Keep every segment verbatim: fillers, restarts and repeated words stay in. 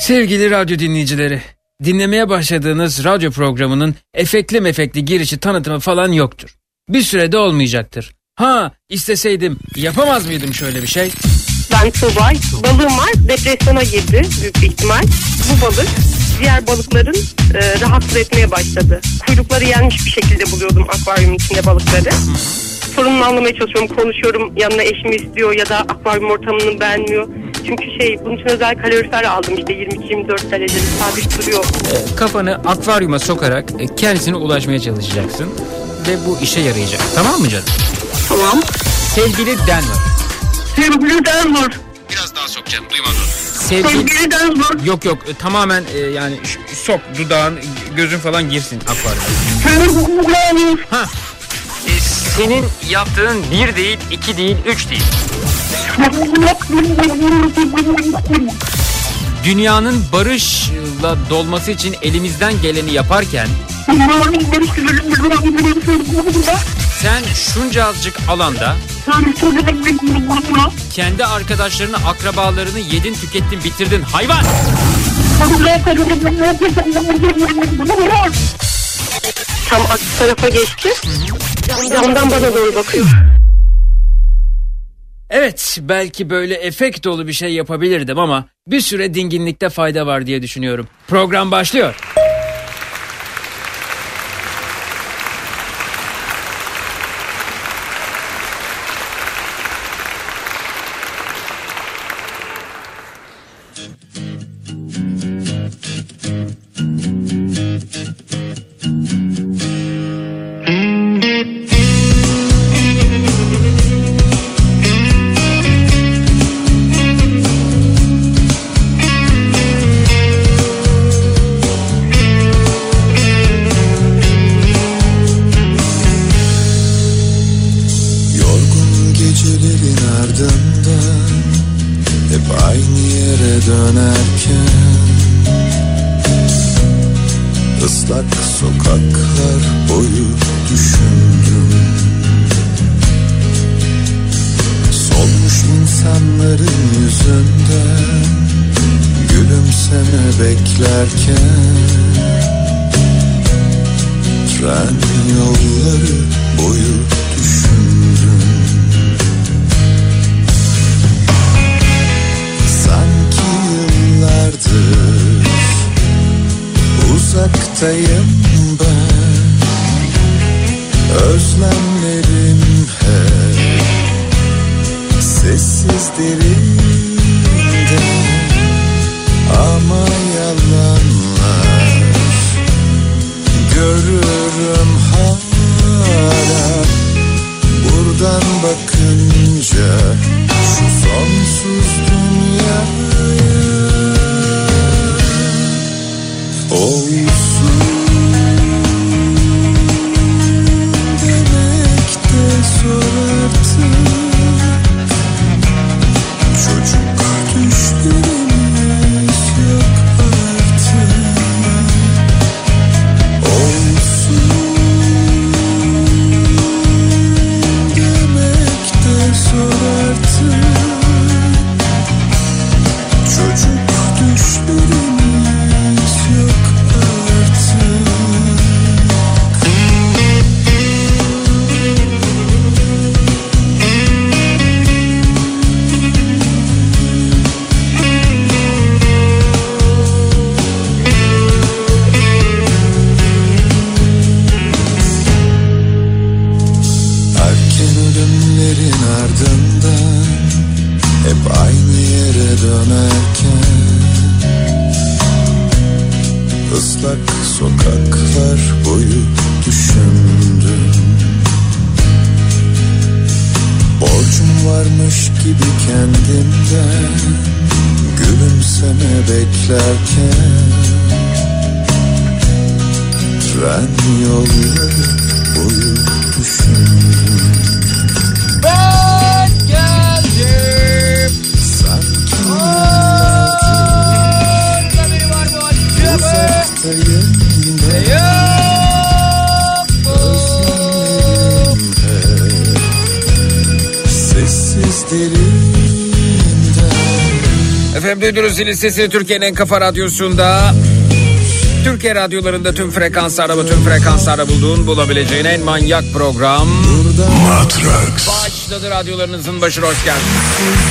Sevgili radyo dinleyicileri, dinlemeye başladığınız radyo programının efektli mefekli girişi tanıtımı falan yoktur. Bir sürede olmayacaktır. Ha, isteseydim yapamaz mıydım şöyle bir şey? Ben Tuğbay, balığım var, depresyona girdi büyük bir ihtimal. Bu balık diğer balıkların e, rahatsız etmeye başladı. Kuyrukları yenmiş bir şekilde buluyordum akvaryumun içinde balıkları. Sorununu anlamaya çalışıyorum, konuşuyorum, yanına eşimi istiyor ya da akvaryum ortamını beğenmiyor. Çünkü şey, bunun için özel kalorifer aldım, işte yirmi iki yirmi dört derecede sabit duruyor. E, kafanı akvaryuma sokarak e, kendisine ulaşmaya çalışacaksın ve bu işe yarayacak. Tamam mı canım? Tamam. Sevgili Denver. Sevgili Denver. Biraz daha sok canım, duymadım. Sevgili, Sevgili Denver. Yok yok, e, tamamen e, yani ş- sok, dudağın, gözün falan girsin akvaryuma. Ha. E, senin yaptığın bir değil, iki değil, üç değil. Dünyanın barışla dolması için elimizden geleni yaparken sen şunca azıcık alanda kendi arkadaşlarını, akrabalarını yedin, tükettin, bitirdin hayvan. Tam aksi tarafa geçti. Hı-hı. Camdan bana doğru bakıyor. Evet, belki böyle efekt dolu bir şey yapabilirdim ama bir süre dinginlikte fayda var diye düşünüyorum. Program başlıyor. duydunuz zilin sesini Türkiye'nin en kafa radyosunda. Türkiye radyolarında tüm frekanslarda ve tüm frekanslarda bulduğun bulabileceğin en manyak program Matrax. Başladı, radyolarınızın başına hoş geldiniz.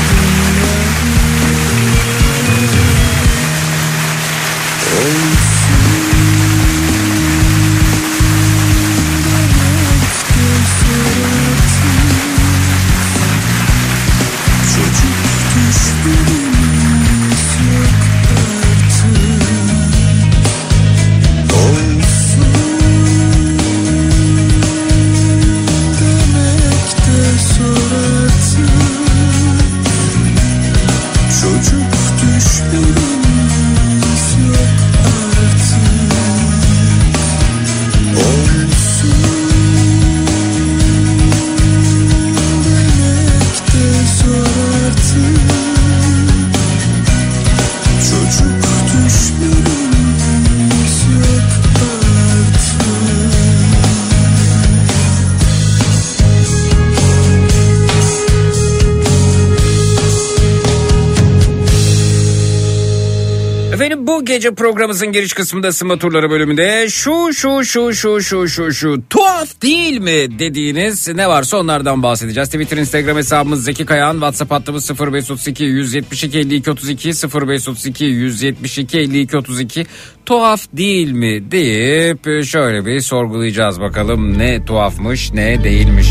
Bu gece programımızın giriş kısmında ısınma turları bölümünde şu şu şu şu şu şu şu tuhaf değil mi dediğiniz ne varsa onlardan bahsedeceğiz. Twitter, Instagram hesabımız Zeki Kayağan, WhatsApp hattımız sıfır beş otuz iki yüz yetmiş iki elli iki otuz iki sıfır beş otuz iki yüz yetmiş iki elli iki otuz iki. Tuhaf değil mi deyip şöyle bir sorgulayacağız bakalım ne tuhafmış ne değilmiş.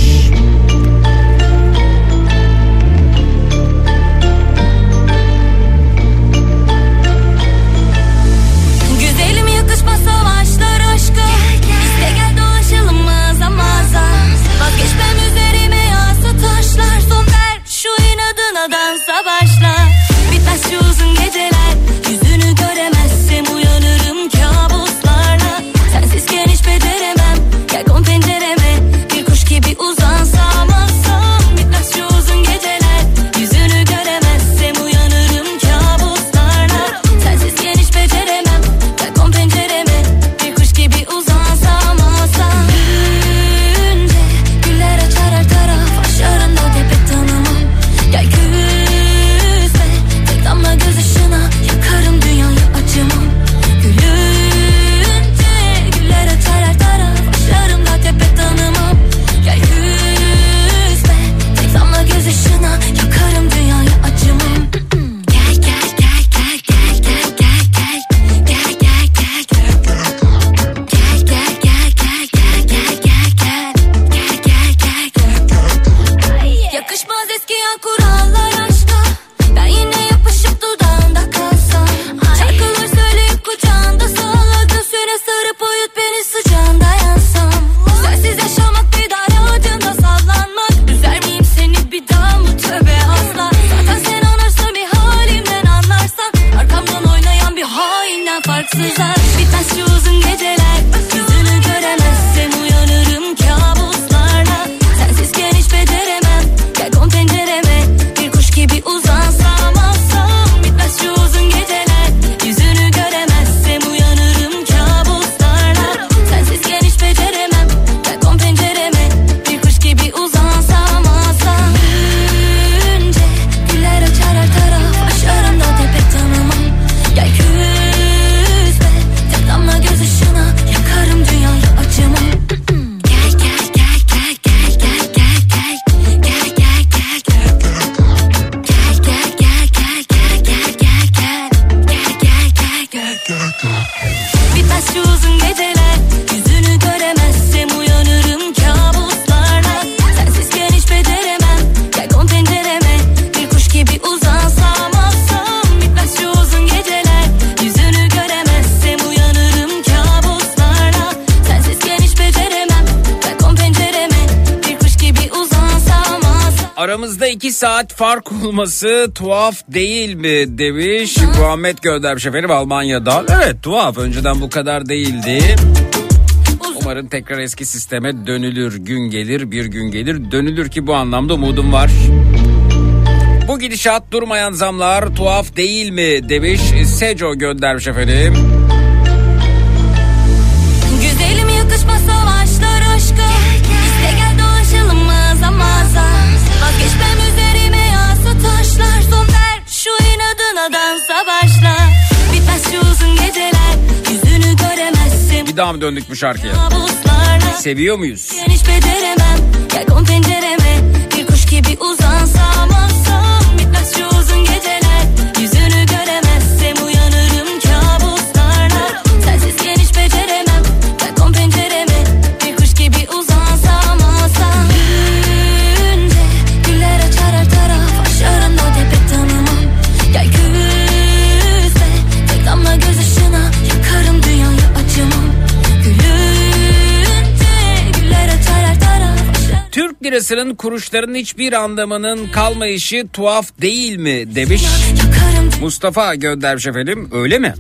Aramızda iki saat fark olması tuhaf değil mi demiş Muhammed göndermiş efendim Almanya'dan. Evet, tuhaf, önceden bu kadar değildi. Umarım tekrar eski sisteme dönülür. Gün gelir bir gün gelir dönülür ki bu anlamda umudum var. Bu gidişat, durmayan zamlar tuhaf değil mi demiş Seco göndermiş efendim. Güzelim yakışma savaşlar aşka, İste gel dolaşalım mağaza mağaza. Vazgeçmem üzerime yağsa taşlar, son ver şu inadına dansa. Bir daha mı döndük bu şarkıya? Seviyor muyuz? Hiç beceremem. Gel kon pencereme. Bir kuş gibi uzansam alsam. Bitmez şu uzun geceler. Yüzünü göremezsem uyanırım kabuslarla. Sensizken hiç beceremem. Gel kon pencereme. Bir kuş gibi uzansam alsam. Gülünce güller açar her taraf. Aşağında tepet tanımam. Gel küsle. Tek damla göz ışına. Yakarım dünyayı acımam. Türk lirasının kuruşların hiçbir anlamının kalmayışı tuhaf değil mi demiş. Mustafa göndermiş efendim, öyle mi?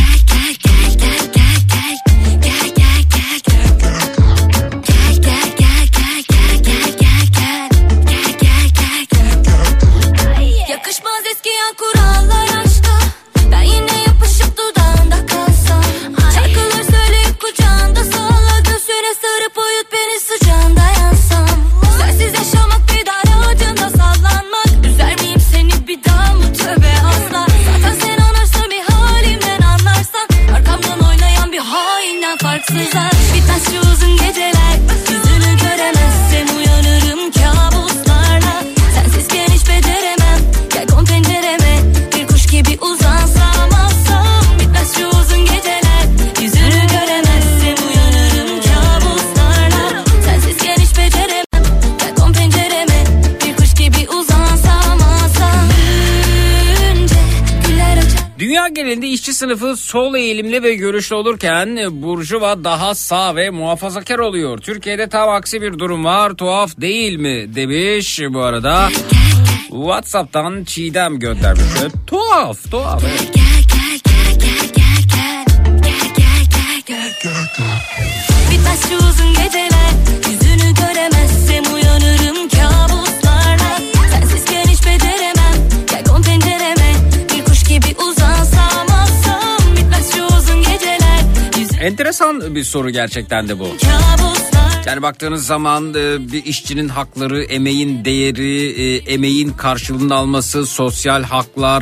Yakışmaz eskiyen kurallar aşka. Ben yine yapışıp dudağında kalsam. Şarkılar söyleyip kucağında salla. Göğsüne sarıp uyut beni sıcağında yansam. Sensiz yaşamak bir dar ağacında sallanmak. Üzer miyim seni bir daha mı tövbe asla. Zaten sen anlarsın bir halimden anlarsan. Arkamdan oynayan bir hainden farksızlar. Bitmez şu uzun geceler. Yüzünü göremezsem uyanırım kabuslarla. Sensizken hiç beceremem. Gel kon pencereme. Bir kuş gibi uzansam alsam. Bitmez şu uzun geceler. Yüzünü göremezsem uyanırım kabuslarla. Sensizken hiç beceremem. Gel kon pencereme. Bir kuş gibi uzansam alsam. Gülünce güller açar. Dünya genelinde işçi sınıfı sol eğilimli ve görüşlü olurken burjuva daha sağ ve muhafazakar oluyor. Türkiye'de tam aksi bir durum var, tuhaf değil mi demiş bu arada. WhatsApp'tan Çiğdem göndermiş. Tuhaf, tuhaf. Evet. Gel gel gel gel gel gel gel gel gel gel. Bitmez şu uzun geceler. Yüzünü göremezsem uyanırım kabuslarla. Sensizken hiç beceremem. Gel kon pencereme. Bir kuş gibi uzansam alsam. Bitmez şu uzun geceler. Yüzünü Enteresan bir soru gerçekten de bu. kabuslar. Yani baktığınız zaman bir işçinin hakları, emeğin değeri, emeğin karşılığını alması, sosyal haklar,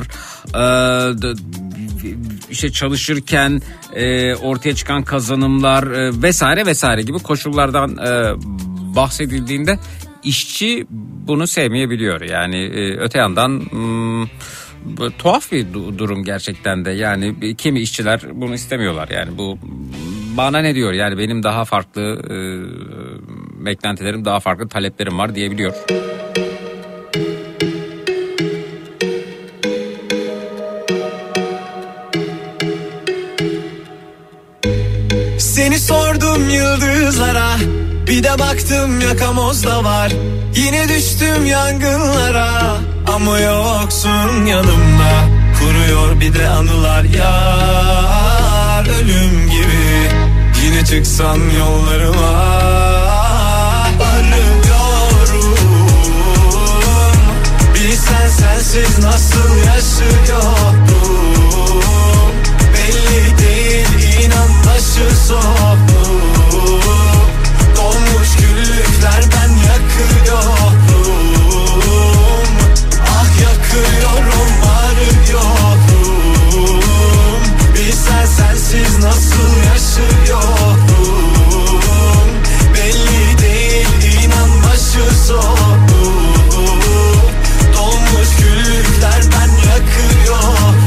işte çalışırken ortaya çıkan kazanımlar vesaire vesaire gibi koşullardan bahsedildiğinde işçi bunu sevmeyebiliyor. Yani öte yandan tuhaf bir durum gerçekten de. Yani kimi işçiler bunu istemiyorlar. Yani bu bana ne diyor? Yani benim daha farklı e, beklentilerim, daha farklı taleplerim var diyebiliyor. Seni sordum yıldızlara, bir de baktım yakamozda var. Yine düştüm yangınlara, ama yoksun yanımda. Kuruyor bir de anılar yar, ölüm gibi. Yine çıksan yollarıma, arıyorum. Bilsen sensiz nasıl yaşıyorum. Belli değil, inan başı soğuk. Dolmuş güllükler ben yakıyorum. Ah yakıyorum, arıyorum. Bilsen sensiz nasıl yaşıyorum. Belli değil, inan başı soğuk. Dolmuş güllükler ben yakıyorum.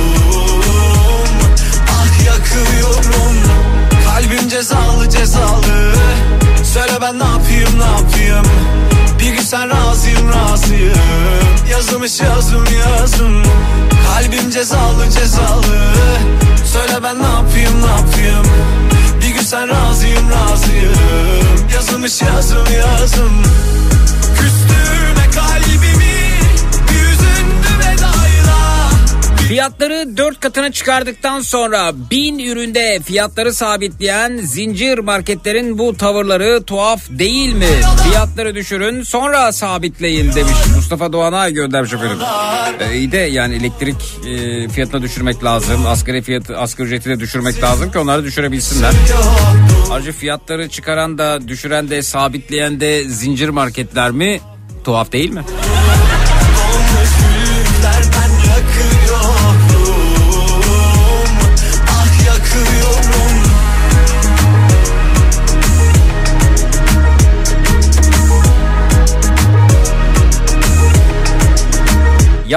Ah yakıyorum. Kalbim cezalı cezalı. Söyle ben ne yapayım ne yapayım. Bir gün sen razıyım razıyım. Yazılmış yazım yazım. Kalbim cezalı cezalı. Söyle ben ne yapayım ne yapayım. Bir gün sen razıyım razıyım. Yazılmış yazım yazım. Küstürme kalbimi. Yüzündü vedayla. Fiyatları dört katına çıkardıktan sonra bin üründe fiyatları sabitleyen zincir marketlerin bu tavırları tuhaf değil mi? Fiyatları düşürün sonra sabitleyin demiş Mustafa Doğan'a göndermiş efendim. Ee, iyi de yani elektrik e, fiyatını düşürmek lazım. Asgari fiyatı, asgari ücreti de düşürmek lazım ki onları düşürebilsinler. Ayrıca fiyatları çıkaran da düşüren de sabitleyen de zincir marketler mi? Tuhaf değil mi?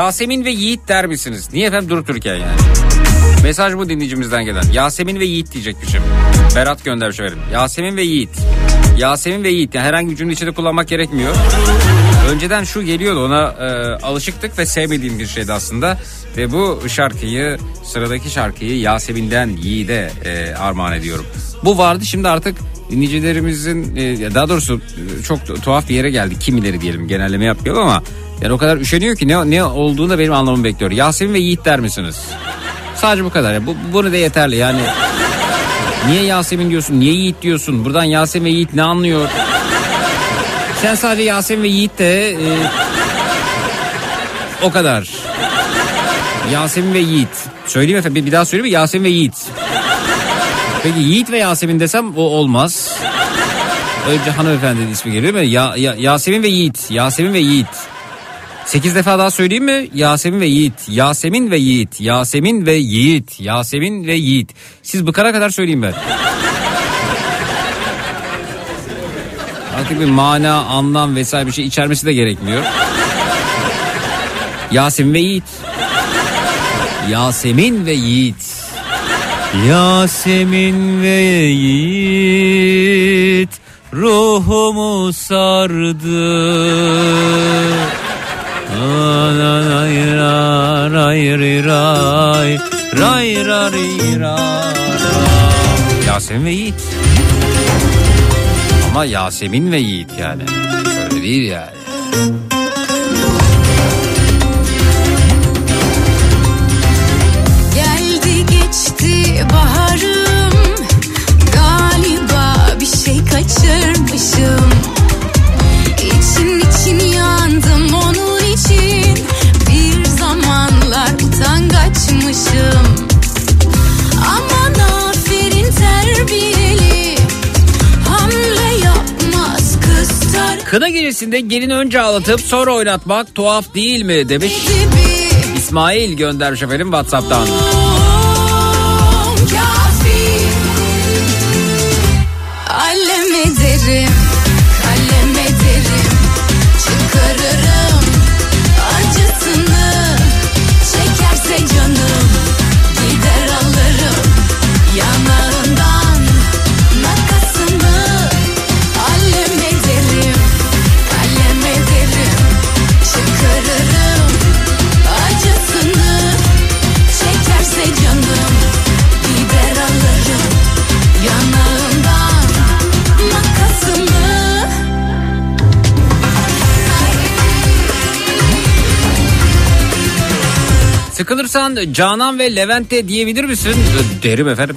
Yasemin ve Yiğit der misiniz? Niye efendim durup dururken yani? Mesaj bu dinleyicimizden gelen. Yasemin ve Yiğit diyecekmişim. Berat göndermiş efendim. Yasemin ve Yiğit. Yasemin ve Yiğit. Yani herhangi bir cümle içinde kullanmak gerekmiyor. Önceden şu geliyordu, ona e, alışıktık ve sevmediğim bir şeydi aslında. Ve bu şarkıyı, sıradaki şarkıyı Yasemin'den Yiğit'e e, armağan ediyorum. Bu vardı, şimdi artık dinleyicilerimizin e, daha doğrusu çok tuhaf bir yere geldi. Kimileri diyelim, genelleme yapmayalım ama yani o kadar üşeniyor ki ne, ne olduğunu da benim anlamamı bekliyor. Yasemin ve Yiğit der misiniz? Sadece bu kadar. Bu, bunu da yeterli yani. Niye Yasemin diyorsun? Niye Yiğit diyorsun? Buradan Yasemin ve Yiğit ne anlıyor? Sen sadece Yasemin ve Yiğit de e, o kadar. Yasemin ve Yiğit. Söyleyeyim efendim, bir daha söyleyeyim mi? Yasemin ve Yiğit. Peki Yiğit ve Yasemin desem o olmaz. Önce hanımefendinin ismi geliyor mu? Ya, ya, Yasemin ve Yiğit. Yasemin ve Yiğit. Sekiz defa daha söyleyeyim mi? Yasemin ve Yiğit. Yasemin ve Yiğit. Yasemin ve Yiğit. Yasemin ve Yiğit. Siz bıkana kadar söyleyeyim ben. Artık bir mana, anlam vesaire bir şey içermesi de gerekmiyor. Yasemin ve Yiğit. Yasemin ve Yiğit. Yasemin ve Yiğit ruhumu sardı. Yasemin ve Yiğit. Ama Yasemin ve Yiğit yani. Öyle değil yani. Geldi geçti baharım, galiba bir şey kaçırmışım. İçin için yandım onun için, bir zamanlar utangaçmışım. Aman aferin terbiyeli, hamle yapmaz kız tar. Kına gecesinde gelini önce ağlatıp sonra oynatmak tuhaf değil mi demiş İsmail, göndermiş efendim WhatsApp'tan. Allem ederim, kallem ederim, çıkarırım acısını. Çekerse canım gider alırım yanağından makasını. Allem ederim, kallem ederim, çıkarırım acısını. Çekerse canım gider alırım yanağından makasını. Sıkılırsan Canan ve Levent'e diyebilir misin? Derim efendim.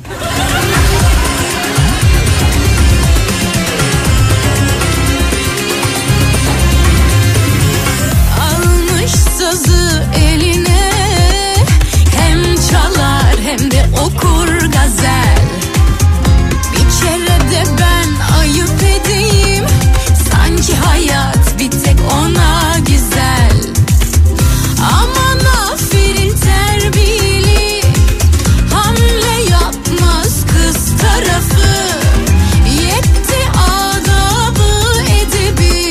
Almış sazı eline, hem çalar hem de okur gazel. Bir kere de ben ayıp edeyim, sanki hayat bir tek ona güzel. Aman aferin terbiyeli, hamle yapmaz kız tarafı. Yetti adabı edebi,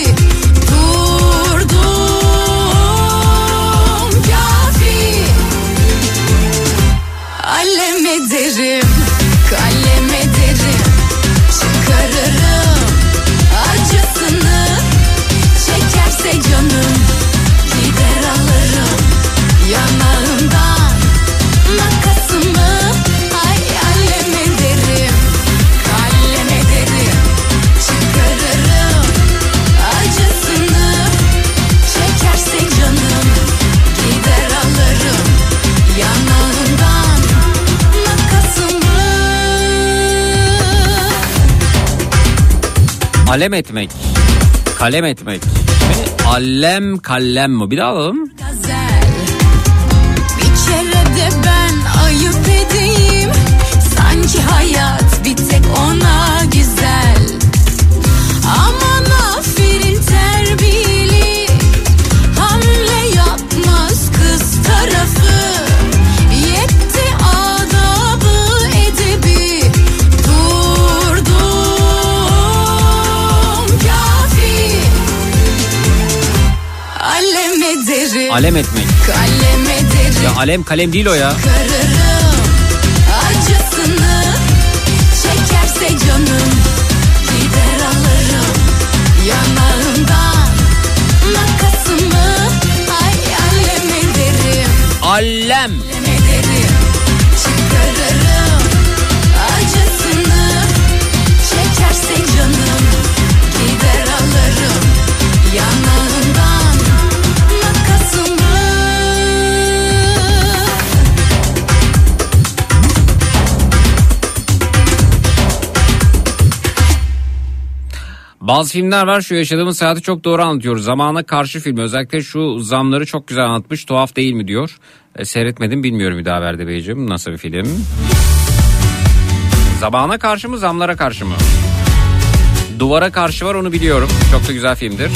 durdum kafi. Allem ederim, kallem ederim, çıkarırım acısını. Çekerse canım gider alırım yanağından makasımı. Ay allem ederim, kallem ederim, çıkarırım acısını. Çekerse canım gider alırım yanağından makasımı. Alem etmek. Kalem etmek. Allem kallem mi? Bir daha alalım. Gazel. Bir kere de ben ayıp edeyim, sanki hayat bir tek ona güzel. Aman aferin terbiyeli, hamle yapmaz kız tarafı. Yetti adabı edebi, durdum kafi. Allem ederim, Alem etmek. kalem ederim. Ya alem kalem değil o ya. Çıkarırım acısını, çekerse canım gider alırım yanağından makasımı, ay alem ederim. Allem. Alem ederim, çıkarırım acısını, çekerse canım gider alırım yanağından makasımı. Bazı filmler var, şu yaşadığımız hayatı çok doğru anlatıyor. Zamana Karşı filmi özellikle şu zamları çok güzel anlatmış. Tuhaf değil mi diyor. E, seyretmedim, bilmiyorum Hüdaverdi Beyciğim, nasıl bir film? Zamana Karşı mı, Zamlara Karşı mı? Duvara Karşı var, onu biliyorum. Çok da güzel filmdir.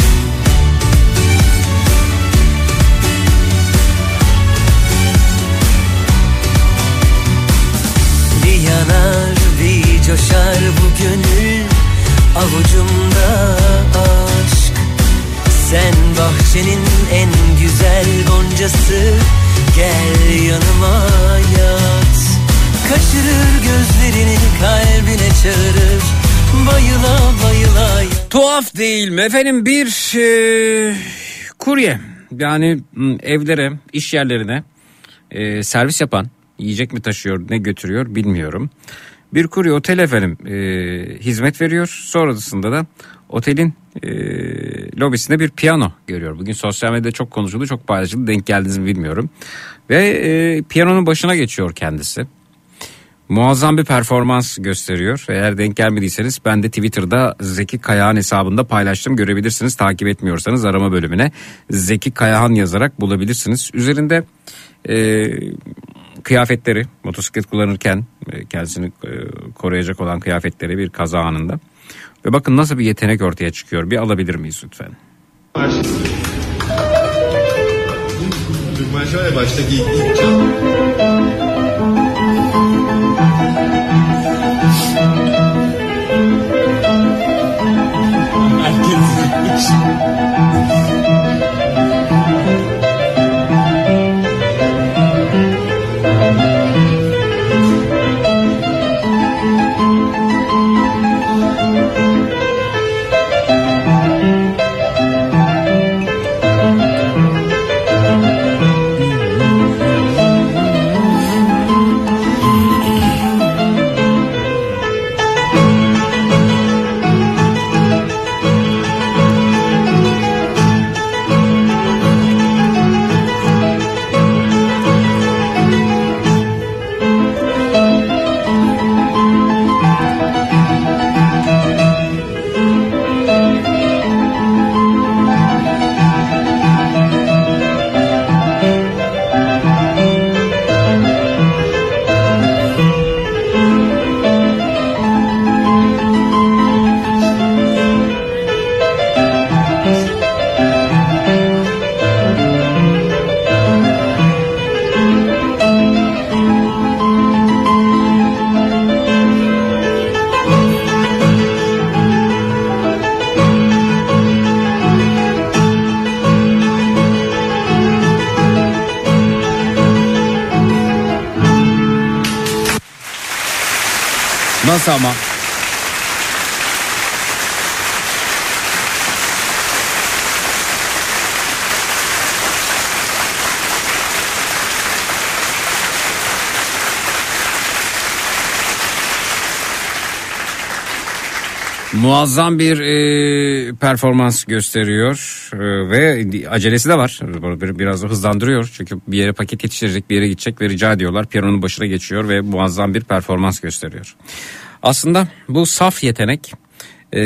Bir yanar bir coşar bu gönül, avucumda aşk. Sen bahçenin en güzel goncası, gel yanıma yat. Kaçırır gözlerini, kalbine çağırır, bayıla bayıla. Tuhaf değil mi efendim, bir e, kurye, yani m, evlere, iş yerlerine e, servis yapan, yiyecek mi taşıyor, ne götürüyor bilmiyorum. Bir kurye otel efendim e, hizmet veriyor. Sonrasında da otelin e, lobisinde bir piyano görüyor. Bugün sosyal medyada çok konuşuldu, çok paylaşıldı. Denk geldiniz mi bilmiyorum. Ve e, piyanonun başına geçiyor kendisi. Muazzam bir performans gösteriyor. Eğer denk gelmediyseniz ben de Twitter'da Zeki Kayağan hesabında paylaştım. Görebilirsiniz. Takip etmiyorsanız arama bölümüne Zeki Kayağan yazarak bulabilirsiniz. Üzerinde e, kıyafetleri, motosiklet kullanırken e, kendisini e, koruyacak olan kıyafetleri bir kaza anında. Ve bakın nasıl bir yetenek ortaya çıkıyor. Bir alabilir miyiz lütfen? Şöyle başta giydik. Nasıl ama? Muazzam bir e, performans gösteriyor e, ve acelesi de var. Biraz da hızlandırıyor çünkü bir yere paket yetiştirecek, bir yere gidecek ve rica ediyorlar. Piyanonun başına geçiyor ve muazzam bir performans gösteriyor. Aslında bu saf yetenek e,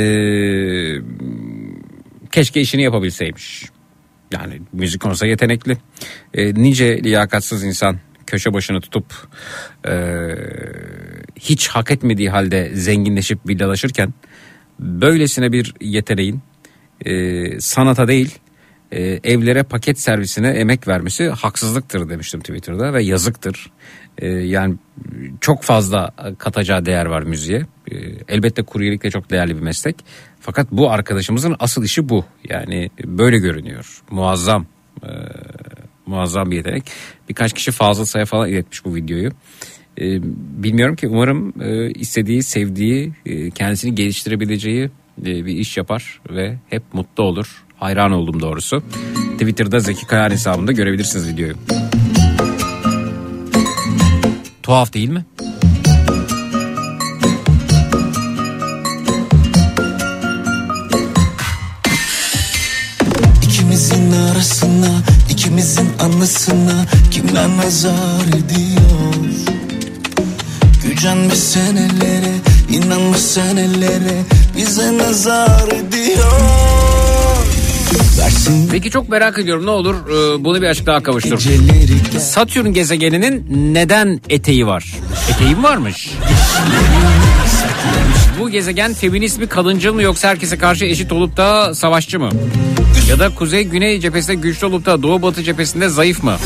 keşke işini yapabilseymiş. Yani müzik konusunda yetenekli. E, nice liyakatsız insan köşe başını tutup e, hiç hak etmediği halde zenginleşip villalaşırken böylesine bir yeteneğin e, sanata değil e, evlere paket servisine emek vermesi haksızlıktır demiştim Twitter'da ve yazıktır. E, yani çok fazla katacağı değer var müziğe. E, elbette kuryelik de çok değerli bir meslek. Fakat bu arkadaşımızın asıl işi bu. Yani böyle görünüyor. Muazzam. E, Muazzam bir yetenek. Birkaç kişi Fazıl Say'a falan iletmiş bu videoyu. Ee, bilmiyorum ki, umarım e, istediği, sevdiği, e, kendisini geliştirebileceği e, bir iş yapar ve hep mutlu olur. Hayran oldum doğrusu. Twitter'da Zeki Kayan hesabında görebilirsiniz videoyu. Tuhaf değil mi? İkimizin arasına, ikimizin anısına kimler nazar ediyor? Gücenme senelere, inanma senelere, bize nazar ediyor. Versin. Peki çok merak ediyorum, ne olur e, bunu bir açıklığa kavuştur. Satürn gezegeninin neden eteği var? Eteği mi varmış? Bu gezegen feminist mi, kadıncıl mı, yoksa herkese karşı eşit olup da savaşçı mı? Ya da kuzey güney cephesinde güçlü olup da doğu batı cephesinde zayıf mı?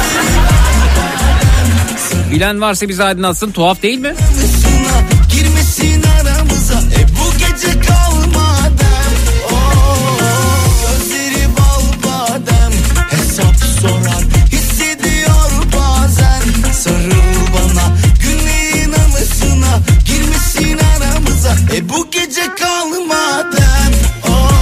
Bilen varsa bizi aydınlatsın. Tuhaf değil mi? Girmesin aramıza, e bu gece kalmadan. Oh, gözleri bal badem, hesap sorar, hissediyor bazen. Sarıl bana, günlerin anısına, girmesin aramıza, e bu gece kalmadan. Oh.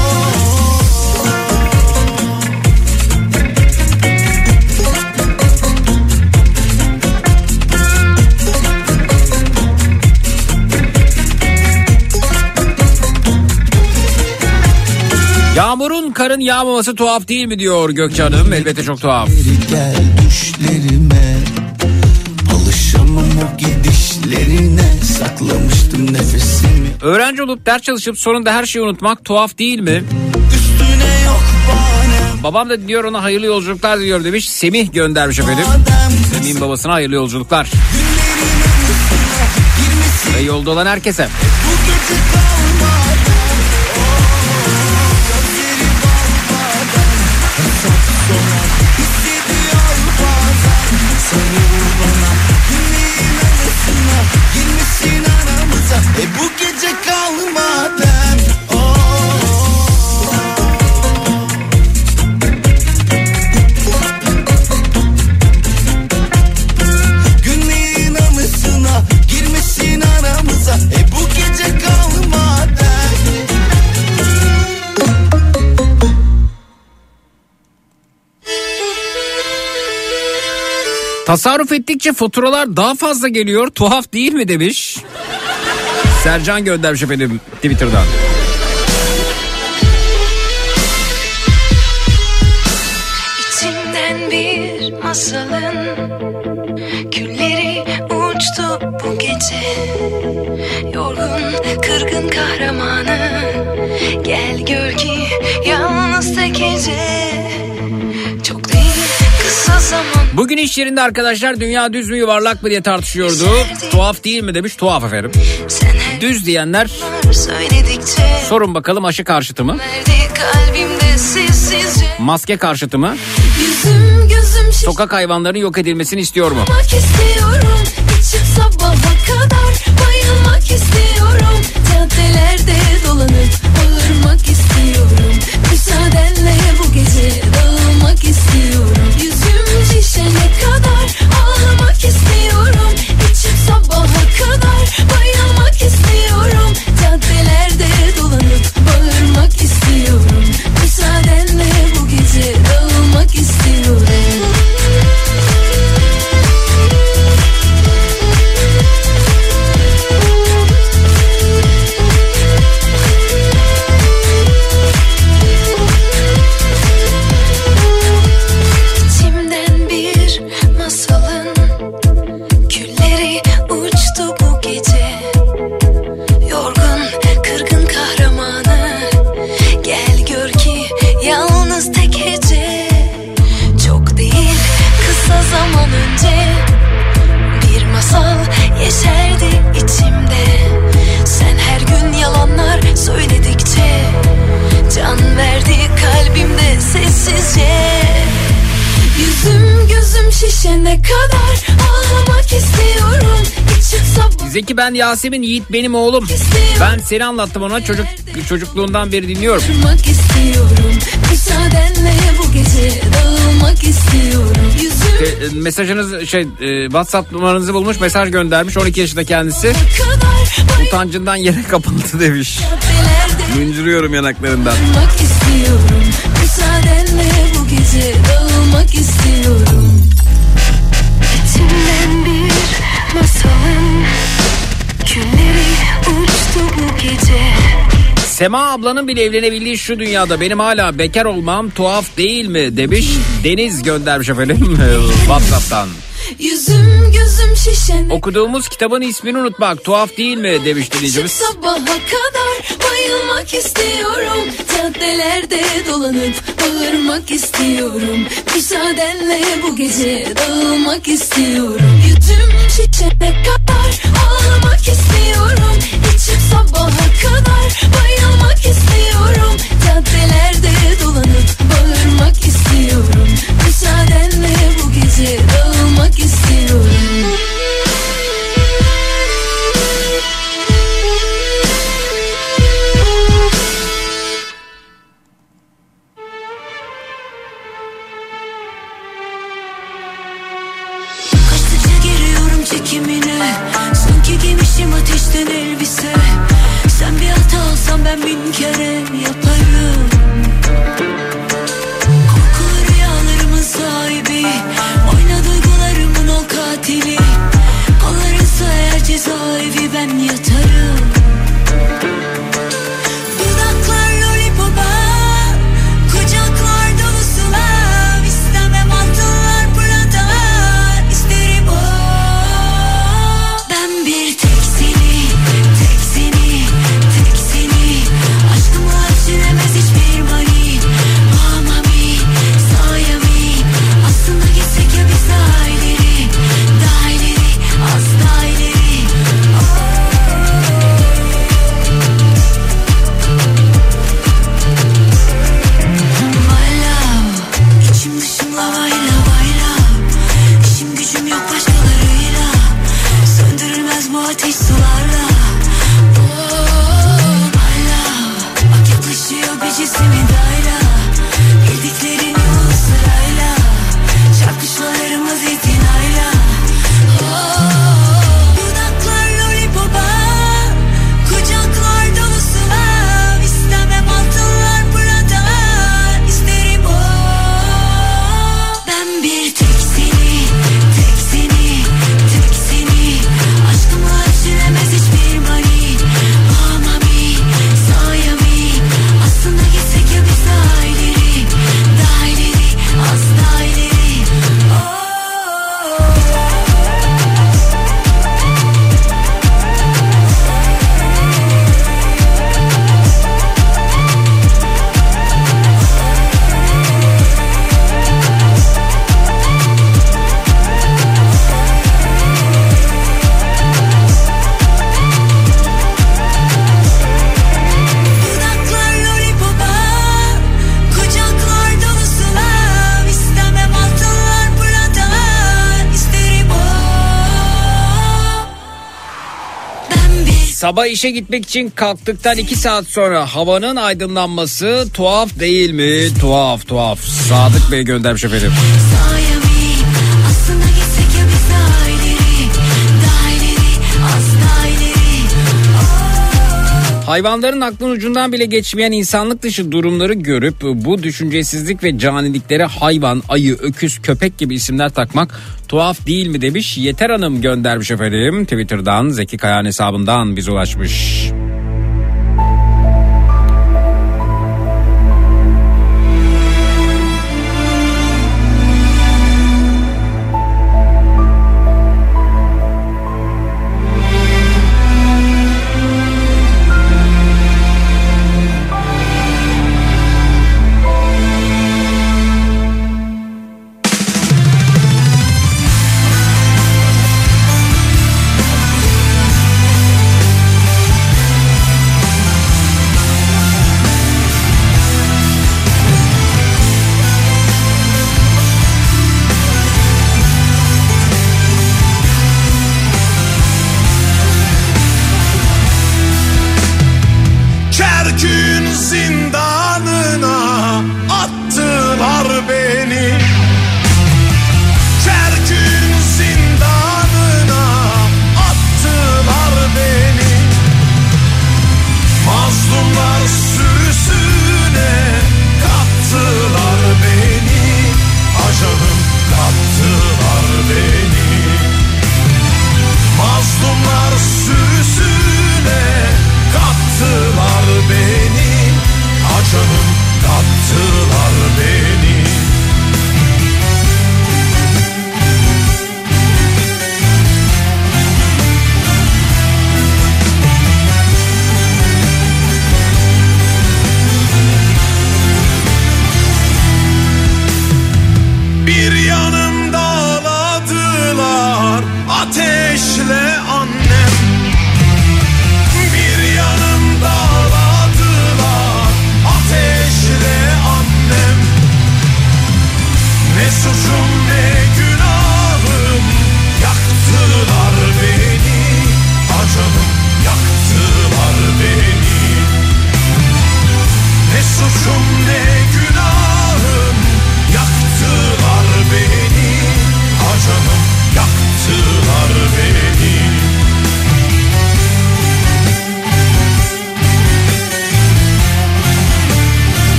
Yağmurun karın yağmaması tuhaf değil mi diyor Gökçe Hanım. Elbette çok tuhaf. Gel düşlerime, alışamam o gidişlerine, saklamıştım nefesimi. Öğrenci olup ders çalışıp sonunda her şeyi unutmak tuhaf değil mi? Üstüne yok bahanem. Babam da diyor ona hayırlı yolculuklar diliyor demiş. Semih göndermiş efendim. Semih'in babasına hayırlı yolculuklar. Ve yolda olan herkese. Bu gece kalmadan. Gözleri balmadan, hesap sorar, hissediyor bazen. Sarıl bana, günlerin arasına, girmesin aramıza, e bu gece kalmadan. Günlerin anısına, girmesin aramıza, e bu gece kalmadan. Tasarruf ettikçe faturalar daha fazla geliyor. Tuhaf değil mi demiş. Sercan göndermiş efendim Twitter'dan. İçimden bir masalın külleri uçtu bu gece. Yorgun, kırgın kahramanı, gel gör ki yalnız tek gece. Çok değil kısa zaman. Bugün iş yerinde arkadaşlar dünya düz mü yuvarlak mı diye tartışıyordu. Tuhaf değil mi demiş. Tuhaf efendim. Düz diyenler sorun bakalım aşı karşıtı mı? Maske karşıtı mı? Yüzüm, gözüm Sokak hayvanlarının yok edilmesini istiyor mu? istiyorum. İçim sabaha kadar bayılmak istiyorum. Caddelerde dolanıp bağırmak istiyorum. Müsaadenle bu gece dağılmak istiyorum. Yüzüm şişene kadar ağlamak istiyorum. İçim sabaha kadar bayılmak istiyorum. Caddelerde dolanıp bağırmak istiyorum. Müsaadenle bu gece dağılmak istiyorum. Zeki ben Yasemin, Yiğit benim oğlum. Ben seni anlattım ona, çocuk çocukluğundan beri dinliyorum. Dağılmak istiyorum. Müsaadenle bu gece dağılmak istiyorum. Yüzüm E, mesajınız şey e, WhatsApp numaranızı bulmuş, mesaj göndermiş. on iki yaşında kendisi. kadar Utancından yere kapandı demiş. bayılmak Mıncırıyorum yanaklarından. istiyorum. Müsaadenle bu gece dağılmak istiyorum. İçimden bir masalın külleri uçtu bu gece. Sema ablanın bile evlenebildiği şu dünyada benim hala bekar olmam tuhaf değil mi demiş. Deniz göndermiş efendim WhatsApp'tan. Yüzüm gözüm şişen. Okuduğumuz kitabın ismini unutmak tuhaf değil mi demiş dinleyicimiz. Sabaha kadar bayılmak istiyorum. Caddelerde dolanıp bağırmak istiyorum. Müsaadenle bu gece dağılmak istiyorum. Yüzüm şişene kadar ağlamak istiyorum. İçim sabaha kadar bayılmak istiyorum. Caddelerde dolanıp bağırmak istiyorum. Müsaadenle bu gece dağılmak istiyorum. Kaçtıkça giriyorum çekimine. Sanki giymişim ateşten elbise. Sen bir hata alsan ben bin kere yaparım. Korkulu rüyalarımın sahibi. Oyna duygularımın o katili. Kollarınsa eğer cezaevi ben yatarım. Dudaklar lollipopa, kucaklar dolusu lav. İstemem altınlar pırlantalar, isterim o. Ben bir tek seni, tek seni, tek seni. Aşkımla ölçülemez hiçbir mani. Mamami, sayami. Aslında gitsek ya biz daha ileri, daha ileri, az daha ileri. My love, içim dışım lavayla bayla. İşim gücüm yok başkalarıyla. Söndürülmez bu ateş sularla. Oh, my love, bak yaklaşıyor bir cismi dayla. Bildiklerin yolu sırayla. Çarpışmalarımız itinayla. Oh, dudaklar lollipopa, kucaklar dolusu lav. İstemem altınlar pırlantalar, isterim o. Ben bir tek seni, tek seni, tek seni. Aşkımla ölçülemez hiçbir mani. Mamami, sayami. Aslında gitsek ya biz daha ileri, daha ileri, az daha ileri. Oh. Dudaklar lollipopa, kucaklar dolusu lav. İstemem altınlar pırlantalar, isterim o. Ben bir Sabah işe gitmek için kalktıktan iki saat sonra havanın aydınlanması tuhaf değil mi? Tuhaf tuhaf. Sadık Bey göndermiş efendim. sayami. Aslında gitsek ya biz daha ileri, daha ileri, az daha ileri. Oh. Hayvanların aklın ucundan bile geçmeyen insanlık dışı durumları görüp bu düşüncesizlik ve caniliklere hayvan, ayı, öküz, köpek gibi isimler takmak tuhaf değil mi demiş. Yeter Hanım göndermiş efendim. Twitter'dan Zeki Kayağan hesabından bize ulaşmış.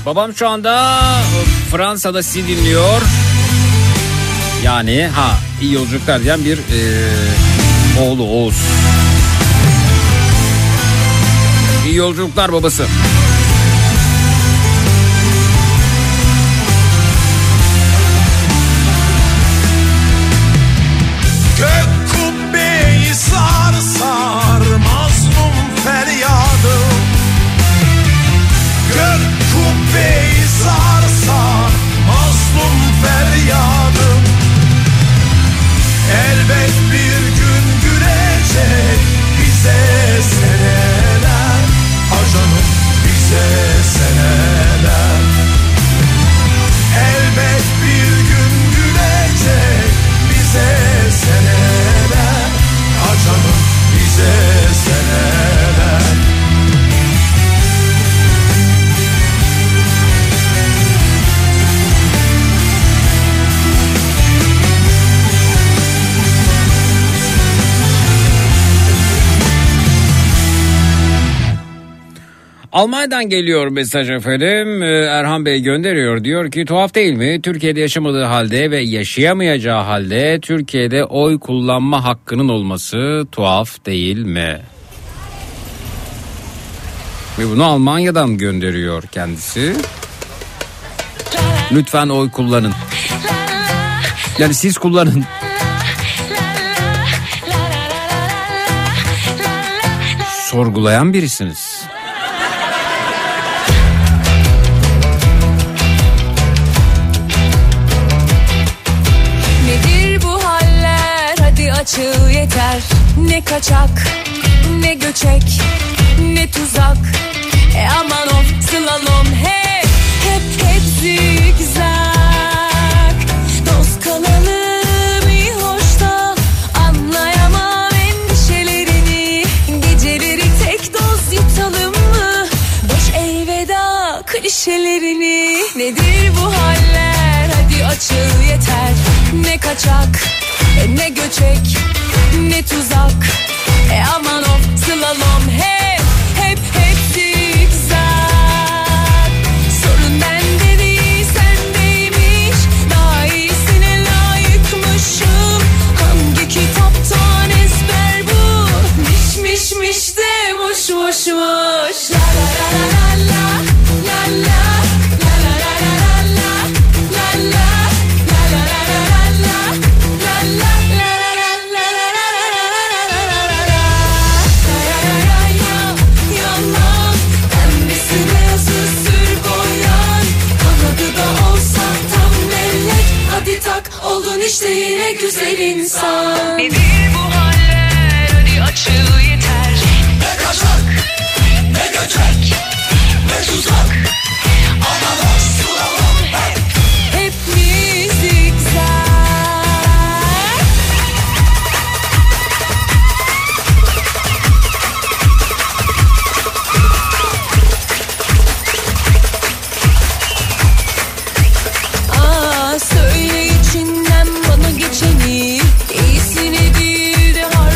Babam şu anda Fransa'da sizi dinliyor. Yani ha iyi yolculuklar diyen bir e, oğlu Oğuz. İyi yolculuklar babası. Gök kubbeyi sar sar mazlum feryadım. Gök kubbeyi sar sar mazlum feryadım. Elbet bir gün gülecek bize seneler. Ajanım bize seneler. Elbet bir gün gülecek bize seneler. Ajanım bize seneler. Almanya'dan geliyor mesaj efendim. Erhan Bey gönderiyor. Diyor ki tuhaf değil mi? Türkiye'de yaşamadığı halde ve yaşayamayacağı halde Türkiye'de oy kullanma hakkının olması tuhaf değil mi? Ve bunu Almanya'dan gönderiyor kendisi. Lütfen oy kullanın. Yani siz kullanın. Sorgulayan birisiniz. Açığı yeter, ne kaçak, ne göçek, ne tuzak. E aman of slalom hep, hep hep zigzag. Dost kalalım iyi hoş da anlayamam endişelerini. Geceleri tek doz yutalım mı? Boş elveda klişelerini. Nedir bu haller? Hadi açığı yeter, ne kaçak, E ne göçek, ne tuzak. E aman of slalom hep, hep hep zigzag. Sorun bende değil sendeymiş. Daha iyisine layıkmışım. Hangi kitaptan ezber bu? Miş miş miş de muş muş muş. La la la la la la la. Oldun işte yine güzel insan. Nedir bu haller? Hadi açığı yeter. Ne kaçak, ne göçek, ne tuzak. Ananas sulalım hep. Hep mi zigzag? Aa söyle içinden bana geçeni, iyisini değil de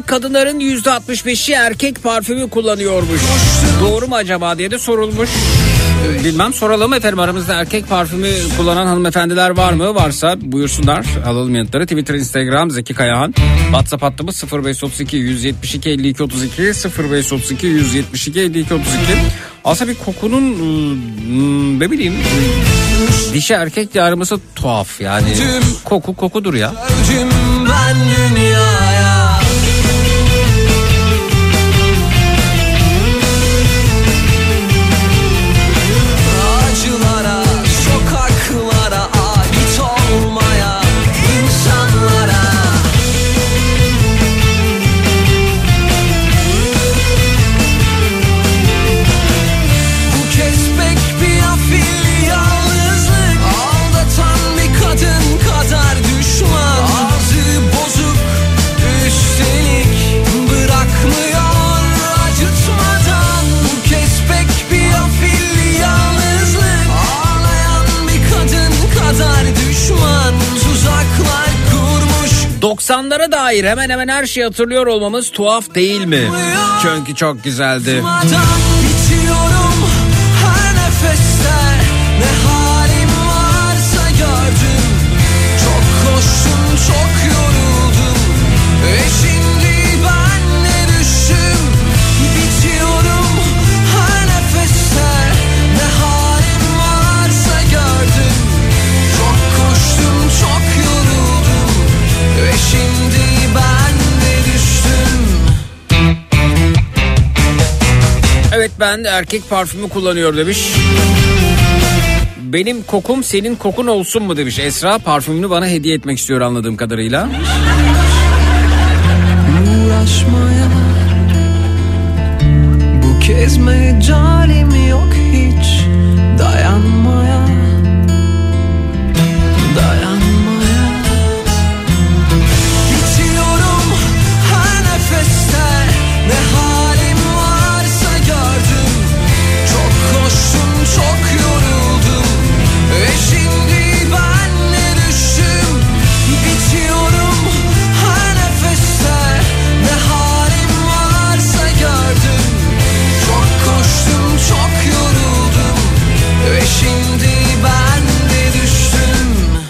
kadınların yüzde altmış beşi erkek parfümü kullanıyormuş. Doğru mu acaba diye de sorulmuş. Bilmem, soralım efendim, aramızda erkek parfümü kullanan hanımefendiler var mı? Varsa buyursunlar, alalım yanıtları. Twitter, Instagram Zeki Kayahan. WhatsApp hattımız sıfır beş otuz iki yüz yetmiş iki elli iki otuz iki sıfır beş otuz iki yüz yetmiş iki elli iki otuz iki. Aslında bir kokunun ıı, ne bileyim dişi erkekle ayrılması tuhaf yani. Koku kokudur ya. Ben dünyaya acılara, sokaklara ait olmaya, insanlara. Bu kez pek bir afil yalnızlık, aldatan bir kadın kadar düşman. Ağzı bozuk üstelik, bırakmıyor acıtmadan. Bu kez pek bir afil yalnızlık, ağlayan bir kadın kadar düşman. Tuzaklar kurmuş. doksanlara dair hemen hemen her şeyi hatırlıyor olmamız tuhaf değil mi? Çünkü çok güzeldi. Bitiyorum her nefeste, ne halim varsa gördüm. Çok koştum, çok yoruldum, ve şimdi ben ne düştüm. Bitiyorum her nefeste, ne halim varsa gördüm. Çok koştum, çok yoruldum, ve şimdi ben ne düştüm. Evet, ben erkek parfümü kullanıyor demiş. Benim kokum senin kokun olsun mu demiş. Esra parfümünü bana hediye etmek istiyor anladığım kadarıyla. Uğraşmaya, bu kez mecalim yok hiç. Dayanmaya, dayanmaya. Bitiyorum her nefeste, ne halim varsa gördüm. Çok koştum, çok yoruldum, ve şimdi ben ne düştüm. Bitiyorum her nefeste, ne halim varsa gördüm. Çok koştum, çok yoruldum, ve şimdi ben ne düştüm.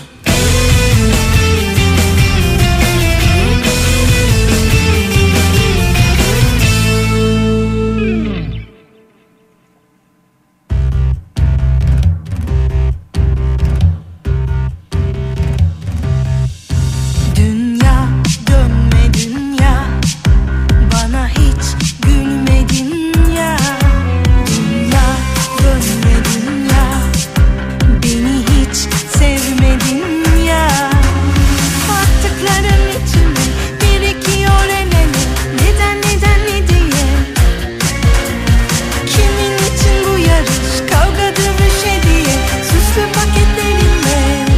Dünya dönme dünya, bana hiç gülmedin ya. Dünya dönme dünya, beni hiç sevmedin ya. Attıkların içime birikiyor el ele, neden neden ne diye. Kimin için bu yarış, kavga dövüş hediye, süslü paketlerimle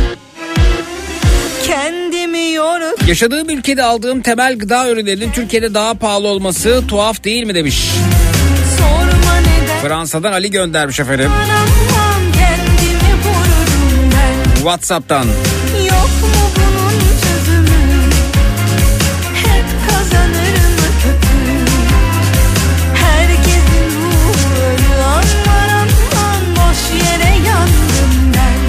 kendimi yorup. Yaşadığım ülkede aldığım temel gıda ürünlerinin Türkiye'de daha pahalı olması tuhaf değil mi demiş. Sorma neden, Fransa'dan Ali göndermiş efendim. aramam kendimi vururum ben. WhatsApp'tan. Yok mu bunun çözümü? Hep kazanırım kötü. Herkesin ruhu ölü, aman aman boş yere yandım ben.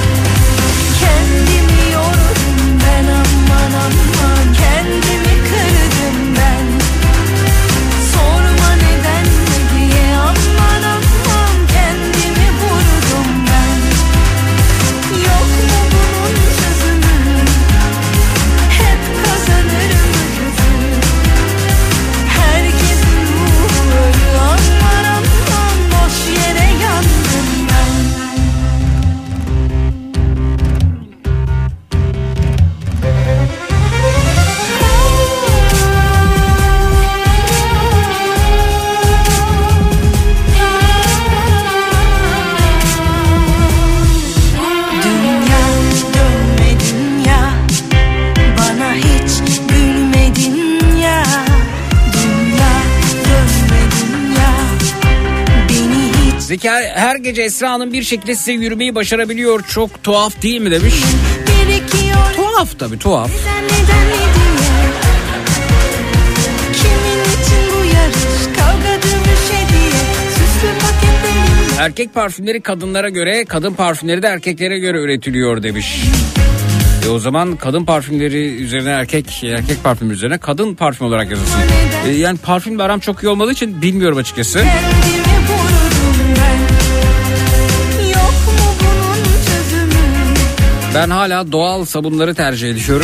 Kendimi yordum ben, aman aman kendimi kırdım ben. Sorma neden mi diye, aman aman kendimi vurdum ben. Yok mu bunun çözümü? Hep kazanırım kötü. Herkesin ruhu ölü, aman aman boş yere yandım ben. Dünya dönme dünya, bana hiç gülmedin ya. Dünya dönme dünya, beni hiç. Zeki her, her gece Esra Hanım bir şekilde size yürümeyi başarabiliyor. Çok tuhaf değil mi demiş. Birikiyor Tuhaf tabii, tuhaf. neden neden ne diye. Erkek parfümleri kadınlara göre, kadın parfümleri de erkeklere göre üretiliyor demiş. E o zaman kadın parfümleri üzerine erkek, erkek parfümü üzerine kadın parfüm olarak yazılsın. E yani parfümle aram çok iyi olmadığı için bilmiyorum açıkçası. Ben hala doğal sabunları tercih ediyorum.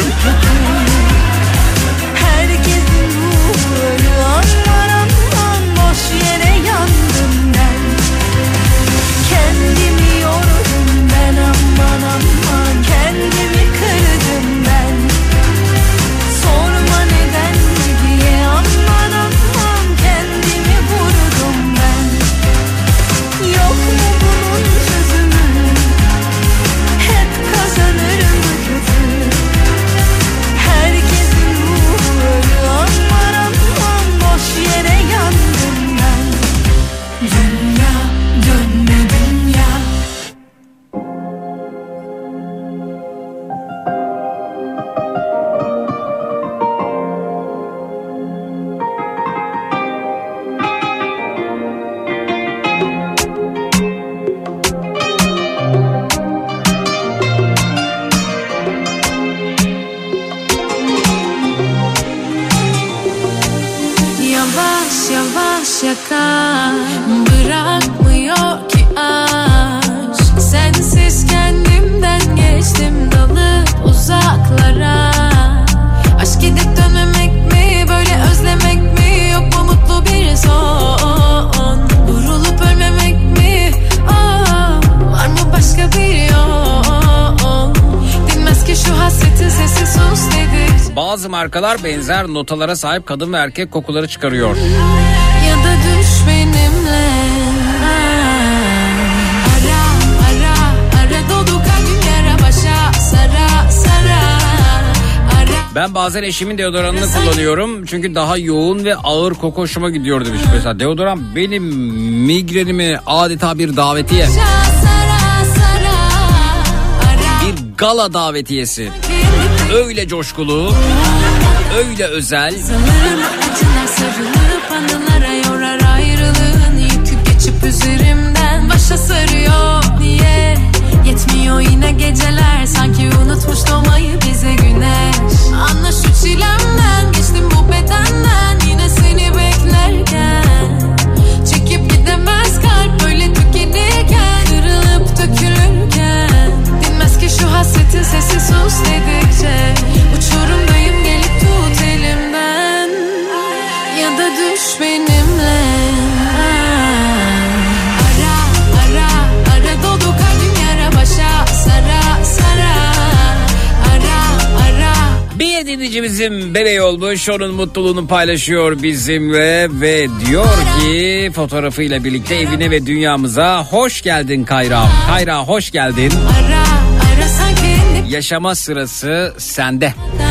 Bırakmıyor ki aşk. Sensiz kendimden geçtim dalıp uzaklara. Aşk gidip dönmemek mi, böyle özlemek mi, yok mu mutlu bir son? Vurulup ölmemek mi, oh, var mı başka bir yol? Dinmez ki şu hasretin sesi, sus dedi. Bazı markalar benzer notalara sahip kadın ve erkek kokuları çıkarıyor. Ya da düş benimle. Ara ara ara dolu kalbim yara başa sara sara. Ara. Ben bazen eşimin deodoranını kullanıyorum. Çünkü daha yoğun ve ağır koku hoşuma gidiyor demiş. Mesela deodoran benim migrenimi adeta bir davetiye. Sara sara. Ara. Bir gala davetiyesi. Öyle coşkulu, öyle özel. Sanırım acılar sarılıp anılara yorar, ayrılığın yükü geçip üzerimden başa sarıyor. Niye yetmiyor yine geceler, sanki unutmuş doğmayı bize güneş. Anla şu çilemden, geçtim bu bedenden, yine seni beklerken. Çekip gidemez kalp böyle tükenirken, kırılıp dökülürken. Dinmez ki şu hasretin sesi, sus dedikçe. Uçurumdayım, gelip tut elimden. Ya da düş benimle. Ara ara ara dolu kalbim yara başa sara sara. Ara ara. Bir dinleyicimizin bebeği olmuş, onun mutluluğunu paylaşıyor bizimle ve diyor ki fotoğrafıyla birlikte evine ve dünyamıza hoş geldin Kayra. Kayra hoş geldin. Ara ara sanki. Yaşama sırası sende.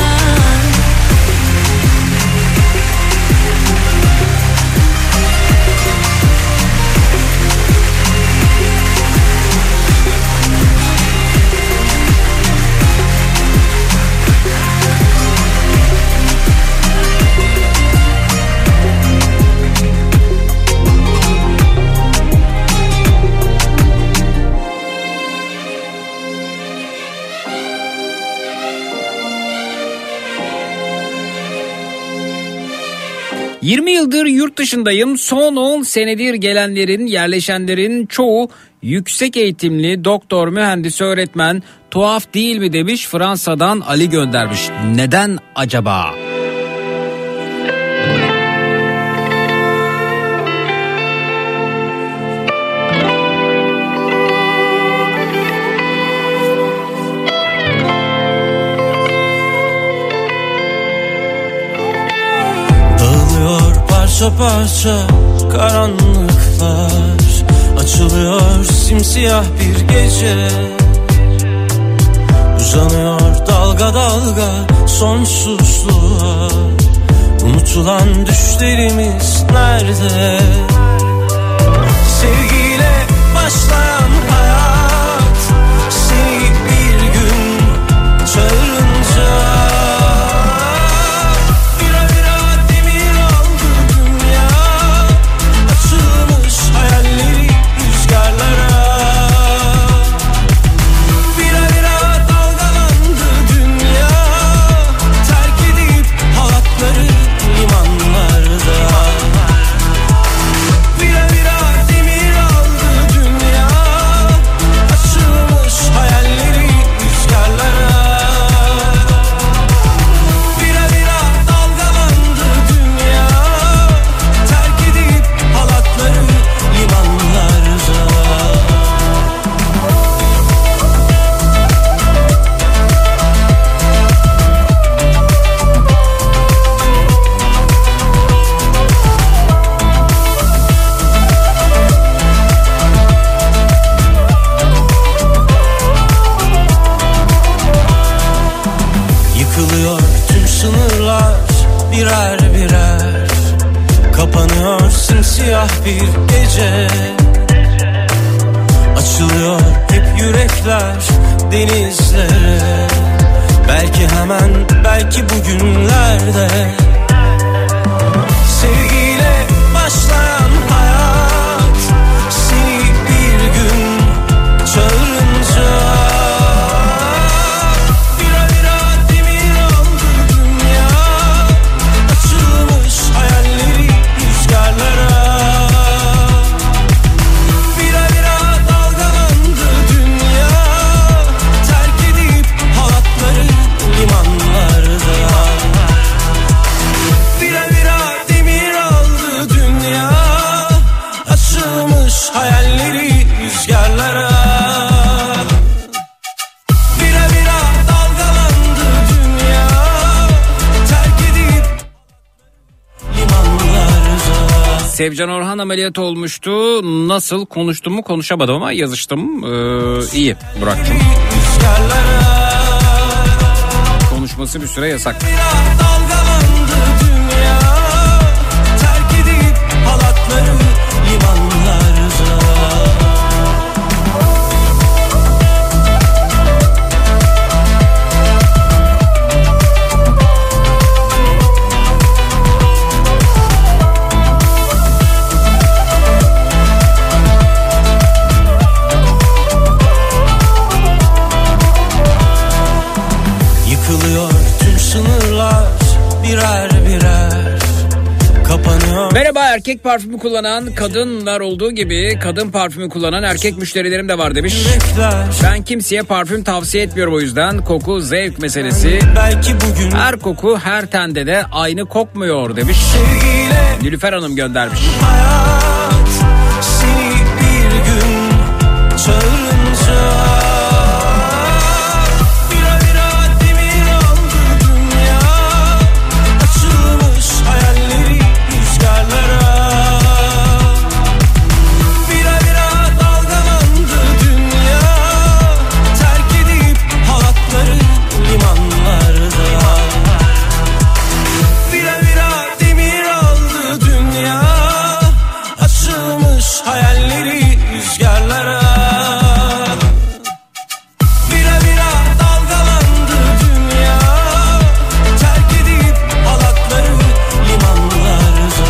yirmi yıldır yurt dışındayım. Son on senedir gelenlerin, yerleşenlerin çoğu yüksek eğitimli, doktor, mühendis, öğretmen. Tuhaf değil mi demiş, Fransa'dan Ali göndermiş. Neden acaba? Parça parça karanlıklar, açılıyor simsiyah bir gece. Uzanıyor dalga dalga sonsuzluğa. Unutulan düşlerimiz nerede? Sevgiyle başlayan hayat, seni bir gün çağırınca. Hayalleri rüzgarla bir gece. Açılıyor hep yürekler denizlere. Belki hemen, belki bugünlerde. Sevgiyle başlayan hayat seni bir gün çağırınca bira bira demir aldı dünya. Açılmış hayalleri rüzgarlara. Bira bira dalgalandı dünya. Terk edip halatları limanlarda. Bira bira demir aldı dünya. Açılmış hayalleri rüzgarlara. Bira bira dalgalandı dünya. Terk edip limanlarda. Sevcan Orhan ameliyat olmuştu. Nasıl, konuştum mu konuşamadım ama yazıştım. Ee, iyi Burak'cığım. Rüzgarlara. Konuşması bir süre yasak. Bira dalgalandı dünya. Terk edip halatları limanlarda. Yıkılıyor tüm sınırlar birer birer kapanıyor. Merhaba, erkek parfümü kullanan kadınlar olduğu gibi kadın parfümü kullanan erkek müşterilerim de var demiş. Yürekler Ben kimseye parfüm tavsiye etmiyorum, o yüzden koku zevk meselesi. belki bugün Her koku her tende de aynı kokmuyor demiş. sevgiyle Nilüfer Hanım göndermiş. hayat seni bir gün çağırınca. Bira bira demir aldı dünya. Açılmış hayalleri rüzgarlara. Bira bira dalgalandı dünya. Terk edip halatları limanlarda. Bira bira demir aldı dünya. Açılmış hayalleri rüzgarlara. Bira bira dalgalandı dünya. Terk edip halatları limanlarda.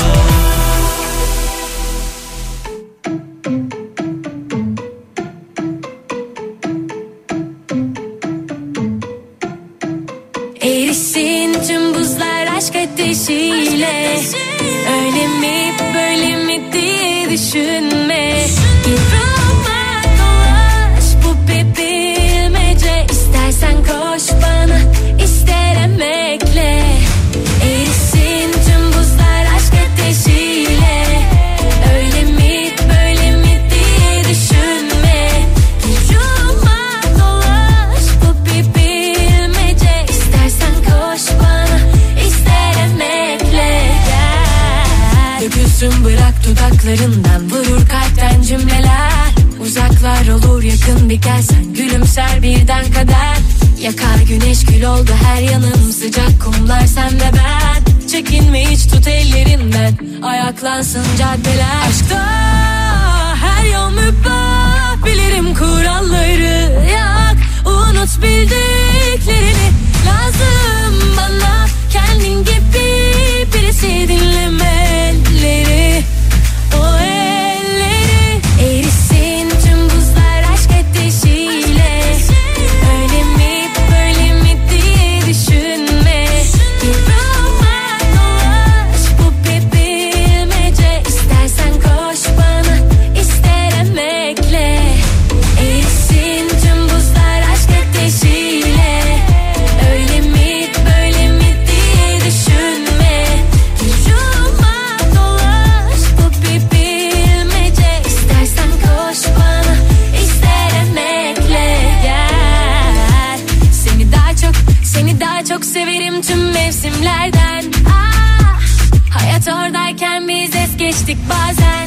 Erisin tüm buzlar aşk ateşiyle. Öyle mi böyle mi diye düşünme. Gir Roma dolaş bu bir bilmece. İstersen koş bana, ister emekle. Erisin tüm buzlar aşk ateşiyle. Öyle mi böyle mi diye düşünme. Gir Roma dolaş bu bir bilmece. İstersen koş bana, ister emekle. Gel. Dökülsün bırak dudaklarından, vurur kalpten cümleler. Uzaklar olur yakın bir gelsen, gülümser birden kader. Yakar güneş kül oldu her yanım, sıcak kumlar sen ve ben. Çekinme hiç tut ellerimden, ayaklansın caddeler. Aşkta her yol mübah, bilirim kuralları. Yak unut bildiklerini, lazım bana kendin gibi birisi. Dinlemeleri o elleri. Erisin tüm buzlar aşk ateşiyle. Öyle mi böyle mi diye düşünme. Bir roman dolaş bu bir bilmece. İstersen koş bana, ister emekle. Erisin tüm buzlar aşk ateşiyle. Öyle mi böyle mi diye düşünme. Bir roman dolaş bu bir bilmece. İstersen koş bana, ister emekle. Gel. Seni daha çok, seni daha çok severim tüm mevsimlerden. Ah, hayat oradayken biz es geçtik bazen.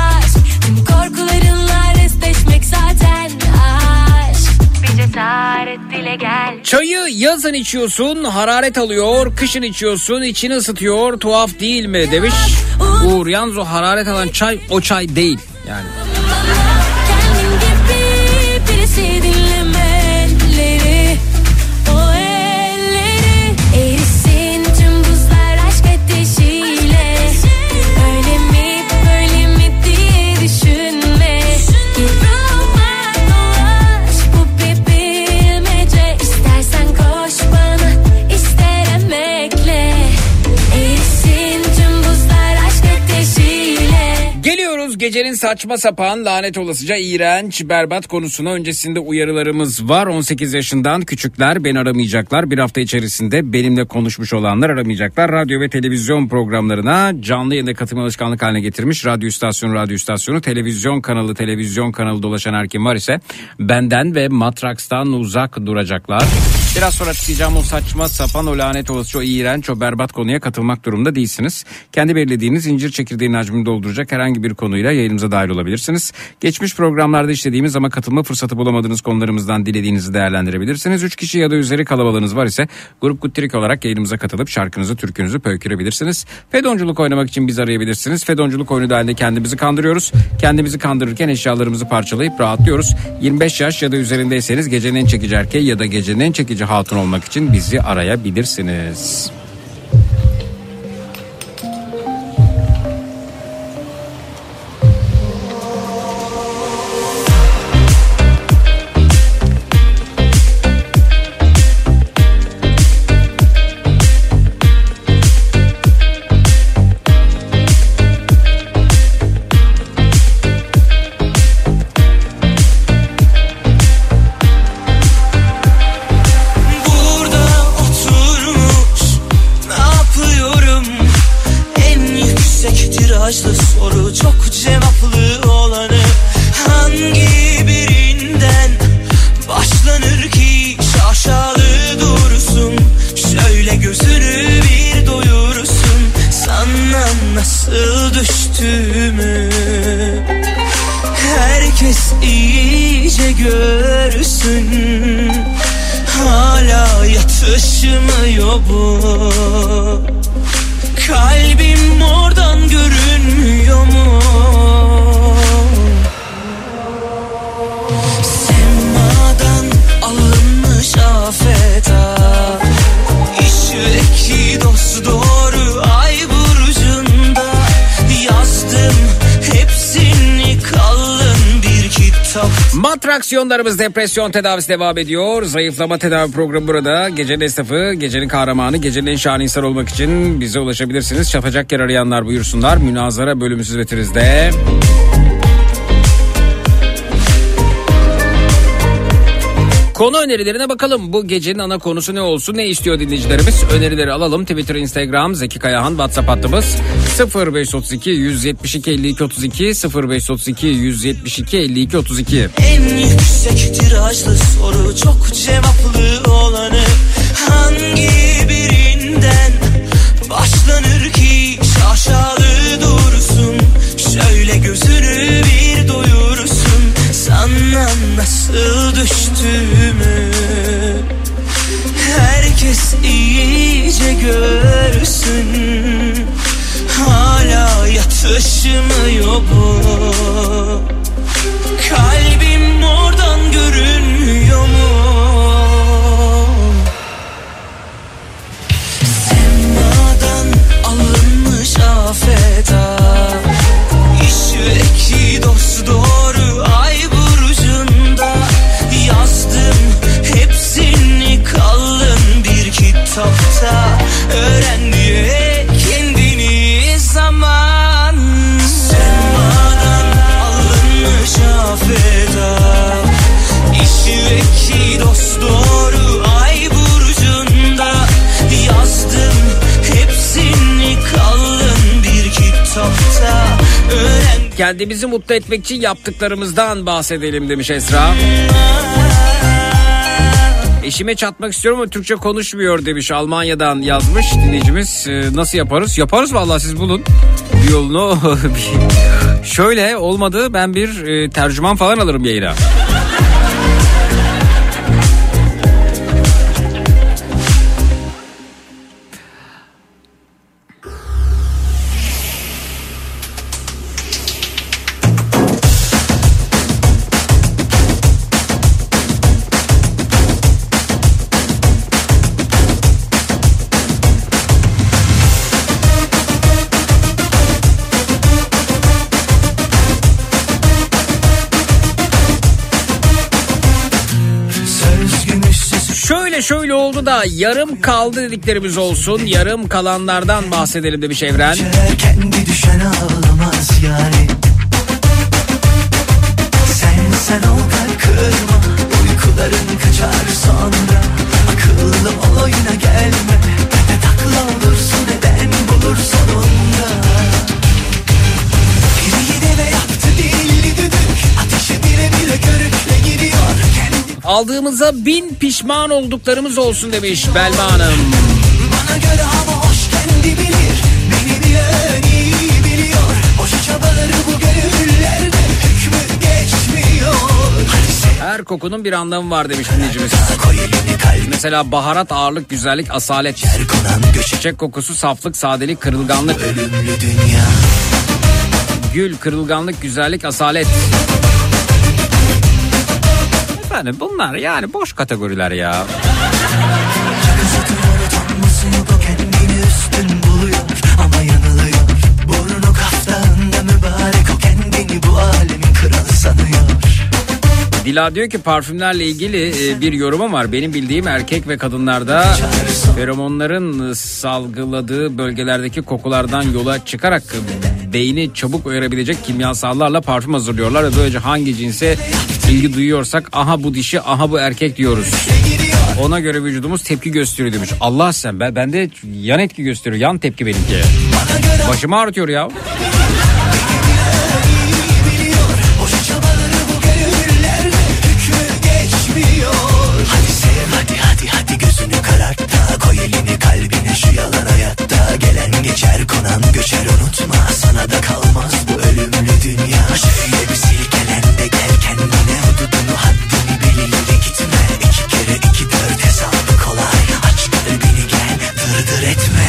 Aşk tüm korkularınla restleşmek zaten. Aşk bir cesaret. et dile gel. Çayı yazın içiyorsun, hararet alıyor, kışın içiyorsun, içini ısıtıyor, tuhaf değil mi demiş. Uğur, yalnız o hararet alan çay o çay değil yani. Kendim gibi birisi dinlemeleri, o elleri erisin tüm buzlar aşk ateşiyle. Öyle mi böyle mi diye düşünme. Gel ruhuma dolaş, bu bir bilmece. İstersen koş bana, ister emekle. Erisin tüm buzlar aşk ateşiyle. Geliyoruz gecenin saçma sapan, lanet olasıca iğrenç, berbat konusuna. Öncesinde uyarılarımız var. on sekiz yaşından küçükler beni aramayacaklar. Bir hafta içerisinde benimle konuşmuş olanlar aramayacaklar. Radyo ve televizyon programlarına canlı yayında katılma alışkanlık haline getirmiş. Radyo istasyonu, radyo istasyonu, televizyon kanalı, televizyon kanalı dolaşan her kim var ise benden ve Matraks'tan uzak duracaklar. Biraz sonra açıklayacağım o saçma sapan, o lanet olası, o iğrenç, o berbat konuya katılmak durumunda değilsiniz. Kendi belirlediğiniz incir çekirdeğinin hacmini dolduracak herhangi bir konuyla yayınımıza dahil olabilirsiniz. Geçmiş programlarda işlediğimiz ama katılma fırsatı bulamadığınız konularımızdan dilediğinizi değerlendirebilirsiniz. Üç kişi ya da üzeri kalabalığınız var ise Grup Guttirik olarak yayınımıza katılıp şarkınızı, türkünüzü pöykürebilirsiniz. Fedonculuk oynamak için bizi arayabilirsiniz. Fedonculuk oyunu dahilinde kendimizi kandırıyoruz. Kendimizi kandırırken eşyalarımızı parçalayıp rahatlıyoruz. yirmi beş yaş ya da üzerindeyseniz gecenin en çekici erkeği ya da gecenin en çekici hatun olmak için bizi arayabilirsiniz. Soru çok cevaplı olanı hangi birinden başlanır ki şaşalı durursun, şöyle gözünü bir doyursun, sana nasıl düştüğümü herkes iyice görsün, hala yatışmıyor bu. Kalbim oradan görünmüyor mu? Semadan alınmış afeta, İşteki dost doğru ay burcunda yazdım hepsini kalın bir kitap. Matraksiyonlarımız, depresyon tedavisi devam ediyor. Zayıflama tedavi programı burada. Gecenin esnafı, gecenin kahramanı, gecenin en şahane insan olmak için bize ulaşabilirsiniz. Şafacak yer arayanlar buyursunlar. Münazara bölümü hizmetinizde. Konu önerilerine bakalım. Bu gecenin ana konusu ne olsun, ne istiyor dinleyicilerimiz? Önerileri alalım. Twitter, Instagram, Zeki Kayahan, WhatsApp hattımız sıfır beş otuz iki yüz yetmiş iki elli iki otuz iki sıfır beş otuz iki yüz yetmiş iki elli iki otuz iki. En yüksek tirajlı soru çok cevaplı olanı hangi birinden başlanır ki şaşalı durursun, şöyle gözünü bir doyursun, sana nasıl düştüğümü herkes iyice görsün, hala yatışmıyor bu. Kalbim oradan görünmüyor mu? Semadan alınmış afeta, İşteki dost doğru ay burcunda yazdım hepsini kalın bir kitapta. Öğren diye kendini zaman. Semadan alınmış afeta, İşteki dost doğru ay burcunda yazdım hepsini kalın bir kitapta. Öğren. Kendimizi mutlu etmek için yaptıklarımızdan bahsedelim demiş Esra. Eşime çatmak istiyorum ama Türkçe konuşmuyor demiş, Almanya'dan yazmış dinleyicimiz. Ee, nasıl yaparız? Yaparız vallahi, siz bulun bir yolunu. Şöyle olmadı, ben bir e, tercüman falan alırım yayına. şöyle şöyle oldu da yarım kaldı dediklerimiz olsun. Yarım kalanlardan bahsedelim demiş Evren. Kendi düşen ağlamaz yani. Sen sen ol kalp kırma, uykuların kaçar sonra. Akıllı ol oyuna gelme, ne takla olursun neden bulur sonunda. Biri de ve yaptı dilli düdük, ateşe bile bile körükle giriyor. Kendi... Aldığımıza bin pişman olduklarımız olsun demiş Belma Hanım. Bana göre hava hoş kendi bilir, beni bilen iyi biliyor. Boşa çabaları bu gönüllerde hükmü geçmiyor. Her kokunun bir anlamı var demiş dinleyicimiz. Mesela baharat, ağırlık, güzellik, asalet. Çiçek kokusu, saflık, sadelik, kırılganlık. Ölümlü dünya. Gül, kırılganlık, güzellik, asalet. Efendim bunlar yani boş kategoriler ya. Kendini üstün buluyor ama yanılıyor. Burnu kaftağında mübarek, o kendini bu alemin kralı sanıyor. Dila diyor ki parfümlerle ilgili bir yorumum var. Benim bildiğim erkek ve kadınlarda feromonların salgıladığı bölgelerdeki kokulardan yola çıkarak beyni çabuk uyarabilecek kimyasallarla parfüm hazırlıyorlar ve böylece hangi cinse ilgi duyuyorsak aha bu dişi aha bu erkek diyoruz. Ona göre vücudumuz tepki gösteriyor demiş. Allah sen ben bende yan etki gösteriyor, yan tepki benimki. Başımı ağrıtıyor ya. Hadi sev hadi hadi hadi gözünü karart da koy elini kalbine şu yalan hayatta. Gelen geçer konan göçer unutma, sana da kalmaz bu ölümlü dünya. Şöyle bir silkelen de gel kendine, hududunu haddini bil ileri gitme. İki kere iki dört hesabı kolay, aç kalbini gel dırdır etme.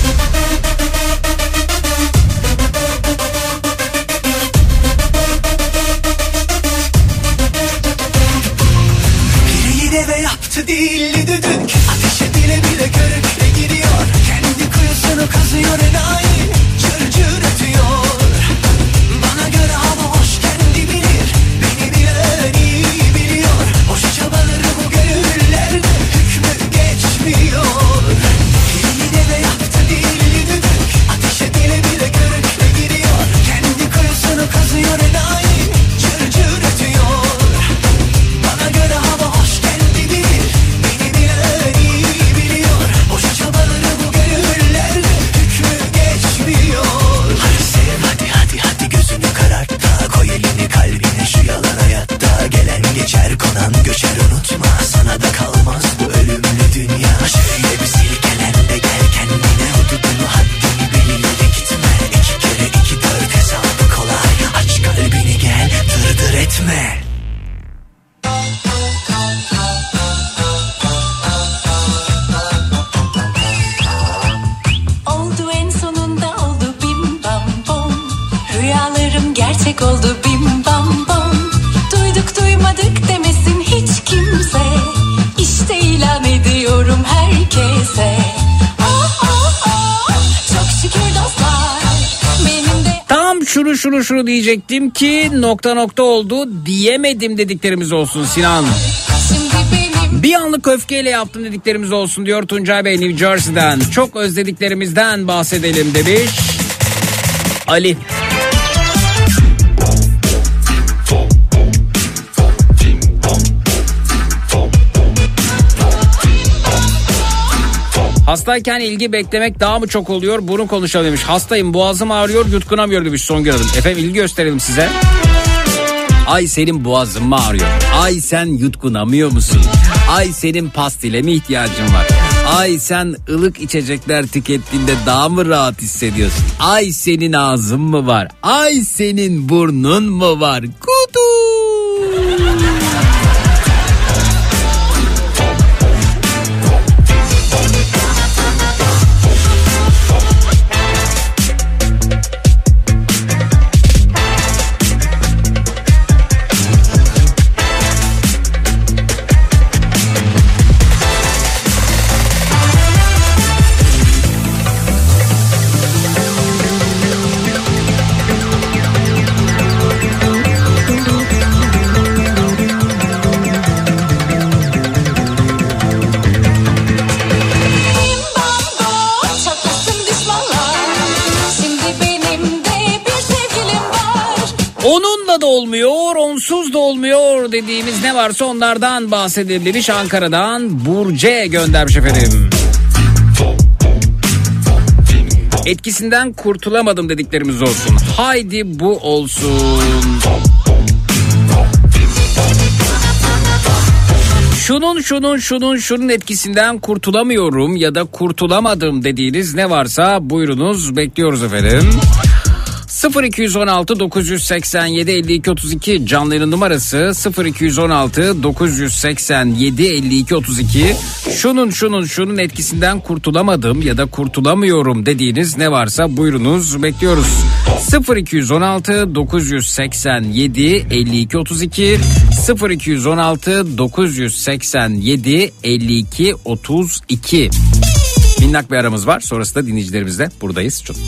Ve yaptı dilli düdük, ateşe bile bile körükle giriyor. Kendi kuyusunu kazıyor enayi, cır cır ötüyor. Bana göre hava hoş kendi bilir, beni bilen iyi biliyor. Boş çabaları bu gönüllerde hükmü geçmiyor. Biri de yaptı dilli düdük, ateşe bile bile körükle giriyor. Kendi kuyusunu kazıyor enayi, cır cır ötüyor. Bana göre hava hoş kendi bilir, beni bilen iyi biliyor. Boş çabaları bu gönüllerde hükmü geçmiyor. Hadi sev hadi hadi hadi gözünü karart da koy elini kalbine şu yalan hayatta. Gelen geçer konan göçer unutma, sana da kalmaz bu ölümlü dünya. Şöyle bir silkelen de gel kendine, hududunu haddini bil ileri gitme. İki kere iki dört hesabı kolay, aç kalbini gel dırdır etme. Oldu en sonunda oldu bim bam bom. Rüyalarım gerçek oldu bim bam bom. Duyduk duymadık demesin hiç kimse. İşte ilan ediyorum herkese. Oh, oh, oh. Çok şükür dostlar benim de. Tam şunu şunu şunu diyecektim ki nokta nokta oldu diyemedim dediklerimiz olsun Sinan. Şimdi benim Bir anlık öfkeyle yaptım dediklerimiz olsun diyor Tuncay Bey New Jersey'den. Çok özlediklerimizden bahsedelim demiş Ali. Hastayken ilgi beklemek daha mı çok oluyor? Bunu konuşalım demiş. Hastayım, boğazım ağrıyor, yutkunamıyor demiş Songül Hanım. Efendim ilgi gösterelim size. Ay senin boğazın mı ağrıyor? Ay sen yutkunamıyor musun? Ay senin pastile mi ihtiyacın var? Ay sen ılık içecekler tükettiğinde daha mı rahat hissediyorsun? Ay senin ağzın mı var? Ay senin burnun mu var? Kutu! onsuz da olmuyor dediğimiz ne varsa onlardan bahsedelim demiş. Ankara'dan Burce göndermiş efendim. Etkisinden kurtulamadım dediklerimiz olsun. Haydi bu olsun. Şunun şunun şunun şunun etkisinden kurtulamıyorum ya da kurtulamadım dediğiniz ne varsa buyurunuz, bekliyoruz efendim. sıfır iki on altı dokuz seksen yedi elli iki otuz iki canlı yayın numarası sıfır iki on altı dokuz seksen yedi elli iki otuz iki. Şunun şunun şunun etkisinden kurtulamadım ya da kurtulamıyorum dediğiniz ne varsa buyurunuz, bekliyoruz. sıfır iki on altı dokuz seksen yedi elli iki otuz iki sıfır iki on altı dokuz seksen yedi elli iki otuz iki. Minnak bir aramız var, sonrasında dinleyicilerimizle buradayız. Çok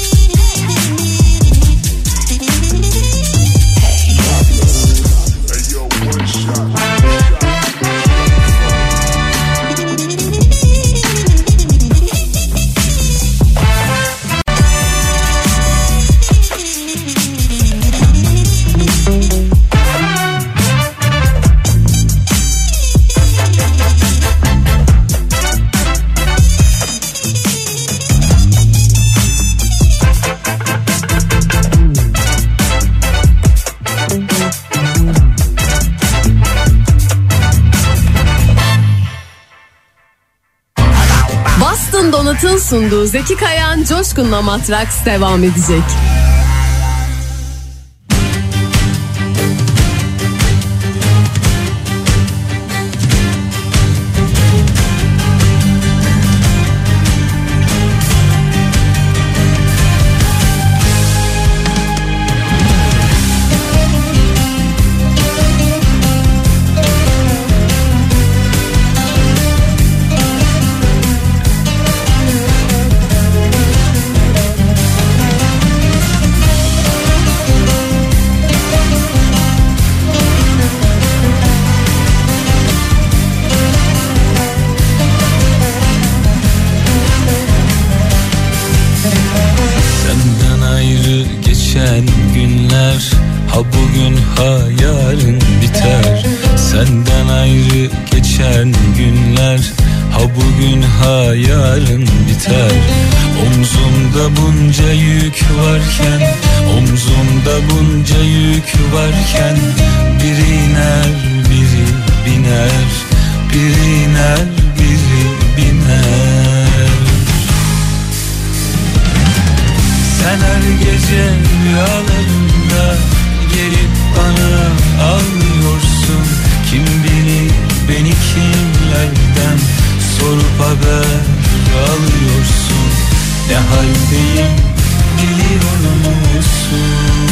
Donat'ın sunduğu Zeki Kayan Coşkun'la Matraks devam edecek. Ha bugün ha yarın biter. Senden ayrı geçen günler, ha bugün ha yarın biter. Omzumda bunca yük varken, omzumda bunca yük varken, biri iner biri biner, biri iner biri biner. Sen her gece rüyalarında gelip bana ağlıyorsun. Kim bilir beni kimlerden sorup haber alıyorsun. Ne haldeyim biliyor musun?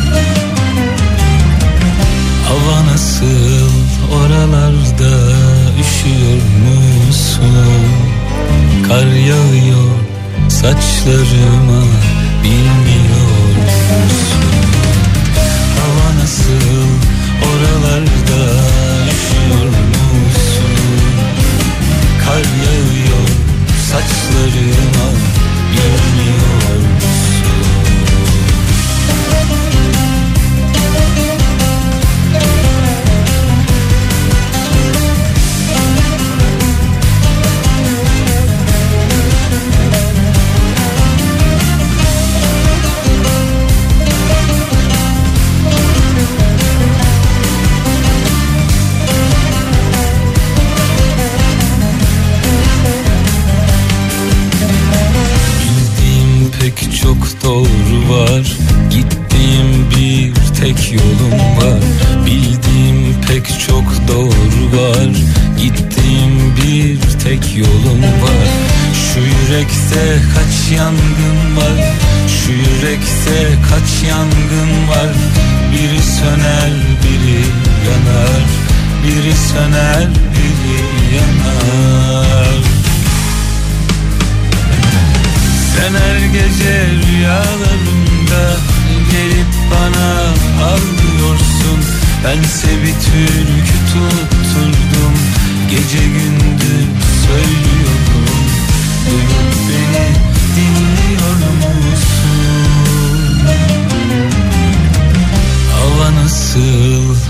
Hava nasıl oralarda, üşüyor musun? Kar yağıyor saçlarıma, bilmiyor musun? Hava nasıl oralarda, üşüyor musun? Kar yağıyor saçlarıma, bilmiyor musun? Çok doğru var, gittiğim bir tek yolum var. Bildiğim pek çok doğru var, gittiğim bir tek yolum var. Şu yürekte kaç yangın var, şu yürekte kaç yangın var. Biri söner biri yanar, biri söner biri yanar. Sen her gece rüyalarımda gelip bana ağlıyorsun. Bense bir türkü tutturdum, gece gündüz söylüyorum. Duyup beni dinliyor musun? Hava nasıl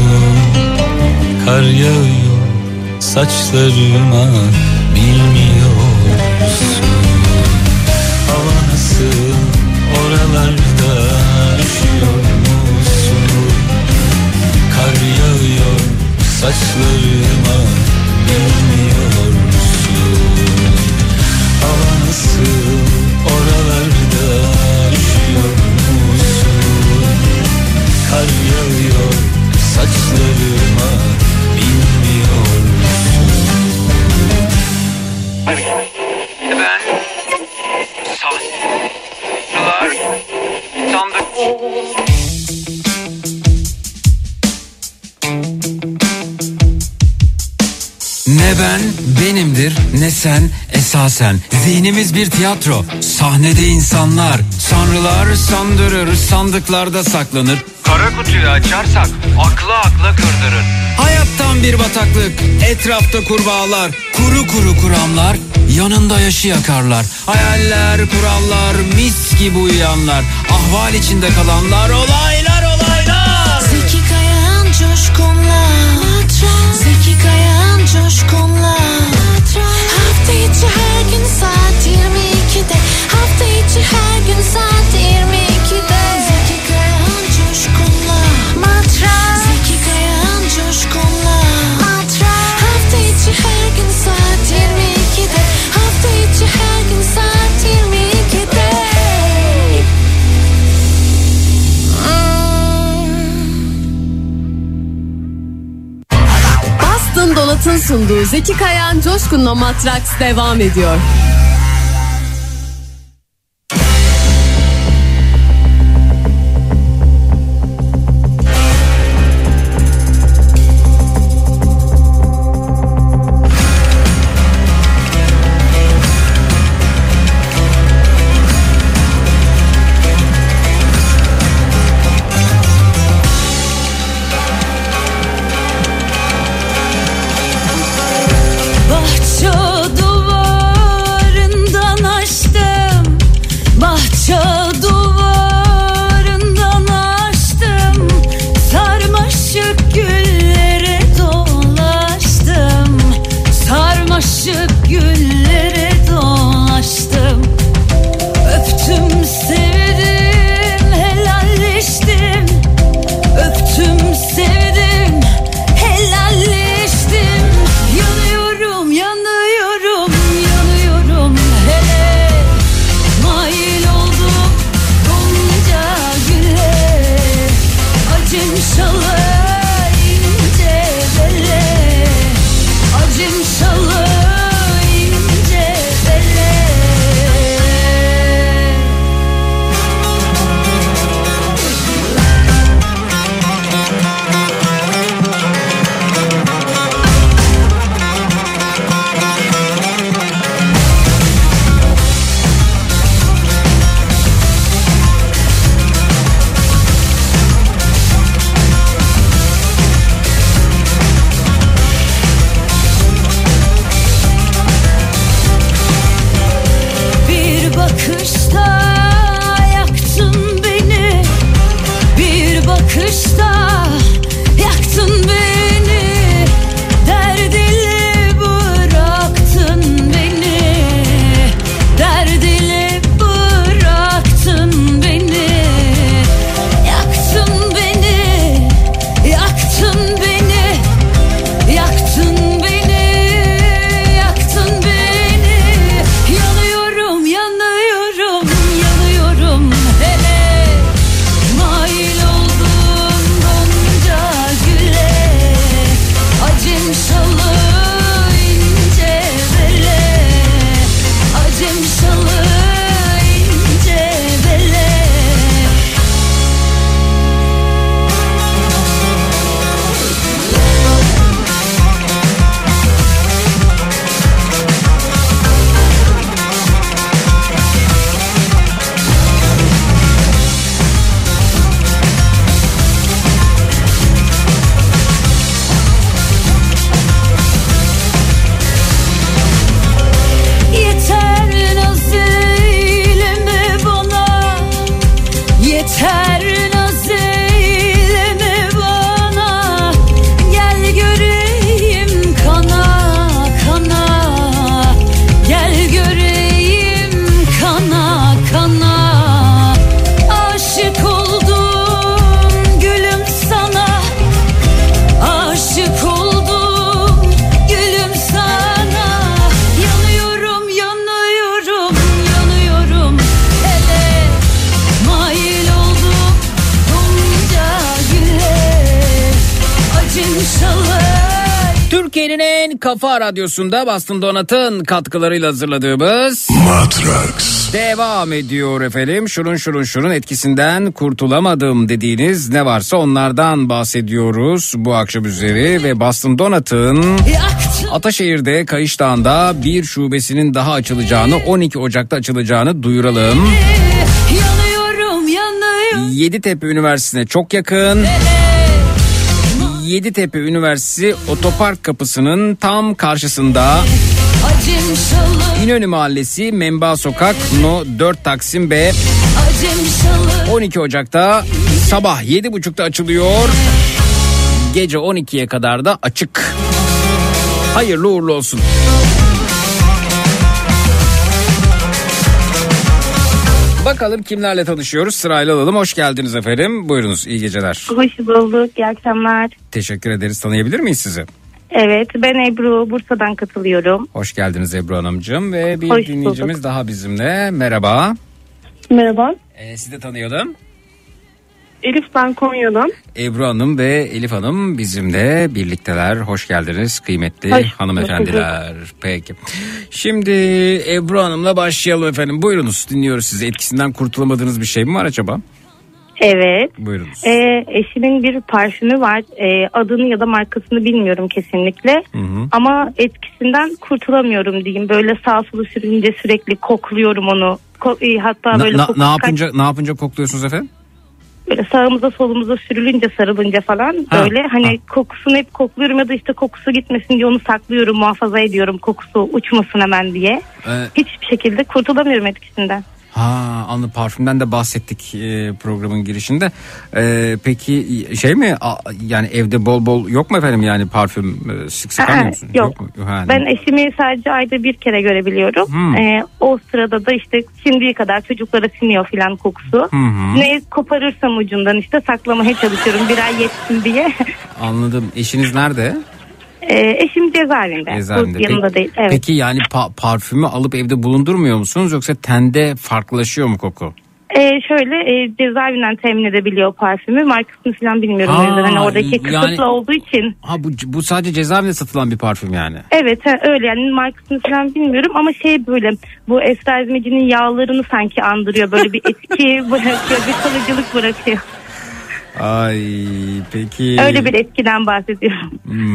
Kar yağıyor saçlarıma, bilmiyorsun. Hava nasıl oralarda, üşüyor musun? Kar yağıyor saçlarıma, bilmiyor musun? Hava nasıl oralarda, üşüyor musun? Kar yağıyor saçlarıma, bilmiyor musun? Ben sahteler sandık. Ne ben benimdir, ne sen esasen. Zihnimiz bir tiyatro, sahnede insanlar. Sanrılar sandırır, sandıklarda saklanır. Kara kutuyu açarsak aklı akla kırdırır. Hayattan bir bataklık, etrafta kurbağalar. Kuru kuru kuramlar, yanında yaşı yakarlar. Hayaller, kurallar, mis gibi uyuyanlar. Ahval içinde kalanlar, olaylar olaylar. Zeki Kayan Coşkun'la Zeki Kayan Coşkun'la hafta içi her gün saat yirmi ikide, hafta içi her gün saat yirmi ikide. Zeki Kayan Coşkun'la Matras, Zeki Kayan Coşkun'la Matras, hafta içi her gün saat yirmi ikide, hafta içi her gün saat yirmi ikide. Boston Donat'ın sunduğu Zeki Kayan Coşkun'la Matraks devam ediyor. Bahçe duvarından açtım, bahçe duvarından açtım, sarmaşık güllere dolaştım, sarmaşık güllere dolaştım. Öptüm sevdim helalleştim, öptüm sevdim helalleştim. Yanıyorum yanıyorum yanıyorum hele, mail oldum gonca güle, acem şalay Türkiye'nin en kafa radyosunda Boston Donat'ın katkılarıyla hazırladığımız Matrax devam ediyor efendim. Şunun şunun şunun etkisinden kurtulamadım dediğiniz ne varsa onlardan bahsediyoruz bu akşam üzeri. Ve Boston Donat'ın Ataşehir'de Kayış Dağı'nda bir şubesinin daha açılacağını, on iki Ocak'ta açılacağını duyuralım. Yanıyorum, yanıyorum. Yeditepe Üniversitesi'ne çok yakın. Yeditepe Üniversitesi Otopark Kapısı'nın tam karşısında. İnönü Mahallesi, Menba Sokak, No dört Taksim B. on iki Ocak'ta sabah yedi buçukta açılıyor. Gece on ikiye kadar da açık. Hayırlı uğurlu olsun. Bakalım kimlerle tanışıyoruz, sırayla alalım. Hoş geldiniz efendim. Buyurunuz, iyi geceler. Hoş bulduk, iyi akşamlar. Teşekkür ederiz. Tanıyabilir miyiz sizi? Evet, ben Ebru, Bursa'dan katılıyorum. Hoş geldiniz Ebru Hanımcığım. Ve bir Hoş dinleyicimiz bulduk. daha bizimle. Merhaba. Merhaba. Ee, sizi de tanıyalım. Elif, ben Konya'dan. Ebru Hanım ve Elif Hanım bizimle birlikteler. Hoş geldiniz kıymetli Hoş hanımefendiler. Peki. Şimdi Ebru Hanım'la başlayalım efendim. Buyurunuz, dinliyoruz sizi. Etkisinden kurtulamadığınız bir şey mi var acaba? Evet. Buyurunuz. Ee, eşimin bir parfümü var. Ee, adını ya da markasını bilmiyorum kesinlikle. Hı hı. Ama etkisinden kurtulamıyorum diyeyim. Böyle sağ solu sürünce sürekli kokluyorum onu. Ko- e, hatta Na- böyle na- koku ne yapınca ne yapınca kokluyorsunuz efendim? böyle sağımıza solumuza sürülünce, sarılınca falan Ha, böyle hani ha. kokusunu hep kokluyorum ya da işte kokusu gitmesin diye onu saklıyorum, muhafaza ediyorum kokusu uçmasın hemen diye. Ee, Hiçbir şekilde kurtulamıyorum etkisinden. Ha, anlı parfümden de bahsettik e, programın girişinde. E, peki şey mi a- yani evde bol bol yok mu efendim yani parfüm e, sık sık Aa, almıyor musun? yok. mu? Ha, Ben eşimi sadece ayda bir kere görebiliyorum. Hmm. Ee, o sırada da işte şimdiye kadar çocuklara siniyor filan kokusu. Hı hı. Ne koparırsam ucundan işte saklamaya çalışıyorum bir ay yetsin diye. Anladım. Eşiniz nerede? Ee, eşim cezaevinde. Cezaevinde. Bu yanında Peki- değil. Evet. Peki yani pa- parfümü alıp evde bulundurmuyor musunuz yoksa tende farklılaşıyor mu koku? Ee, şöyle e, cezaevinden temin edebiliyor parfümü. Markasını falan bilmiyorum. Ha, o yüzden. Hani oradaki yani- kısıtlı olduğu için. Ha bu bu sadece cezaevinde satılan bir parfüm yani. Evet ha, öyle yani markasını falan bilmiyorum ama şey böyle bu Esra Ezmeci'nin yağlarını sanki andırıyor. Böyle bir etki bırakıyor, bir kalıcılık bırakıyor. Ay peki. Öyle bir etkiden bahsediyorum.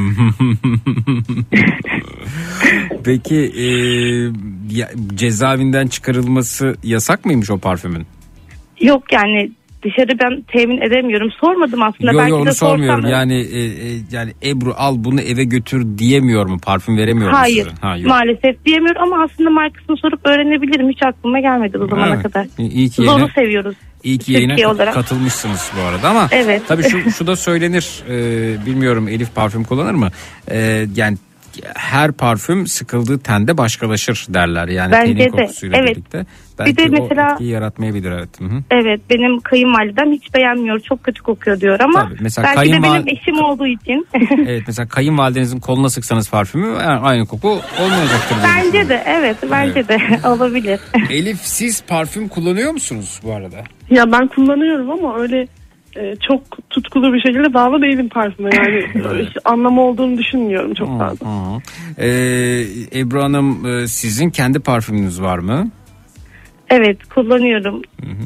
Peki e, ya, cezaevinden çıkarılması yasak mıymış o parfümün? Yok yani dışarı ben temin edemiyorum. Sormadım aslında. Yo Belki yo onu de sormuyorum. sorsam- Yani e, e, yani Ebru al bunu eve götür diyemiyor mu? Parfüm veremiyor mu Hayır size? Ha, yok. maalesef diyemiyorum ama aslında markasını sorup öğrenebilirim. Hiç aklıma gelmedi bu zamana Evet. kadar. İyi- iyi ki Biz yayına- onu seviyoruz. İyi ki yayına Türkiye olarak. katılmışsınız bu arada ama Evet. tabii şu, şu da söylenir. E, bilmiyorum Elif parfüm kullanır mı? E, yani her parfüm sıkıldığı tende başkalaşır derler. Yani Bence tenin de, kokusuyla evet. birlikte. Belki de o mesela- etkiyi yaratmayabilir evet. Hı hı. Evet benim kayınvalidem hiç beğenmiyor. Çok kötü kokuyor diyor ama Tabii, mesela belki de kayınval- benim eşim olduğu için. Evet mesela kayınvalidenizin koluna sıksanız parfümü yani aynı koku olmayacaktır. diye Bence düşünüyorum. de evet bence de olabilir. Elif siz parfüm kullanıyor musunuz bu arada? Ya ben kullanıyorum ama öyle e, çok tutkulu bir şekilde bağlı değilim parfüme. Yani hiç anlamı olduğunu düşünmüyorum çok fazla. Hı hı. Ee, Ebru Hanım e, sizin kendi parfümünüz var mı? Evet kullanıyorum.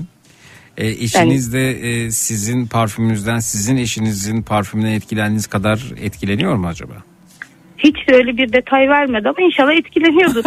E, eşiniz de e, sizin parfümünüzden sizin eşinizin parfümünden etkilendiğiniz kadar etkileniyor mu acaba? Hiç öyle bir detay vermedi ama inşallah etkileniyordur.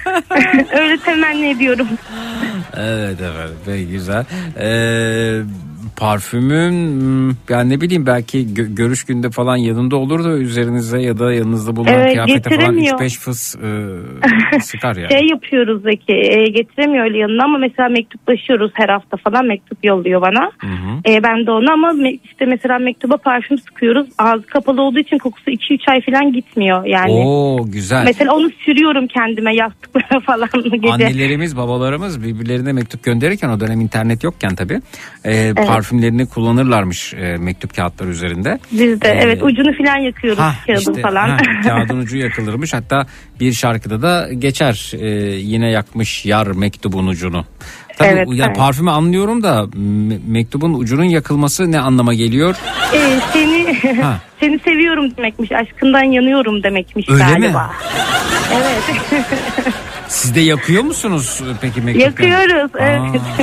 Öyle temenni ediyorum. Evet evet peki güzel. Ee, parfümün hmm, yani ne bileyim belki gö- görüş günde falan yanında olur da üzerinize ya da yanınızda bulunan Evet, kıyafete falan getiremiyor. üç beş fıs e, sıkar yani. Şey yapıyoruz Zeki e, getiremiyor öyle yanına ama mesela mektuplaşıyoruz her hafta falan mektup yolluyor bana. Hı hı. E, ben de onu ama me- işte mesela mektuba parfüm sıkıyoruz. Ağzı kapalı olduğu için kokusu iki üç ay falan gitmiyor yani. Oo güzel. Mesela onu sürüyorum kendime yastıklara falan gece. Annelerimiz babalarımız birbirlerine mektup gönderirken o dönem internet yokken tabii e, parfümlerini kullanırlarmış e, mektup kağıtları üzerinde. Biz de Ee, evet ucunu falan yakıyoruz Ha, kağıdın işte, falan. ha, kağıdın ucu yakılırmış hatta bir şarkıda da geçer e, yine yakmış yar mektubun ucunu. Tabii Evet, ya evet. parfümü anlıyorum da me- mektubun ucunun yakılması ne anlama geliyor? Ee, seni Ha. seni seviyorum demekmiş. Aşkından yanıyorum demekmiş Öyle mi? galiba. Evet. Siz de yakıyor musunuz peki mektup? Yakıyoruz. Evet.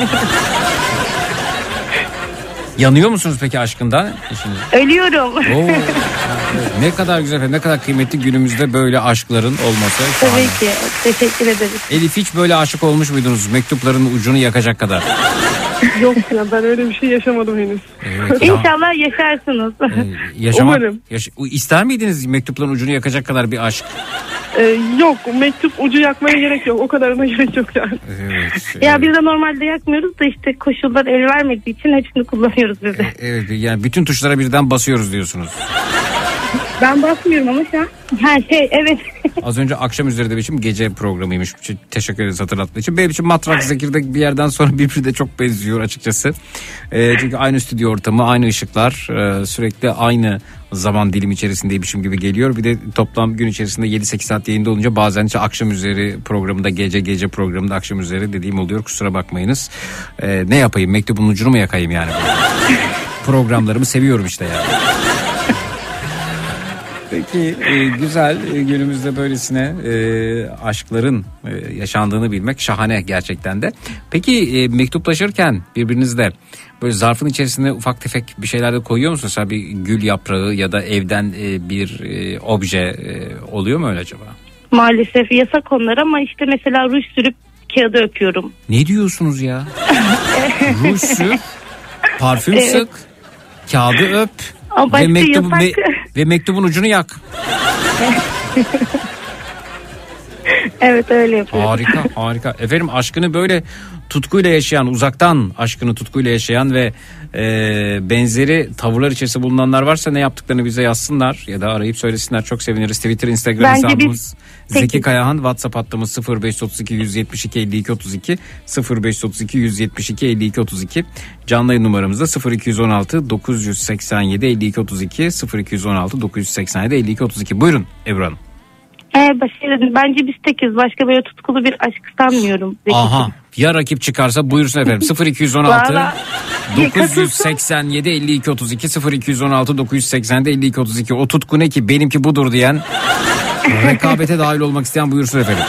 Yanıyor musunuz peki aşkından? Eşiniz? Ölüyorum. Oo, ne kadar güzel, ne kadar kıymetli günümüzde böyle aşkların olması. Tabii Şahane. ki. Teşekkür ederiz. Elif, hiç böyle aşık olmuş muydunuz mektupların ucunu yakacak kadar? Yok ya, ben öyle bir şey yaşamadım henüz. Evet, ya. İnşallah yaşarsınız. Ee, yaşamak, Umarım. yaş- ister miydiniz mektupların ucunu yakacak kadar bir aşk? Ee, yok, mektup ucu yakmaya gerek yok. O kadarına gerek yok yani. Evet. Ya biz de normalde yakmıyoruz da işte koşullar el vermediği için hepsini kullanıyoruz biz de. Evet, yani bütün tuşlara birden basıyoruz diyorsunuz. Ben basmıyorum ama şu an. Ha şey evet. Az önce akşam üzeri de biçim gece programıymış. Teşekkür ederiz hatırlattığı için. Benim için matrak zekirdek bir yerden sonra birbirine çok benziyor açıkçası. E, çünkü aynı stüdyo ortamı, aynı ışıklar, e, sürekli aynı zaman dilimi içerisindeymişim gibi geliyor. Bir de toplam gün içerisinde yedi sekiz saat yayında olunca bazen işte akşam üzeri programında, gece gece programında akşam üzeri dediğim oluyor. Kusura bakmayınız. E, ne yapayım, mektubun ucunu mu yakayım yani? Programlarımı seviyorum işte yani. Peki e, güzel, e, günümüzde böylesine e, aşkların e, yaşandığını bilmek şahane gerçekten de. Peki e, mektuplaşırken birbirinizle böyle zarfın içerisine ufak tefek bir şeyler de koyuyor musunuz? Mesela bir gül yaprağı ya da evden e, bir e, obje e, oluyor mu öyle acaba? Maalesef yasak onlar ama işte mesela ruj sürüp kağıda öpüyorum. Ne diyorsunuz ya? Ruj sür, parfüm Evet. sık, kağıdı öp. Ama başka Ve, mektubu, yasak. me- ve mektubun ucunu yak. Evet öyle yapıyorum. Harika, harika. Efendim, aşkını böyle tutkuyla yaşayan, uzaktan aşkını tutkuyla yaşayan ve e, benzeri tavırlar içerisinde bulunanlar varsa ne yaptıklarını bize yazsınlar ya da arayıp söylesinler. Çok seviniriz. Twitter, Instagram Bence hesabımız biz- Zeki Peki. Kayahan, WhatsApp hattımız sıfır beş otuz iki yüz yetmiş iki elli iki otuz iki sıfır beş otuz iki yüz yetmiş iki elli iki otuz iki, canlı yayın numaramız da sıfır iki on altı dokuz yüz seksen yedi elli iki otuz iki sıfır iki on altı dokuz yüz seksen yedi elli iki otuz iki. Buyurun Ebru Hanım. Ee, başarılı. Bence biz tekiz. Başka böyle tutkulu bir aşk sanmıyorum. Aha, ya rakip çıkarsa buyursun efendim. sıfır iki on altı Valla- dokuz yüz seksen yedi elli iki otuz iki sıfır iki on altı dokuz yüz seksen yedi elli iki otuz iki. O tutku ne ki, benimki budur diyen, rekabete dahil olmak isteyen buyursun efendim.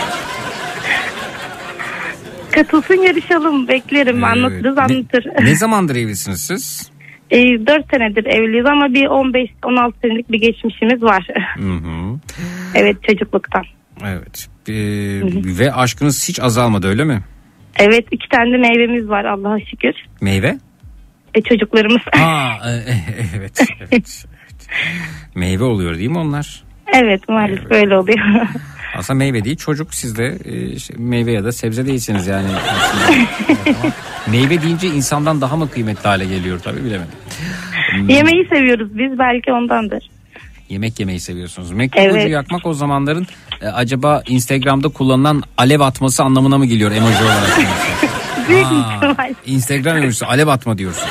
Katılsın, yarışalım. Beklerim. Ee, Anlatırız, ne- anlatır. Ne zamandır evlisiniz siz? Ee, dört senedir evliyiz ama bir on beş on altı senelik bir geçmişimiz var. Hı hı. Evet, çocukluktan. Evet. Ee, ve aşkınız hiç azalmadı, öyle mi? Evet, iki tane de meyvemiz var Allah'a şükür. Meyve? E, çocuklarımız. Aa, e, e, evet, evet, evet. Meyve oluyor değil mi onlar? Evet, maalesef öyle oluyor. Aslında meyve değil, çocuk. Siz de e, işte meyve ya da sebze değilsiniz yani. Aslında. Ama meyve deyince insandan daha mı kıymetli hale geliyor, tabii bilemedim. Yemeği seviyoruz biz, belki ondandır. Yemek yemeyi seviyorsunuz. Mektup Evet. ucu yakmak o zamanların e, acaba Instagram'da kullanılan alev atması anlamına mı geliyor emoji olarak? Büyük Aa, ihtimal. Instagram emojisi alev atma diyorsun.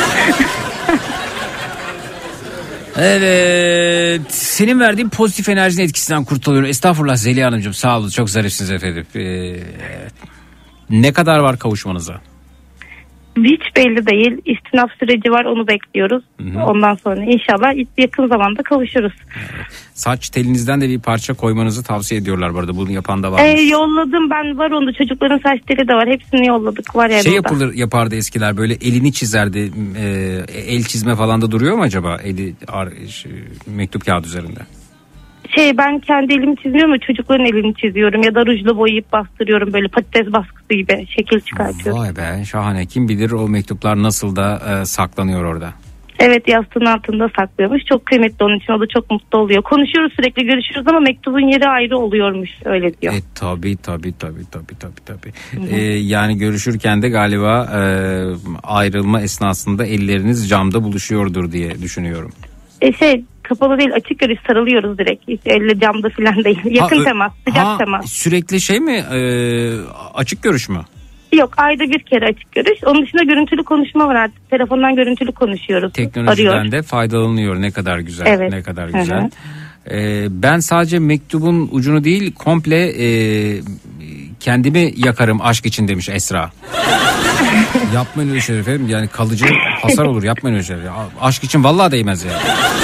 Evet. Senin verdiğin pozitif enerjinin etkisinden kurtuluyorum. Estağfurullah Zeliha Hanımcığım, sağ olun. Çok zarifsiniz efendim. Ee, ne kadar var kavuşmanıza? Hiç belli değil. İstinaf süreci var, onu bekliyoruz. Hı-hı. Ondan sonra inşallah yakın zamanda kavuşuruz. Saç telinizden de bir parça koymanızı tavsiye ediyorlar bu arada. Bunu yapan da var. Ee, yolladım ben, var onu. Çocukların saç teli de var. Hepsini yolladık. Var yani. Şey orada. yapılır, yapardı eskiler, böyle elini çizerdi. E, el çizme falan da duruyor mu acaba? Eli ar- şey, mektup kağıdı üzerinde. Şey, ben kendi elimi çiziyorum ve çocukların elini çiziyorum. Ya da rujla boyayıp bastırıyorum. Böyle patates baskısı gibi şekil çıkartıyorum. Vay be, şahane. Kim bilir o mektuplar nasıl da e, saklanıyor orada. Evet, yastığın altında saklıyormuş. Çok kıymetli onun için. O da çok mutlu oluyor. Konuşuyoruz, sürekli görüşürüz ama mektubun yeri ayrı oluyormuş. Öyle diyor. E tabi tabi tabi tabi tabi tabi. E, yani görüşürken de galiba e, ayrılma esnasında elleriniz camda buluşuyordur diye düşünüyorum. E şey, kapalı değil, açık görüş, sarılıyoruz direkt. Hiç elle camda falan değil. Yakın Ha, ö- temas, sıcak ha, temas. Sürekli şey mi, e, açık görüş mü? Yok, ayda bir kere açık görüş. Onun dışında görüntülü konuşma var artık. Telefondan görüntülü konuşuyoruz. Teknolojiden Arıyor. de faydalanıyor. Ne kadar güzel. Evet. Ne kadar Hı hı. güzel. Ee, ben sadece mektubun ucunu değil, komple e, kendimi yakarım aşk için demiş Esra. Yapmayın öyle şeyler efendim. Yani kalıcı hasar olur, yapmayın öyle şeyler. Aşk için vallahi değmez yani.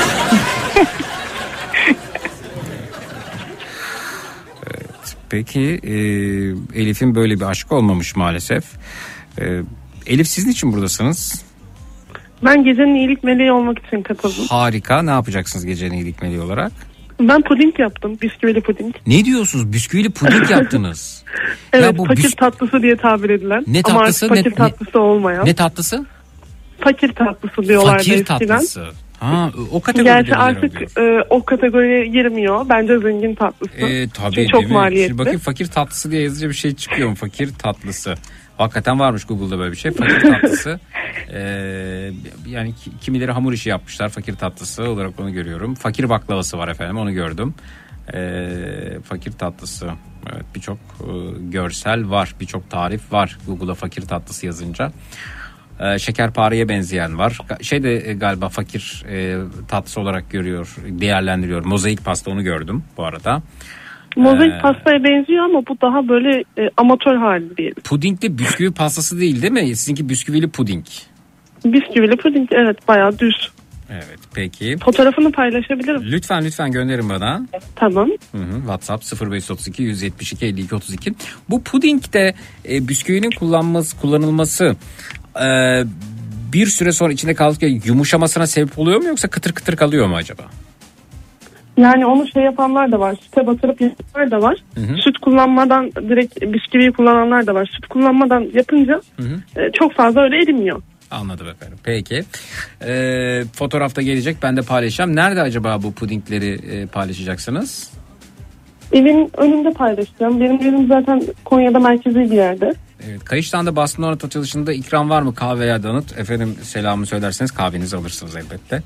Evet, peki e, Elif'in böyle bir aşkı olmamış maalesef. E, Elif siz niçin buradasınız? Ben gecenin iyilik meleği olmak için katıldım. Harika. Ne yapacaksınız gecenin iyilik meleği olarak? Ben puding yaptım. Bisküvili puding. Ne diyorsunuz? Bisküvili puding yaptınız. Evet, Ya bu fakir bis- tatlısı diye tabir edilen. Ne Ama tatlısı? artık fakir Ne- tatlısı olmayan. Ne tatlısı? Fakir tatlısı diyorlardı Fakir eskiden. tatlısı. Ha, o kategoride Gerçi bir yer artık alıyor. e, o kategoriye girmiyor. Bence zengin tatlısı. E, tabii, Çünkü çok değil mi? maliyetli. Şimdi bakayım fakir tatlısı diye yazınca bir şey çıkıyor mu? Fakir tatlısı. Hakikaten varmış Google'da böyle bir şey. Fakir tatlısı. Ee, yani ki- kimileri hamur işi yapmışlar. Fakir tatlısı olarak onu görüyorum. Fakir baklavası var efendim, onu gördüm. Ee, fakir tatlısı. Evet, birçok e, görsel var. Birçok tarif var Google'a fakir tatlısı yazınca. Ee, şekerpareye benzeyen var. Şey de e, galiba fakir e, tatlısı olarak görüyor, değerlendiriyor. Mozaik pasta, onu gördüm bu arada. Mozaik Ee, pastaya benziyor ama bu daha böyle e, amatör hali diyelim. Pudingli bisküvi pastası değil değil mi? Sizinki bisküvili puding. Bisküvili puding, evet, bayağı düz. Evet, peki. Fotoğrafını paylaşabilirim. Lütfen lütfen gönderin bana. Tamam. Hı hı, WhatsApp sıfır beş otuz iki yüz yetmiş iki elli iki otuz iki. Bu pudingde e, bisküvinin kullanması, kullanılması e, bir süre sonra içinde kaldıkça yumuşamasına sebep oluyor mu, yoksa kıtır kıtır kalıyor mu acaba? Yani onu şey yapanlar da var. Süte batırıp yapanlar da var. Hı hı. Süt kullanmadan direkt bisküviyi kullananlar da var. Süt kullanmadan yapınca Hı hı. e, çok fazla öyle erimiyor. Anladım efendim. Peki. Ee, fotoğrafta gelecek, ben de paylaşacağım. Nerede acaba bu pudingleri e, paylaşacaksınız? Evin önünde paylaşacağım. Benim evim zaten Konya'da merkezi bir yerde. Evet. Kayıştan'da Boston Donut açılışında ikram var mı? Kahve veya donut. Efendim selamı söylerseniz kahvenizi alırsınız elbette.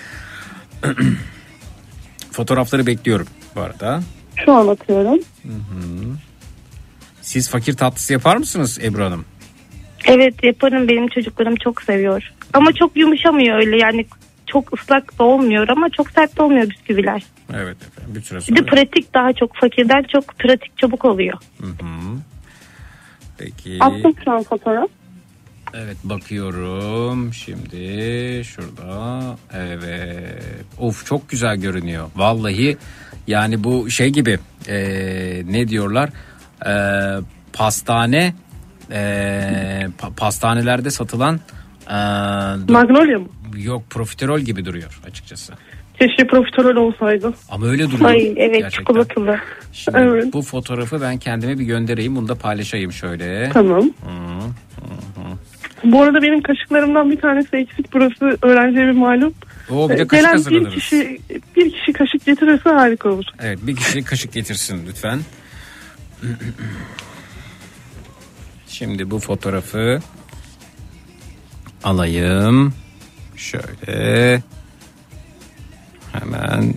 Fotoğrafları bekliyorum bu arada. Şu an atıyorum. Hı hı. Siz fakir tatlısı yapar mısınız Ebru Hanım? Evet, yaparım, benim çocuklarım çok seviyor. Ama çok yumuşamıyor öyle, yani çok ıslak da olmuyor ama çok sert de olmuyor bisküviler. Evet efendim, bir süre Bir sonra. de pratik, daha çok fakirden çok pratik, çabuk oluyor. Hı hı. Peki. Attım şu an fotoğraf. Evet, bakıyorum şimdi şurada. Evet. Of, çok güzel görünüyor. Vallahi yani bu şey gibi e, ne diyorlar? E, pastane e, pa- pastanelerde satılan e, Magnolia mı? yok, profiterol gibi duruyor açıkçası. Keşke profiterol olsaydı. Ama öyle duruyor. Ay evet, gerçekten. çikolatalı. Şimdi Evet. bu fotoğrafı ben kendime bir göndereyim. Bunu da paylaşayım şöyle. Tamam. Hı, hı, hı. Bu arada benim kaşıklarımdan bir tanesi eksik. Burası öğrenci evi malum. Oo, bir de Ee, kaşık Gelen bir hazırlanırız. kişi, bir kişi kaşık getirirse harika olur. Evet, bir kişi kaşık getirsin lütfen. Şimdi bu fotoğrafı alayım. Şöyle. Hemen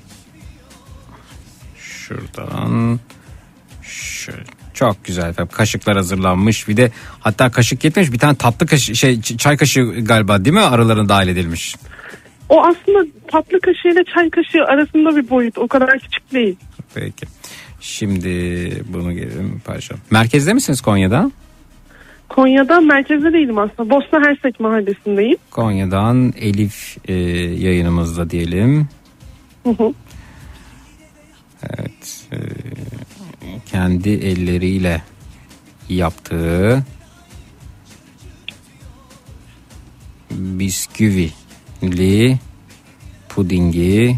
şuradan şöyle. Çok güzel efendim. Kaşıklar hazırlanmış. Bir de hatta kaşık getirmiş. Bir tane tatlı kaşığı, şey çay kaşığı galiba, değil mi? Aralarına dahil edilmiş. O aslında tatlı kaşığı ile çay kaşığı arasında bir boyut. O kadar küçük değil. Peki. Şimdi bunu gelelim paylaşalım. Merkezde misiniz Konya'da? Konya'da merkezde değilim aslında. Bosna Hersek mahallesindeyim. Konya'dan Elif e, yayınımızda diyelim. Hı hı. Evet. E, kendi elleriyle yaptığı bisküvili pudingi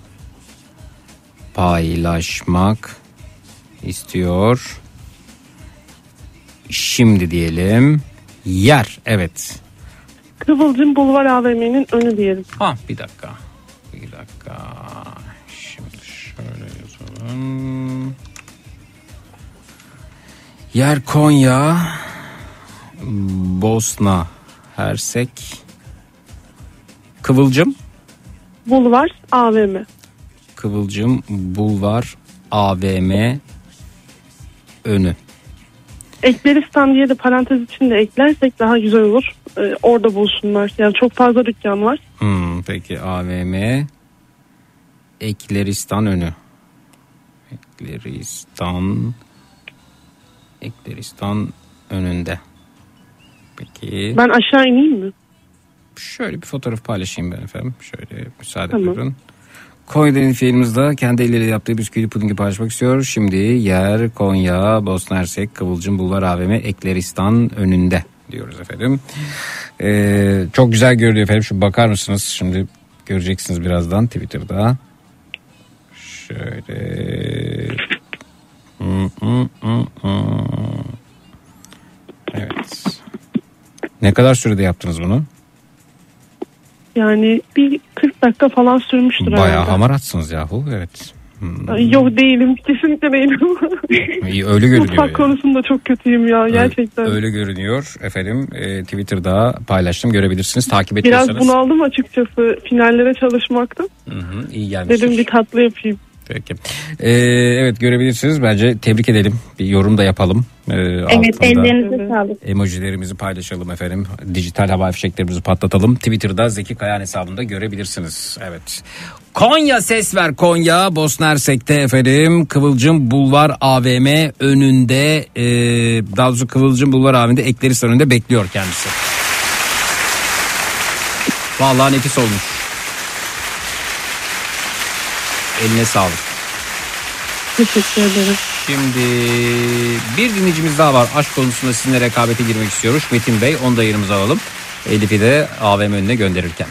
paylaşmak istiyor. Şimdi diyelim. Yer. Evet. Kıvılcım Bulvar A V M'nin önü diyelim. Ha, bir dakika. Bir dakika. Şimdi şöyle yazalım. Yer Konya, Bosna Hersek, Kıvılcım. Bulvar A V M. Kıvılcım Bulvar A V M önü. Ekleristan diye de parantez içinde eklersek daha güzel olur. Ee, orada bulsunlar. Yani çok fazla dükkan var. Hmm, peki A V M Ekleristan önü. Ekleristan Ekleristan önünde. Peki. Ben aşağı ineyim mi? Şöyle bir fotoğraf paylaşayım ben efendim. Şöyle müsaade Tamam. buyurun. Konya'da fiilimizde kendi elleriyle yaptığı bisküvili pudingi paylaşmak istiyor. Şimdi yer Konya, Bosna Hersek, Kıvılcım Bulvar A V M, Ekleristan önünde diyoruz efendim. Ee, çok güzel görünüyor efendim. Şu bakar mısınız? Şimdi göreceksiniz birazdan Twitter'da. Şöyle. Hmm, hmm, hmm, hmm. Evet. Ne kadar sürede yaptınız bunu? Yani bir kırk dakika falan sürmüştür Bayağı herhalde. hamaratsınız yahu. Evet. Hmm. Ay, yok değilim. Kesinlikle değilim. İyi, öyle görünüyor. Mutfak yani. konusunda çok kötüyüm ya. Gerçekten. Öyle, öyle görünüyor efendim. E, Twitter'da paylaştım, görebilirsiniz. Takip Biraz ediyorsanız. bunaldım açıkçası finallere çalışmaktan. Hı hı, iyi gelmiş. Dedim bir tatlı yapayım. Peki. Ee, evet görebilirsiniz. Bence tebrik edelim. Bir yorum da yapalım. Ee, Evet, ellerinize sağlık. Emojilerimizi paylaşalım efendim. Dijital havai fişeklerimizi patlatalım. Twitter'da Zeki Kayan hesabında görebilirsiniz. Evet. Konya ses ver Konya. Bosna Hersek'te efendim. Kıvılcım Bulvar A V M önünde. E, daha doğrusu Kıvılcım Bulvar A V M'de Ekleristan önünde bekliyor kendisi. Vallahi nefis olmuş. Eline sağlık. Teşekkür ederim. Şimdi bir dinleyicimiz daha var. Aşk konusunda sizinle rekabete girmek istiyoruz. Metin Bey, onu da yerimize alalım. Elif'i de A V M önüne gönderirken.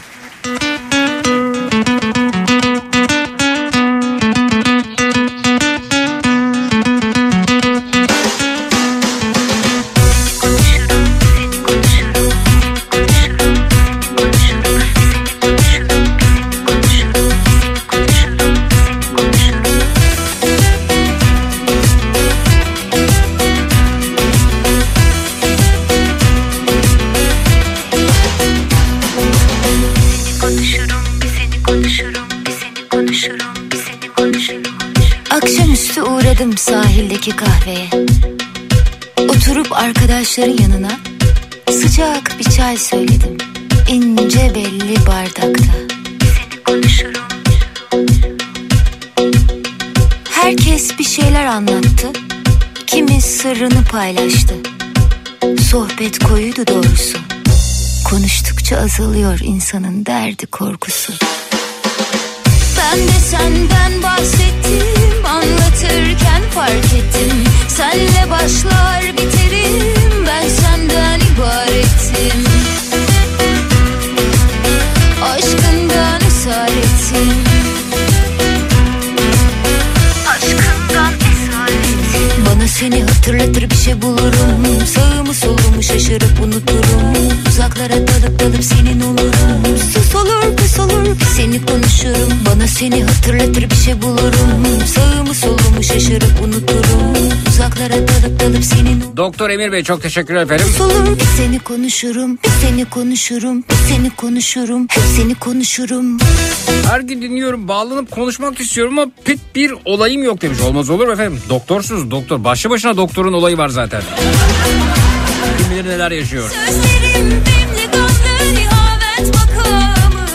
Akşamüstü uğradım sahildeki kahveye. Oturup arkadaşların yanına sıcak bir çay söyledim. İnce belli bardakta. Seni konuşurum. Herkes bir şeyler anlattı. Kimi sırrını paylaştı. Sohbet koyuydu doğrusu. Konuştukça azalıyor insanın derdi korkusu. Ben de senden bahsettim, anlatırken fark ettim. Senle başlar biterim, ben senden ibarettim. Aşkından esaretim. Aşkından esaretim. Bana seni hatırlatır bir şey bulurum. Sağımı solumu şaşırıp unuturum. Uzaklara dalıp dalıp senin olurum. Sus olur pes olur seni konuşurum. Bana seni hatırlatır bir şey bulurum. Sağımı solumu şaşırıp unuturum. Uzaklara dalıp dalıp senin. Doktor Emir Bey çok teşekkürler efendim. Sus olur bir seni konuşurum. Bir seni konuşurum. Bir seni konuşurum. Hep seni konuşurum. Her gün dinliyorum, bağlanıp konuşmak istiyorum ama pek bir olayım yok demiş. Olmaz olur mu efendim? Doktorsunuz doktor. Başlı başına doktorun olayı var zaten. Kim bilir neler yaşıyor. Sözlerim demli gamlı nihavet makamı.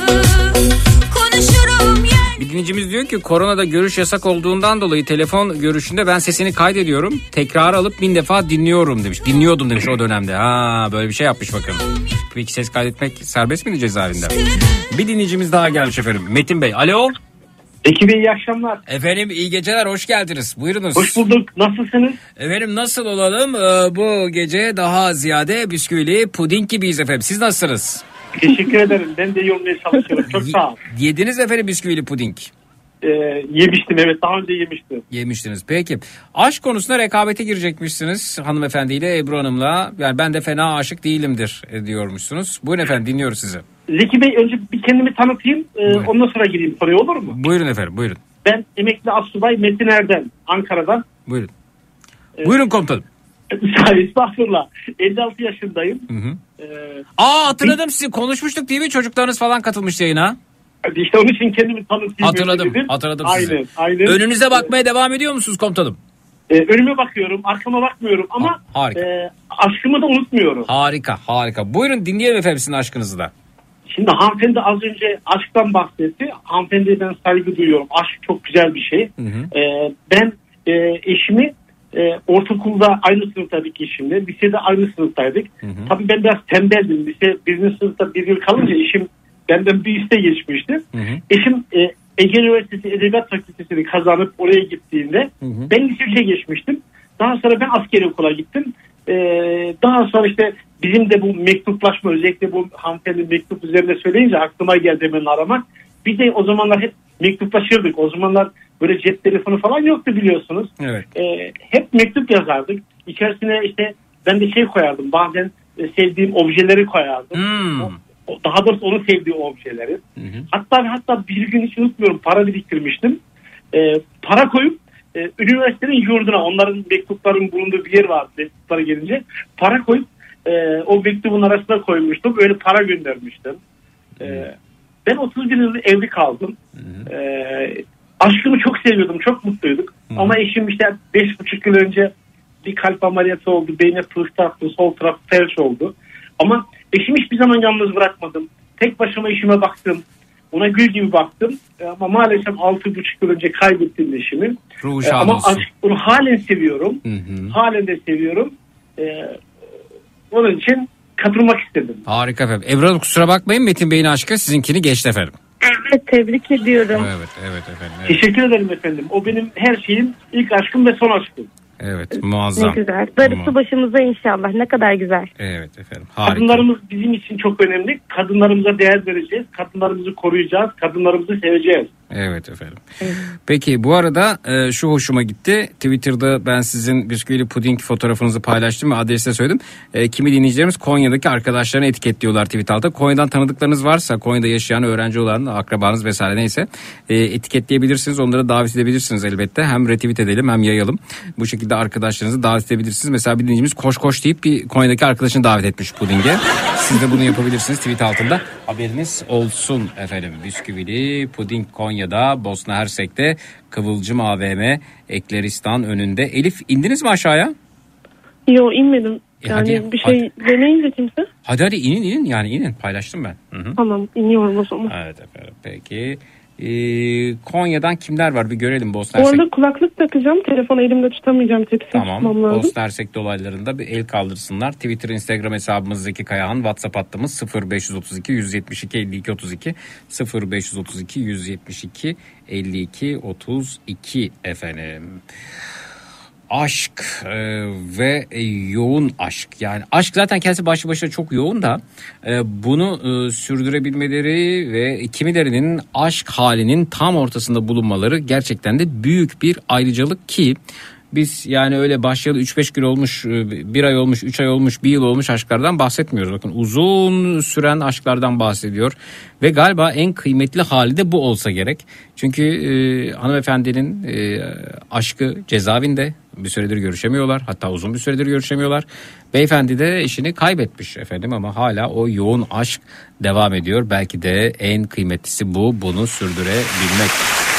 Konuşurum yer. Bir dinleyicimiz diyor ki koronada görüş yasak olduğundan dolayı telefon görüşünde ben sesini kaydediyorum. Tekrar alıp bin defa dinliyorum demiş. Dinliyordum demiş o dönemde. Ha böyle bir şey yapmış bakın. Peki ses kaydetmek serbest miydi cezaevinden? Bir dinleyicimiz daha gelmiş efendim. Metin Bey. Alo. Eki Bey iyi akşamlar. Efendim iyi geceler, hoş geldiniz. Buyurunuz. Hoş bulduk. Nasılsınız? Efendim nasıl olalım? Ee, bu gece daha ziyade bisküvili puding gibiyiz efendim. Siz nasılsınız? Teşekkür ederim. Ben de iyi olmaya çalışıyorum. Çok sağ ol. Yediniz efendim bisküvili puding. Ee, yemiştim evet. Daha önce yemiştim. Yemiştiniz. Peki. Aşk konusunda rekabete girecekmişsiniz hanımefendiyle, Ebru Hanım'la. Yani ben de fena aşık değilimdir diyormuşsunuz. Buyurun efendim dinliyoruz sizi. Zeki Bey önce bir kendimi tanıtayım. E, ondan sonra gireyim soruya olur mu? Buyurun efendim buyurun. Ben emekli astsubay Metin Erdem. Ankara'dan. Buyurun. Ee, buyurun komutanım. Estağfurullah. elli altı yaşındayım. Hı hı. Ee, Aa hatırladım sizi. Konuşmuştuk değil mi? Çocuklarınız falan katılmıştı yayına. İşte onun için kendimi tanıtayım. Hatırladım. Dedim. Hatırladım sizi. Aynen, aynen. Önünüze bakmaya devam ediyor musunuz komutanım? Ee, önüme bakıyorum. Arkama bakmıyorum ama ha, harika. E, aşkımı da unutmuyorum. Harika harika. Buyurun dinleyelim efendim sizin aşkınızı da. Şimdi hanımefendi az önce aşktan bahsetti. Hanımefendiye ben saygı duyuyorum. Aşk çok güzel bir şey. Hı hı. Ee, ben e, eşimi E, ortaokulda aynı sınıftaydık eşimle. Lisede aynı sınıftaydık. Hı hı. Tabii ben biraz tembeldim. Lise birinci sınıfta bir yıl kalınca eşim benden bir üste geçmişti. Hı hı. Eşim e, Ege Üniversitesi Edebiyat Fakültesini kazanıp oraya gittiğinde hı hı. ben lise üçe geçmiştim. Daha sonra ben askeri okula gittim. Ee, daha sonra işte bizim de bu mektuplaşma, özellikle bu hanımefendi mektup üzerinde söyleyince aklıma geldi hemen aramak. Biz de o zamanlar hep mektuplaşırdık. O zamanlar böyle cep telefonu falan yoktu biliyorsunuz. Evet. Ee, hep mektup yazardık. İçerisine işte ben de şey koyardım. Bazen sevdiğim objeleri koyardım. Hmm. O, daha doğrusu onun sevdiği objeleri. Hı hı. Hatta hatta bir gün hiç unutmuyorum, para biriktirmiştim. Ee, para koyup e, üniversitenin yurduna, onların mektupların bulunduğu bir yer vardı mektuplara gelince. Para koyup e, o mektubun arasına koymuştum. Öyle para göndermiştim. E, ben otuz bir yıl evli kaldım. Hı hı. E, aşkımı çok seviyordum. Çok mutluyduk. Hı hı. Ama eşim işte beş buçuk yıl önce bir kalp ameliyatı oldu. Beyne pıhtı attı. Sol taraf felç oldu. Ama eşimi hiçbir zaman yalnız bırakmadım. Tek başıma eşime baktım. Ona gül gibi baktım. Ama maalesef altı buçuk yıl önce kaybettim eşimi. Ruhu Ama aşk, onu halen seviyorum. Hı hı. Halen de seviyorum. Ee, onun için katılmak istedim. Harika efendim. Ebru Hanım kusura bakmayın, Metin Bey'in aşkı sizinkini geçti efendim. Evet, tebrik ediyorum. Evet, evet efendim. Evet. Teşekkür ederim efendim. O benim her şeyim, ilk aşkım ve son aşkım. Evet, muazzam. Ne güzel. Darısı başımıza inşallah. Ne kadar güzel. Evet efendim. Harika. Kadınlarımız bizim için çok önemli. Kadınlarımıza değer vereceğiz. Kadınlarımızı koruyacağız. Kadınlarımızı seveceğiz. Evet efendim. Evet. Peki bu arada e, şu hoşuma gitti. Twitter'da ben sizin bisküvili puding fotoğrafınızı paylaştım ve adresi de söyledim. E, kimi dinleyicilerimiz Konya'daki arkadaşlarını etiketliyorlar tweet altında. Konya'dan tanıdıklarınız varsa, Konya'da yaşayan, öğrenci olan, akrabanız vesaire neyse e, etiketleyebilirsiniz. Onları davet edebilirsiniz elbette. Hem retweet edelim hem yayalım. Bu şekilde arkadaşlarınızı davet edebilirsiniz. Mesela bir dinleyicimiz koş koş deyip bir Konya'daki arkadaşını davet etmiş pudinge. Siz de bunu yapabilirsiniz tweet altında. Haberiniz olsun efendim. Bisküvili puding Konya'da, Bosna Hersek'te, Kıvılcım A V M, Ekleristan önünde. Elif, indiniz mi aşağıya? Yok, inmedim. E yani hadi, bir şey hadi. demeyince kimse. Hadi hadi inin inin yani inin, paylaştım ben. Hı-hı. Tamam, iniyorum o zaman. Evet efendim, peki. Ee, Konya'dan kimler var bir görelim Bosna Hersek. Orada kulaklık takacağım, telefonu elimde tutamayacağım, tepsi tamam. tutmam lazım. Bosna Hersek dolaylarında bir el kaldırsınlar. Twitter, Instagram hesabımız Zeki Kayahan, WhatsApp hattımız sıfır beş otuz iki yüz yetmiş iki elli iki otuz iki sıfır beş otuz iki yüz yetmiş iki elli iki otuz iki efendim. Aşk e, ve e, yoğun aşk, yani aşk zaten kendisi başlı başına çok yoğun da e, bunu e, sürdürebilmeleri ve kimilerinin aşk halinin tam ortasında bulunmaları gerçekten de büyük bir ayrıcalık ki biz yani öyle başlayalı üç beş gün olmuş, bir ay olmuş, üç ay olmuş, bir yıl olmuş aşklardan bahsetmiyoruz. Bakın uzun süren aşklardan bahsediyor ve galiba en kıymetli hali de bu olsa gerek. Çünkü e, hanımefendinin e, aşkı cezaevinde, bir süredir görüşemiyorlar, hatta uzun bir süredir görüşemiyorlar. Beyefendi de eşini kaybetmiş efendim ama hala o yoğun aşk devam ediyor. Belki de en kıymetlisi bu, bunu sürdürebilmek.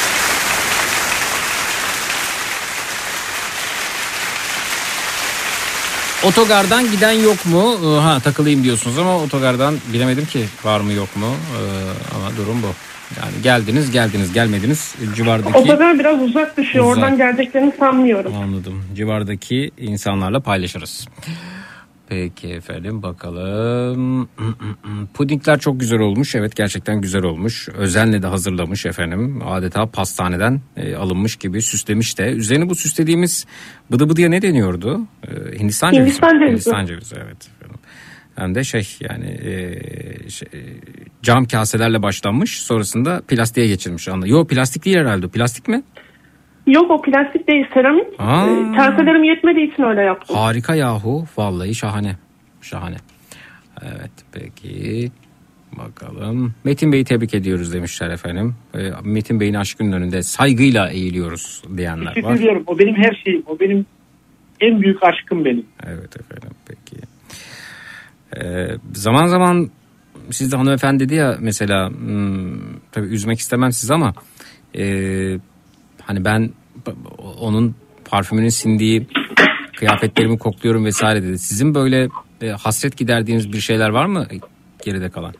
Otogardan giden yok mu? Ha, takılayım diyorsunuz ama otogardan bilemedim ki var mı yok mu? Ee, ama durum bu. Yani geldiniz geldiniz gelmediniz civardaki. Otogar biraz uzak düşüyor. Uzak. Oradan geleceklerini sanmıyorum. Anladım. Civardaki insanlarla paylaşırız. Peki efendim bakalım. Pudingler çok güzel olmuş. Evet, gerçekten güzel olmuş. Özenle de hazırlamış efendim. Adeta pastaneden e, alınmış gibi süslemiş de. Üzerine bu süslediğimiz bıdı bıdıya ne deniyordu? E, Hindistan cevizi. Hindistan cevizi. Hindistan cevizi, evet efendim. Hem de şey yani e, şey, cam kaselerle başlanmış. Sonrasında plastiğe geçilmiş. Yok, plastik değil herhalde. Plastik mi? Yok, o plastik değil, seramik. Ee, kaselerim yetmediği için öyle yaptım. Harika yahu, vallahi şahane. Şahane. Evet, peki bakalım. Metin Bey'i tebrik ediyoruz demişler efendim. Metin Bey'in aşkının önünde saygıyla eğiliyoruz diyenler var. Teşekkür ediyorum. O benim her şeyim. O benim en büyük aşkım benim. Evet efendim, peki. Ee, zaman zaman siz de hanımefendi dedi ya mesela, hmm, tabii üzmek istemem siz ama e, hani ben onun parfümünün sindiği kıyafetlerimi kokluyorum vesaire dedi. Sizin böyle e, hasret giderdiğiniz bir şeyler var mı geride kalan?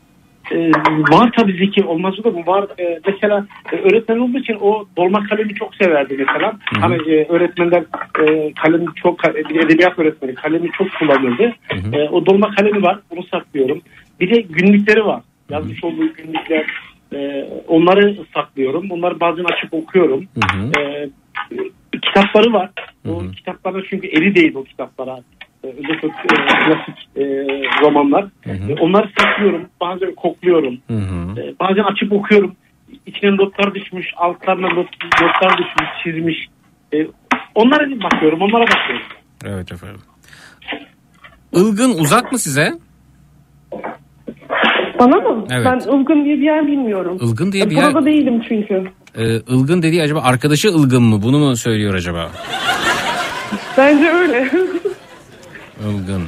e, var tabii zeki olması da bu var. E, mesela e, öğretmen olduğu için o dolma kalemi çok severdi mesela. Hı-hı. Hani e, öğretmenler e, kalemi çok, bir edebiyat öğretmeni kalemi çok kullanırdı. E, o dolma kalemi var, onu saklıyorum. Bir de günlükleri var. Yazmış olduğu günlükler, e, onları saklıyorum. Onları bazen açıp okuyorum. E, kitapları var. O Hı-hı. kitaplara çünkü eli değil o kitaplara. Özellikle e, klasik e, romanlar. Hı hı. E, onları saklıyorum. Bazen kokluyorum. Hı hı. E, bazen açıp okuyorum. İçine notlar düşmüş. Altlarına not, notlar düşmüş, çizmiş. E, onlara bakıyorum. Onlara bakıyorum. Evet efendim. Ilgın uzak mı size? Bana mı? Evet. Ben Ilgın diye bir yer bilmiyorum. Ilgın diye bir yer. Burada değilim çünkü. Ee, Ilgın dediği acaba arkadaşı Ilgın mı? Bunu mu söylüyor acaba? Bence öyle. Ilgın.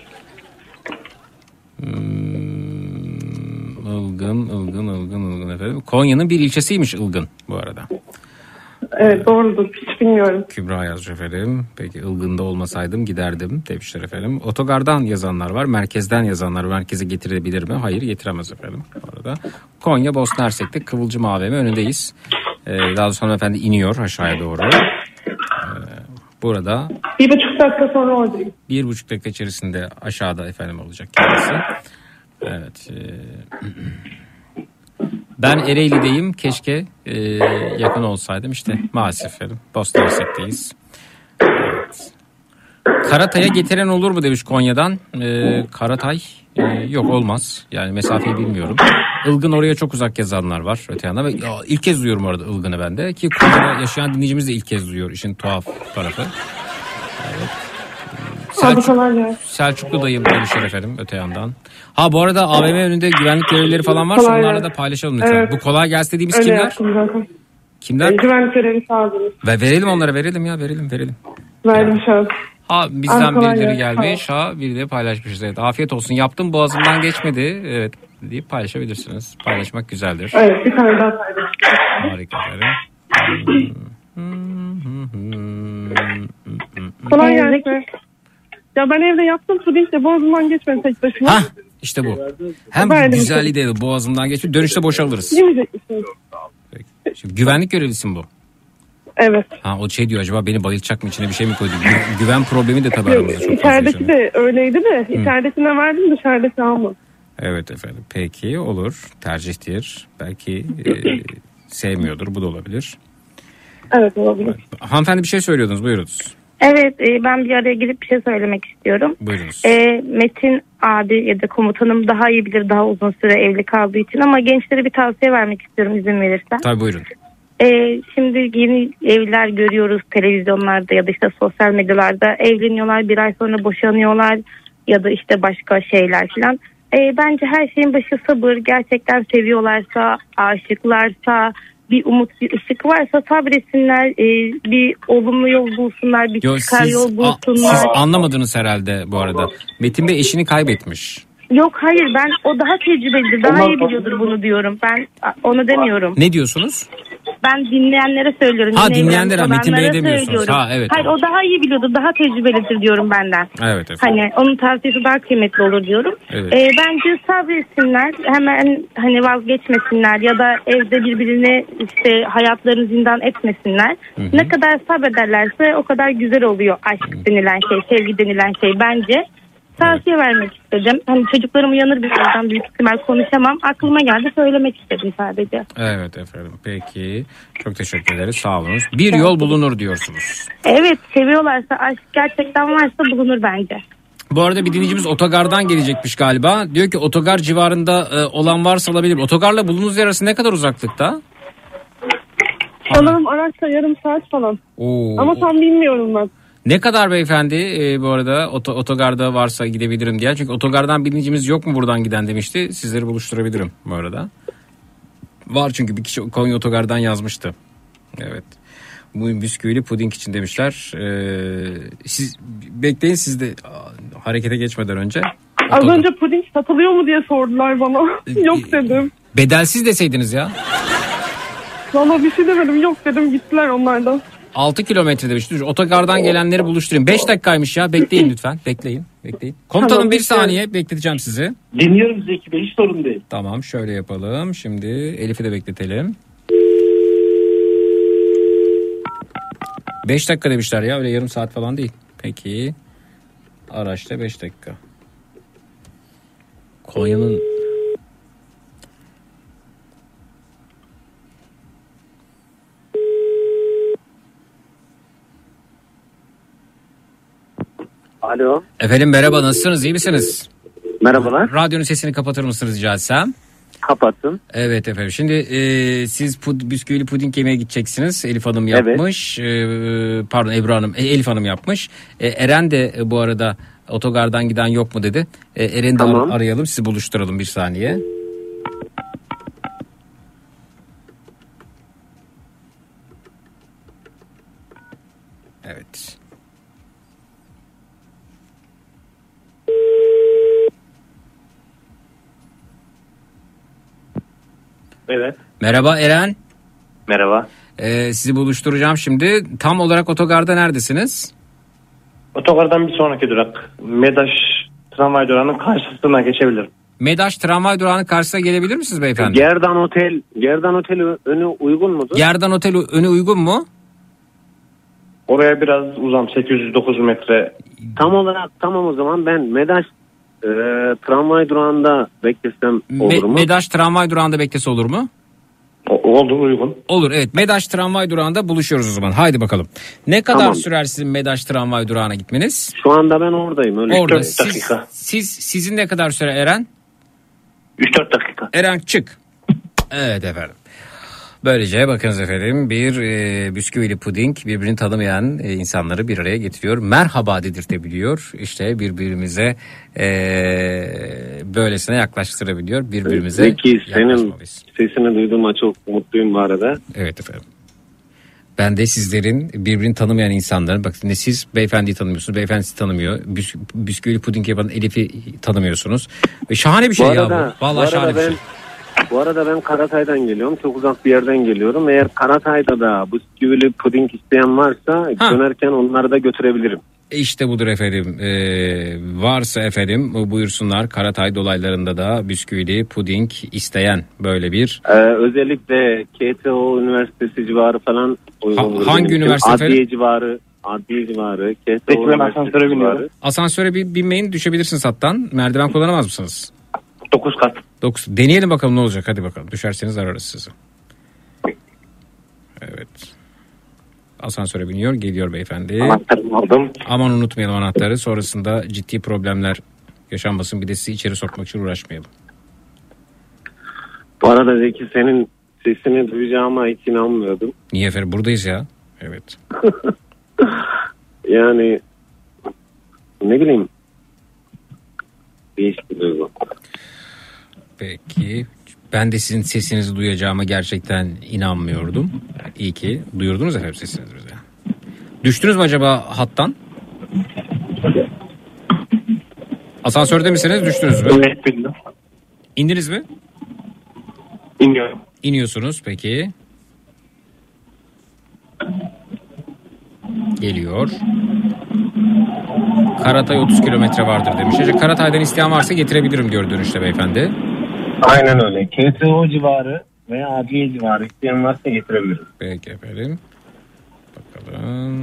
Hmm, Ilgın, Ilgın, Ilgın, Ilgın efendim. Konya'nın bir ilçesiymiş Ilgın bu arada. Evet doğrudur. Hiç bilmiyorum. Kübra yazmış efendim. Peki Ilgın'da olmasaydım giderdim demişler efendim. Otogardan yazanlar var. Merkezden yazanlar merkeze getirebilir mi? Hayır getiremez efendim bu arada. Konya Bosna Hersek'te Kıvılcım A V M önündeyiz. Ee, daha sonra efendim iniyor aşağıya doğru. Ee, burada. Bir buçuk dakika sonra oradayım. Bir buçuk dakika içerisinde aşağıda efendim olacak kendisi. Evet. E, ben Ereğli'deyim. Keşke e, yakın olsaydım. İşte maalesef efendim. Bosna Hersek'teyiz. Evet. Karatay'a getiren olur mu demiş Konya'dan. E, Karatay e, yok olmaz. Yani mesafeyi bilmiyorum. Ilgın oraya çok uzak yazanlar var öte yandan. Ve ya, ilk kez duyuyorum orada Ilgın'ı ben de. Ki Konya'da yaşayan dinleyicimiz de ilk kez duyuyor işin tuhaf tarafı. Evet. Selçuk, Selçuklu dayım demişler efendim öte yandan. Ha bu arada A V M önünde güvenlik görevlileri falan varsa kolay onlarla da paylaşalım lütfen. Evet. Bu kolay gelsin dediğimiz öyle kimler? Kimler? E, güvenlik görevi sağladınız. Ve verelim onlara verelim ya verelim verelim. Verdim şu an. Ha bizden birileri gelmiş ha biri de paylaşmışız. Evet afiyet olsun yaptım boğazımdan geçmedi. Evet deyip paylaşabilirsiniz. Paylaşmak güzeldir. Evet bir tane daha paylaştım. Harika efendim. Kolay gelsin. Ya ben evde yaptım puding de boğazımdan geçmedi tek başıma. Hah işte bu. Hem Verdim güzelliği de boğazımdan geçmedi. Dönüşte boşalırız. Yemeyecek misiniz? Şimdi güvenlik görevlisi mi bu? Evet. Ha o şey diyor acaba beni bayılacak mı içine bir şey mi koydu? Gü- güven problemi de tabii aramızda çok fazla. İçerideki de öyleydi de Hı. içeridekine verdim dışarıdaki almadım. Evet efendim peki olur tercihtir. Belki e, sevmiyordur bu da olabilir. Evet olabilir. Hanımefendi bir şey söylüyordunuz buyurunuz. Evet ben bir araya girip bir şey söylemek istiyorum. Buyurunuz. E, Metin abi ya da komutanım daha iyi bilir daha uzun süre evli kaldığı için ama gençlere bir tavsiye vermek istiyorum izin verirsen. Tabii buyurun. E, şimdi yeni evliler görüyoruz televizyonlarda ya da işte sosyal medyalarda evleniyorlar bir ay sonra boşanıyorlar ya da işte başka şeyler falan. E, bence her şeyin başı sabır gerçekten seviyorlarsa aşıklarsa bir umut bir ışık varsa sabretsinler e, bir olumlu yol bulsunlar bir Yo, çıkar siz, yol bulsunlar. A, siz anlamadınız herhalde bu arada. Metin Bey eşini kaybetmiş. Yok hayır ben o daha tecrübelidir daha iyi biliyordur bunu diyorum ben onu demiyorum. Ne diyorsunuz? Ben dinleyenlere söylüyorum. Ha dinleyenlere Metin Bey'e demiyorsunuz. Ha evet. Hayır evet. O daha iyi biliyordur daha tecrübelidir diyorum benden. Evet efendim. Hani onun tavsiyesi daha kıymetli olur diyorum. Evet. Ee, bence sabretsinler hemen hani vazgeçmesinler ya da evde birbirine işte hayatlarını zindan etmesinler. Hı hı. Ne kadar sabrederlerse o kadar güzel oluyor aşk hı. denilen şey sevgi denilen şey bence. Tavsiye evet. vermek istedim. Hani çocuklarım uyanır birazdan büyük ihtimal konuşamam. Aklıma geldi söylemek istedim sadece. Evet efendim peki. Çok teşekkür ederiz sağ olunuz. Bir evet. yol bulunur diyorsunuz. Evet seviyorlarsa aşk gerçekten varsa bulunur bence. Bu arada bir dinleyicimiz otogardan gelecekmiş galiba. Diyor ki otogar civarında e, olan varsa alabilir. Otogarla bulunduğunuz yer arası ne kadar uzaklıkta? Sanırım araçla yarım saat falan. Oo. Ama tam bilmiyorum ben. Ne kadar beyefendi e, bu arada oto, otogarda varsa gidebilirim diye. Çünkü otogardan dinleyicimiz yok mu buradan giden demişti. Sizleri buluşturabilirim bu arada. Var çünkü bir kişi Konya otogardan yazmıştı. Evet. Bu bisküvili puding için demişler. Ee, siz bekleyin siz de harekete geçmeden önce. Az otogar... önce puding satılıyor mu diye sordular bana. Yok dedim. Bedelsiz deseydiniz ya. Valla bir şey demedim yok dedim gittiler onlardan. altı kilometre demiş. Dur, otogardan gelenleri buluşturayım. beş dakikaymış ya. Bekleyin lütfen. Bekleyin. Bekleyin. Komutanım Tamam, bir bekliyorum. saniye bekleteceğim sizi. Dinliyorum Zeki Bey, hiç sorun değil. Tamam şöyle yapalım. Şimdi Elif'i de bekletelim. beş dakika demişler ya, öyle yarım saat falan değil. Peki. Araçta beş dakika. Konya'nın Alo. Efendim merhaba, nasılsınız, iyi misiniz? Merhabalar. Radyonun sesini kapatır mısınız rica etsem? Kapattım. Evet efendim. Şimdi e, siz pud, bisküvili puding yemeye gideceksiniz. Elif Hanım yapmış. Evet. E, pardon Ebru Hanım. E, Elif Hanım yapmış. E, Eren de e, bu arada otogardan giden yok mu dedi. E, Eren'i de Tamam. ar- arayalım. Sizi buluşturalım bir saniye. Evet. Evet. Merhaba Eren. Merhaba. E, sizi buluşturacağım şimdi. Tam olarak otogarda neredesiniz? Otogardan bir sonraki durak. Medaş tramvay durağının karşısına geçebilirim. Medaş tramvay durağının karşısına gelebilir misiniz beyefendi? Gerdan Otel, Gerdan Otel önü uygun mudur? Gerdan Otel önü uygun mu? Oraya biraz uzam, sekiz yüz dokuz metre. Tam olarak tamam, o zaman ben Medaş e, tramvay durağında beklesem olur Me- mu? Medaş tramvay durağında beklese olur mu? O- oldu, uygun. Olur, evet. Medaş tramvay durağında buluşuyoruz o zaman. Haydi bakalım. Ne kadar Tamam. sürer sizin Medaş tramvay durağına gitmeniz? Şu anda ben oradayım. Öyle Orada. üç dört Siz, dakika. siz sizin ne kadar süre Eren? üç dört dakika. Eren çık. Evet efendim. Böylece bakınız efendim, bir e, bisküvili puding birbirini tanımayan e, insanları bir araya getiriyor. Merhaba dedirtebiliyor. İşte birbirimize e, böylesine yaklaştırabiliyor. Birbirimize Zeki, senin yaklaşmalıyız. sesini duyduğuma çok mutluyum bu arada. Evet efendim. Ben de sizlerin birbirini tanımayan insanların, bak ne siz beyefendiyi tanımıyorsunuz, beyefendi sizi tanımıyor. Bis, bisküvili puding yapan Elif'i tanımıyorsunuz. Ve şahane bir şey Bu ya arada- bu. Vallahi bu arada şahane bir ben- şey. Bu arada ben Karatay'dan geliyorum. Çok uzak bir yerden geliyorum. Eğer Karatay'da da bisküvili puding isteyen varsa Ha. dönerken onları da götürebilirim. E İşte budur efendim. Ee, varsa efendim buyursunlar, Karatay dolaylarında da bisküvili puding isteyen böyle bir. Ee, özellikle K T O Üniversitesi civarı falan uygundur. Ha- hangi benim için. üniversite Adliye efendim? civarı, Adliye civarı, K T O Peki, ben Üniversitesi asansöre biniyorum. civarı. Asansöre bir binmeyin, düşebilirsiniz hattan. Merdiven kullanamaz mısınız? dokuz kat. dokuz. Deneyelim bakalım ne olacak, hadi bakalım. Düşerseniz ararız sizi. Evet. Asansöre biniyor, geliyor beyefendi. Anahtarımı aldım. Aman unutmayalım anahtarı. Sonrasında ciddi problemler yaşanmasın. Bir de sizi içeri sokmak için uğraşmayalım. Bu arada Zeki, senin sesini duyacağıma hiç inanmıyordum. Niye efendim? Buradayız ya. Evet. Yani ne bileyim, değişik bir duygu. Peki. Ben de sizin sesinizi duyacağıma gerçekten inanmıyordum. İyi ki duyurdunuz efendim sesinizi bize. Düştünüz mü acaba hattan? Asansörde misiniz? Düştünüz mü? Evet, bildim. İndiniz mi? İniyorum. İniyorsunuz peki. Geliyor. Karatay otuz kilometre vardır demiş. İşte Karatay'dan isteyen varsa getirebilirim diyor dönüşte beyefendi. Aynen öyle. K T O civarı veya Adliye civarı isteyen varsa getirebilirim. Peki efendim. Bakalım.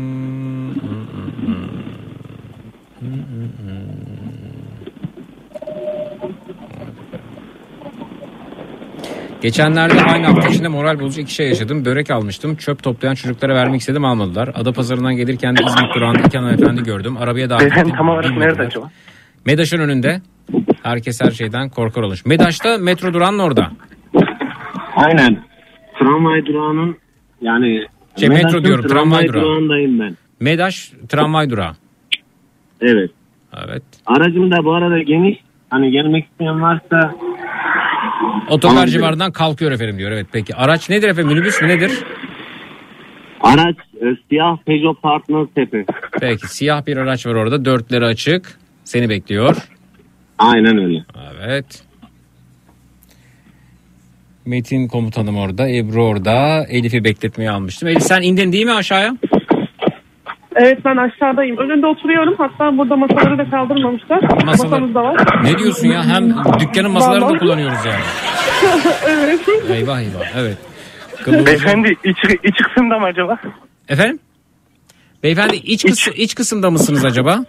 Geçenlerde aynı hafta içinde moral bozucu iki şey yaşadım. Börek almıştım. Çöp toplayan çocuklara vermek istedim, almadılar. Adapazarı'ndan gelirken de İzmit durağında iki hanımefendi gördüm. Arabaya dahil Beyefendi ettim, tam olarak bilmediler. nerede acaba? Medaş'ın önünde. Herkes her şeyden korkar olmuş. Medaş'ta metro durağının orada. Aynen. Tramvay durağının, yani Şey, metro Medaş'ın diyorum, tramvay durağı. durağındayım ben. Medaş tramvay durağı. Evet. Evet. Aracım da bu arada geniş. Hani gelmek isteyen varsa Otogar Anladım. civarından kalkıyor efendim diyor. Evet peki. Araç nedir efendim? Minibüs mü nedir? araç e, siyah Peugeot Partner Tepe. Peki siyah bir araç var orada. Dörtleri açık. Seni bekliyor. Aynen öyle. Evet. Metin komutanım orada, Ebru orada. Elif'i bekletmeye almıştım. Elif sen indin değil mi aşağıya? Evet ben aşağıdayım. Önünde oturuyorum. Hatta burada masaları da kaldırmamışlar. Masalar... Masamız da var. Ne diyorsun ya? Hem dükkanın masalarını Vallahi. da kullanıyoruz yani. Evet. Eyvah eyvah. Evet. Beyefendi iç, iç kısımda mı acaba? Efendim? Beyefendi iç, kıs- iç kısımda mısınız acaba?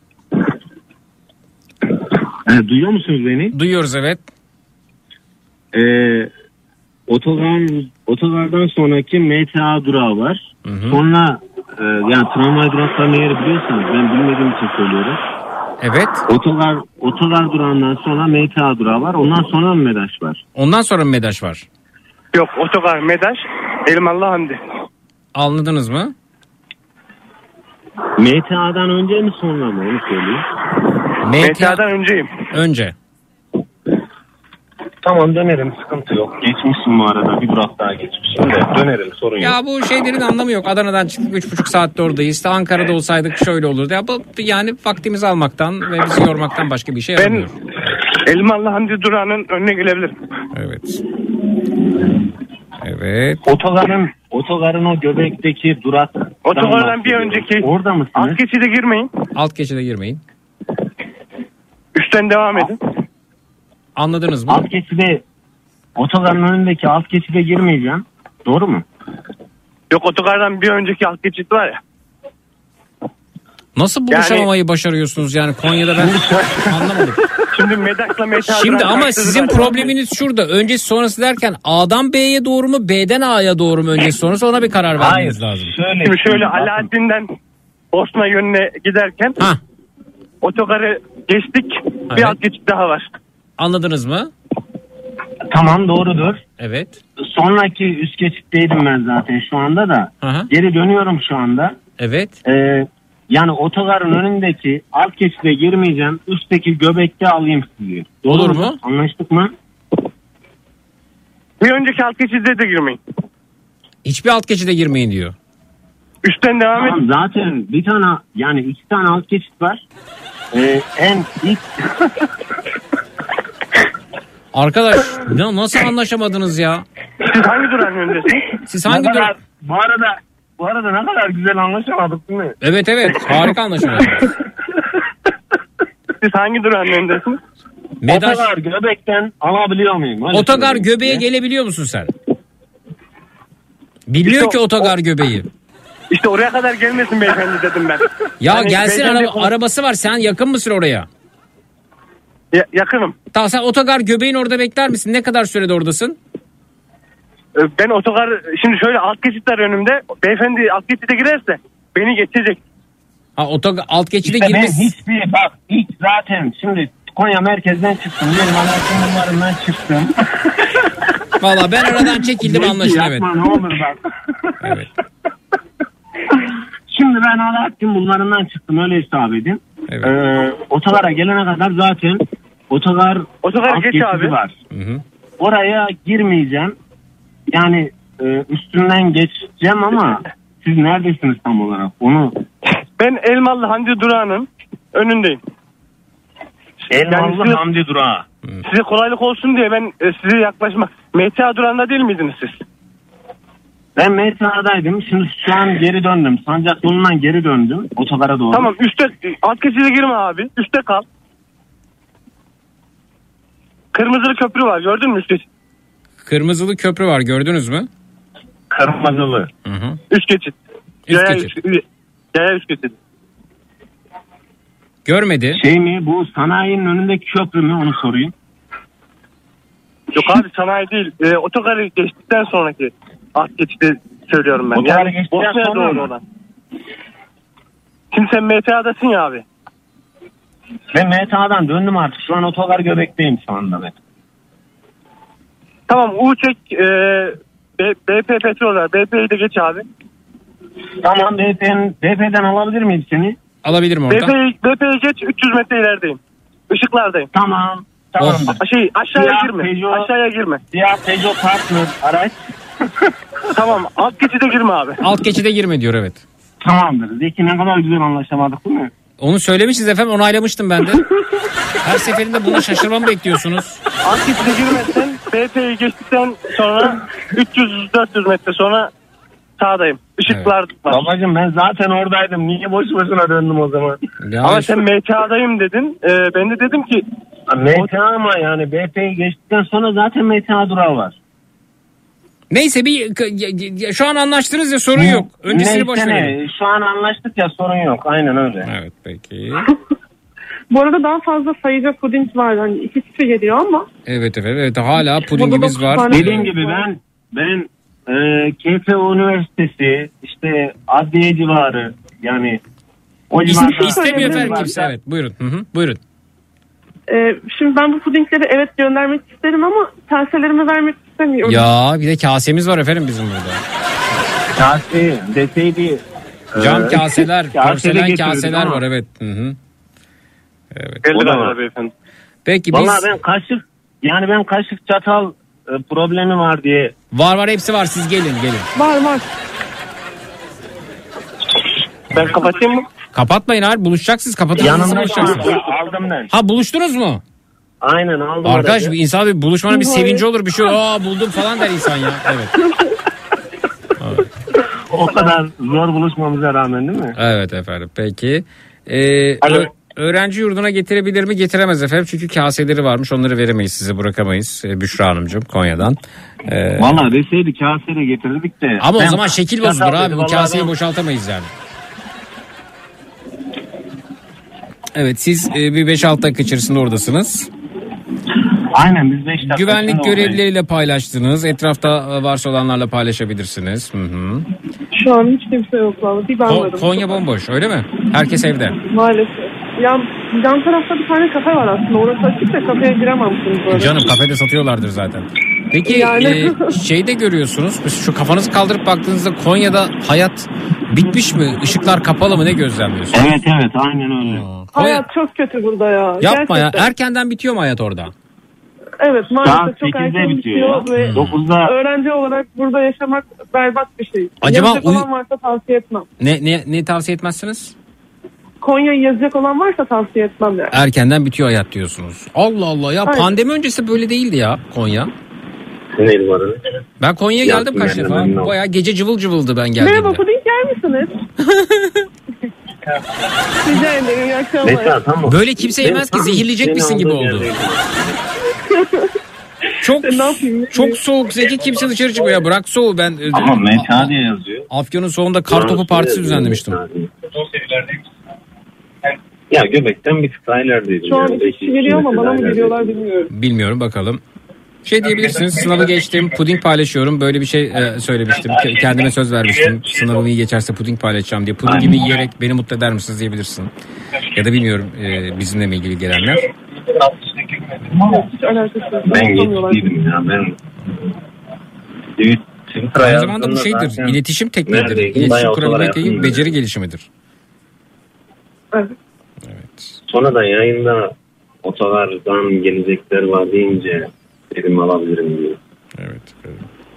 E, duyuyor musunuz beni? Duyuyoruz evet. E, otogar, otogardan sonraki M T A durağı var. Hı hı. Sonra e, yani tramvay duraklarını yeri biliyorsanız ben bilmediğim için söylüyorum. Evet. Otogar otogar durağından sonra M T A durağı var. Ondan sonra mı MEDAŞ var? Ondan sonra mı MEDAŞ var? Yok otogar MEDAŞ Elmalı Hamdi. Anladınız mı? M T A'dan önce mi sonra mı onu söyleyeyim. M T A'dan önceyim. Önce. Tamam dönerim sıkıntı yok. Geçmişsin bu arada bir durak daha geçmişsin de dönerim sorun yok. Ya bu şeylerin anlamı yok. Adana'dan çıktık üç buçuk saatte oradayız. İşte Ankara'da olsaydık şöyle olurdu. Ya bu yani vaktimizi almaktan ve bizi yormaktan başka bir şey Ben yaramıyor. Elmalı Hamdi durağının önüne gelebilirim. Evet. Evet. Otogarın otogarın o göbekteki durak. Otogardan bir önceki. Orada mısınız? Alt geçide girmeyin. Alt geçide girmeyin. Üstten devam edin. Anladınız mı? Alt geçide otogarın önündeki alt geçide girmeyeceğim. Doğru mu? Yok otogardan bir önceki alt geçit var ya. Nasıl buluşamamayı başarıyorsunuz yani Konya'da ben anlamadım. Şimdi MEDAŞ'la M T A Şimdi duran ama karşıda sizin zaten. probleminiz şurada. Öncesi sonrası derken A'dan B'ye doğru mu B'den A'ya doğru mu öncesi sonrası ona bir karar vermeniz Hayır, lazım. Şöyle, Şimdi şöyle Alaaddin'den Bosna yönüne giderken ha. otogarı geçtik. Evet. Bir alt geçit daha var. Anladınız mı? Tamam doğrudur. Evet. Sonraki üst geçitteydim ben zaten şu anda da. Aha. Geri dönüyorum şu anda. Evet. Ee, yani otogarın önündeki alt geçide girmeyeceğim. Üstteki göbekte alayım sizi. Doğru Olur mu? mu? Anlaştık mı? Bir önceki alt geçide de girmeyin. Hiçbir alt geçide girmeyin diyor. Üstten devam Tamam, edin. zaten bir tane yani iki tane alt geçit var. Ee, en ilk Arkadaş ya nasıl anlaşamadınız ya? Siz hangi durağın önündesiniz? Siz hangi ne kadar, durak? bu arada bu arada ne kadar güzel anlaşamadık değil mi? Evet evet harika anlaşamadınız. Siz hangi durağın önündesiniz? MEDAŞ... Otogar göbekten alabiliyor muyum? Öyle Otogar söyleyeyim göbeğe size. gelebiliyor musun sen? Biliyor İşte ki o- otogar göbeği. İşte oraya kadar gelmesin beyefendi dedim ben. Ya Yani gelsin beyefendi- araba, arabası var sen yakın mısın oraya? Ya- yakınım. Tamam sen otogar göbeğin orada bekler misin? Ne kadar sürede oradasın? Ee, Ben otogar şimdi şöyle alt geçitler önümde. Beyefendi alt geçite girerse beni geçecek. Ha otogar alt geçide İşte ben girmiş. hiçbir bak ilk zaten şimdi Konya merkezden çıktım. Benim anahtarlarımdan çıktım. Valla ben aradan çekildim anlaşıldı evet. Yapma ne olur bak. Evet. Şimdi ben Alaaddin bunlarından çıktım öyle hesap edin. Evet. Ee, otogara gelene kadar zaten otogar Otogar alt geç geçidi abi. var. Hı hı. Oraya girmeyeceğim. Yani e, üstünden geçeceğim ama siz neredesiniz tam olarak onu? Ben Elmalı Hamdi durağının önündeyim. Elmalı Yani siz- Hamdi durağı. Size kolaylık olsun diye ben e, size yaklaşmak. M T A durağında değil miydiniz siz? Ben M T A'daydım. Şimdi şu an geri döndüm. Sancak yolundan geri döndüm. Otogara doğru. Tamam üstte alt geçide girme abi. Üstte kal. Kırmızılı köprü var gördün mü üstte? Kırmızılı köprü var gördünüz mü? Kırmızılı. Hı hı. Üst geçit. Üst Yaya geçit. üst- Yaya üst geçit. Görmedi. Şey mi bu sanayinin önündeki köprü mü onu sorayım. Yok abi sanayi değil. E, otogarı geçtikten sonraki alt geçidi söylüyorum ben. Otogarı Yani geçtikten Bosna'ya sonra doğru mı? olan. Şimdi sen M T A'dasın ya abi. Ben M T A'dan döndüm artık. Şu an otogar göbekteyim şu anda ben. Tamam U çek e, B, BP petrol var. B P'yi de geç abi. Tamam B P'den, B P'den alabilir miyim seni? Alabilirim orada. B P'yi B P'yi geç üç yüz metre ilerideyim. Işıklardayım. Tamam. Tamam. Oh. Şey aşağıya Siyah girme. Peugeot- Aşağıya girme. Siyah Peugeot Partner araç. Tamam alt geçide girme abi. Alt geçide girme diyor evet. Tamamdır. Zeki ne kadar güzel anlaşamadık değil mi? Onu söylemişiz efendim onaylamıştım ben de. Her seferinde buna şaşırmamı bekliyorsunuz. Alt geçide girmezsen B P'yi geçtikten sonra üç yüz dört yüz metre sonra sağdayım. Işıklar evet. var. Babacığım ben zaten oradaydım. Niye boş boşuna döndüm o zaman? Ya ama sen M T A'dayım dedin. Ee, ben de dedim ki M T A ama yani B P'yi geçtikten sonra zaten M T A durağı var. Neyse bir şu an anlaştınız ya, sorun yok. Öncesini boş verelim. Şu an anlaştık ya, sorun yok. Aynen öyle. Evet peki. Bu arada daha fazla sayıca puding var. Hani iki kişi geliyor ama. Evet evet, evet. Hala pudingimiz var. Dediğim gibi ben ben e, K F Üniversitesi işte Adliye civarı yani o civarda. İstemiyor efendim kimse. Evet buyurun. Hı hı, buyurun. Ee, şimdi ben bu pudingleri evet göndermek isterim ama kaselerimi vermek istemiyorum. Ya bir de kasemiz var efendim bizim burada. Kase deseydi. Cam kaseler, porselen kaseler var evet. Hı hı. Evet. Geldi galiba beyefendi. Peki Vallahi biz... ben kaşık yani ben kaşık çatal e, problemi var diye. Var var hepsi var, siz gelin gelin. Var var. Ben kapatayım mı? Kapatmayın abi, buluşacaksınız, kapatın. Aldım ben. Ha buluştunuz mu? Aynen aldım. Arkadaş bir insan bir buluşmanın bir sevinci olur, bir şey aa buldum falan der insan ya. Evet. Evet. O kadar zor buluşmamıza rağmen değil mi? Evet efendim peki. Ee, ö- öğrenci yurduna getirebilir mi? Getiremez efendim çünkü kaseleri varmış, onları veremeyiz, size bırakamayız. Ee, Büşra Hanımcığım Konya'dan. Ee, Valla deseydi kaseyle getirdik de. Ama o zaman şekil bozulur abi, bu kaseyi ben... boşaltamayız yani. Evet siz e, bir beş altı dakika içerisinde oradasınız. Aynen biz beş dakika. Güvenlik görevlileriyle paylaştınız. Etrafta varsa olanlarla paylaşabilirsiniz. Hı hı. Şu an hiç kimse yok vallahi. Bir ben Ko- varım. Konya bomboş öyle mi? Herkes evde. Maalesef. Yan, yan tarafta bir tane kafe var aslında. Orası açık da kafeye giremezsiniz böyle. Canım kafede satıyorlardır zaten. Peki yani... e, şey de görüyorsunuz. Şu kafanızı kaldırıp baktığınızda Konya'da hayat bitmiş mi? Işıklar kapalı mı? Ne gözlemliyorsunuz? Evet evet aynen öyle. Hmm. Hayat çok kötü burada ya. Yapma gerçekten. ya. Erkenden bitiyor mu hayat orada? Evet maalesef çok erken bitiyor ve Hmm. dokuzda öğrenci olarak burada yaşamak berbat bir şey. Acaba yazacak uy- olan varsa tavsiye etmem. Ne ne ne tavsiye etmezsiniz? Konya'yı yazacak olan varsa tavsiye etmem yani. Erkenden bitiyor hayat diyorsunuz. Allah Allah ya, aynen. Pandemi öncesi böyle değildi ya Konya. Neydi bu arada? Ben Konya'ya geldim kaç defa. Bayağı gece cıvıl cıvıldı ben geldiğimde. Merhaba puding yer misiniz? Rica ederim. İyi akşamlar. Mesela, tamam. Böyle kimse yemez ki, zehirleyecek misin gibi oldu. Çok çok soğuk Zeki, kimse dışarı çıkmıyor ya, bırak soğuğu. Ben ama M T A diye yazıyor. Afyon'un soğuğunda kartopu partisi düzenlemiştim. Ya Göbek'ten bir tık daha ilerideydim. Şu an iki kişi geliyor ama bana mı geliyorlar bilmiyorum. Bilmiyorum bakalım. Şey diyebilirsiniz, sınavı geçtim, puding paylaşıyorum, böyle bir şey e, söylemiştim, kendime söz vermiştim, sınavım iyi geçerse puding paylaşacağım diye, pudingimi yiyerek beni mutlu eder misiniz diyebilirsin. Ya da bilmiyorum e, bizimle mi ilgili gelenler. Ben geçtiydim ya ben. Aynı zamanda bu şeydir, iletişim tekniğidir, iletişim kurabilmek ilgili beceri gelişimidir. Evet. Evet. Sonra da yayında otogardan gelecekler var deyince dedim alabilirim diye. Evet, evet.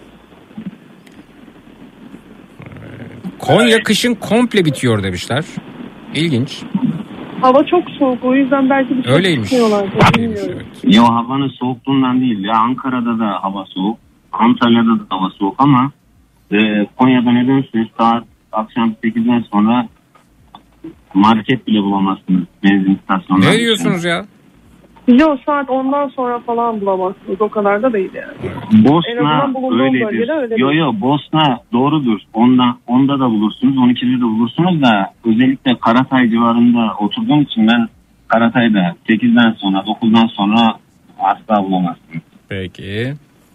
Konya kışın komple bitiyor demişler. İlginç. Hava çok soğuk, o yüzden belki bir şey öyleymiş. Öyleymiş, evet. Ya havanın soğukluğundan değil ya, Ankara'da da hava soğuk, Antalya'da da hava soğuk ama e, Konya'da nedense saat akşam sekizden sonra market bile bulamazsınız, benzin istasyonları. Ne diyorsunuz ya? Yok, saat ondan sonra falan bulamazsınız, o kadar da değil yani. Bosna öyledir. Öyle yo yo Bosna doğrudur. Onda onda da bulursunuz, on ikide de bulursunuz da özellikle Karatay civarında oturduğum için ben Karatay'da sekizden sonra dokuzdan sonra asla bulamazsınız. Peki.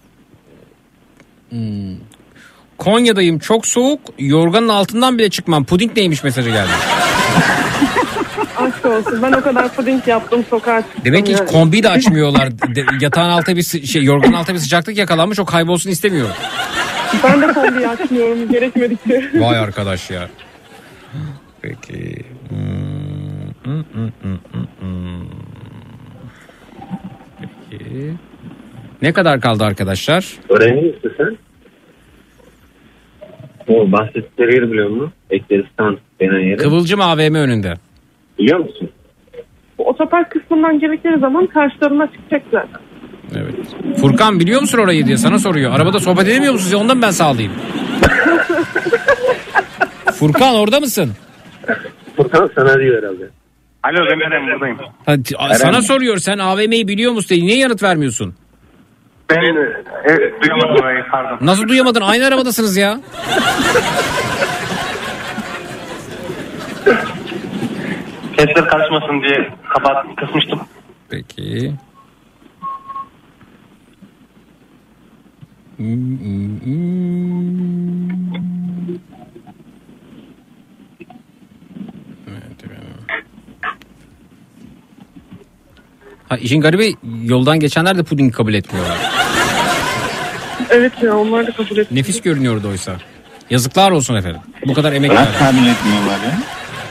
Hmm. Konya'dayım, çok soğuk, yorganın altından bile çıkmam, puding neymiş mesajı geldi. Aşk olsun, ben o kadar puding yaptım, sokağa çıktım. Demek ki yani. hiç kombi de açmıyorlar. De, yatağın altına bir şey, yorganın altına bir sıcaklık yakalanmış, o kaybolsun istemiyor. Ben de kombiyi açmıyorum gerekmedikçe. Vay arkadaş ya. Peki. Hmm, hmm, hmm, hmm, hmm. Peki. Ne kadar kaldı arkadaşlar? Öğrenci misin sen? O bahsettikleri yeri biliyor musun? Ekleristan denen yeri. Kıvılcım A V M önünde. Biliyor musun? Otopark kısmından gerektiği zaman karşılarına çıkacak zaten. Evet. Furkan biliyor musun orayı diye sana soruyor. Arabada sohbet edemiyor musunuz ya, ondan ben sağlayayım. Furkan orada mısın? Furkan sana diyor herhalde. Alo ben Eren buradayım. Hadi, sana soruyor, sen A V M'yi biliyor musun diye. Niye yanıt vermiyorsun? Ben e, duyamadım orayı, pardon. Nasıl duyamadın? Aynı arabadasınız ya. Sesler karışmasın diye kapat kısmıştım. Peki. Ha, işin garibi yoldan geçenler de puding kabul etmiyorlar. Evet ya, onlar da kabul etmiyor. Nefis görünüyordu oysa. Yazıklar olsun efendim. Bu kadar emek verdim. Nasıl kabul etmiyorlar ya?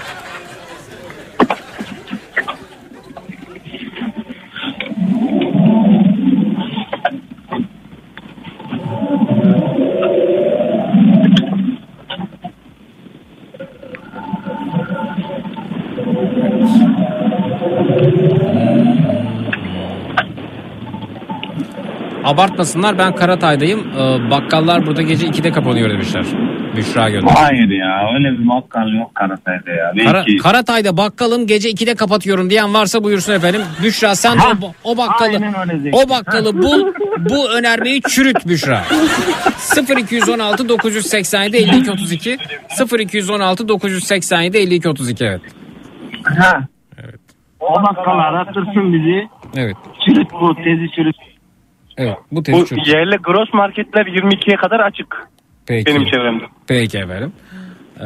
Abartmasınlar, ben Karatay'dayım. Ee, bakkallar burada gece ikide kapanıyor demişler. Büşra gönder. Hayır ya, öyle bir bakkal yok Karatay'da ya. Kara, Belki... Karatay'da bakkalım gece ikide kapatıyorum diyen varsa buyursun efendim. Büşra sen de o, o bakkalı o bakkalı bul, bu önermeyi çürüt Büşra. sıfır iki on altı dokuz yüz seksen yedi elli iki otuz iki sıfır iki on altı dokuz yüz seksen yedi elli iki otuz iki evet. Ha. Evet. O bakkal aratırsın bizi. Evet. Çürüt bu tezi çürüt. Evet, bu Bu tezi çürüt. yerli gross marketler yirmi ikiye kadar açık. Peki. Benim çevremde. Peki efendim. Ee...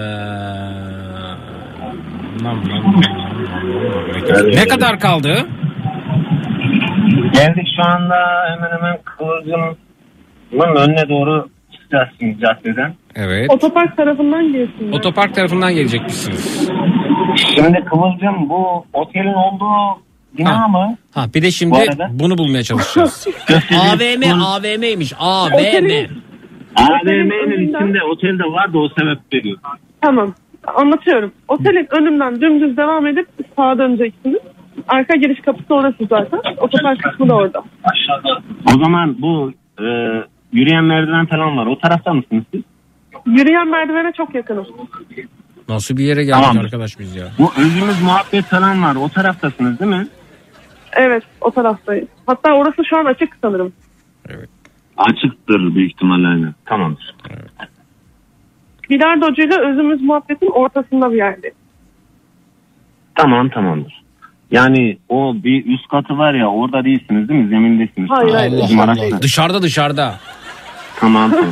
Ne kadar kaldı? Geldik şu anda hemen hemen Kıvılcım'ın önüne doğru çıkacaksınız caddeden. Evet. Otopark tarafından gelsin. Otopark tarafından gelecekmişsiniz. Şimdi Kıvılcım bu otelin olduğu bina Ha. mı? Ha, bir de şimdi bu bunu bulmaya çalışacağız. A V M, A V M'ymiş. A V M. A V M'nin içinde otelde vardı, o sebep veriyor. Tamam. Anlatıyorum. Otelin önünden dümdüz devam edip sağa döneceksiniz. Arka giriş kapısı orası zaten. Otopark kısmı da orada. Aşağıda. O zaman bu e, yürüyen merdiven falan var. O tarafta mısınız siz? Yürüyen merdivene çok yakınım. Nasıl bir yere geldik Tamam. arkadaş biz ya? Bu özümüz muhabbet falan var. O taraftasınız değil mi? Evet, o taraftayız. Hatta orası şu an açık sanırım. Evet. Açıktır büyük ihtimalle aynen. Tamamdır. Evet. Bilardocuyla özümüz muhabbetin ortasında bir yerde. Tamam tamamdır. Yani o bir üst katı var ya, orada değilsiniz değil mi? Zemindesiniz. Hayır, hayır. Allah Bizim Allah. araçta. Dışarıda dışarıda. Tamam tamam.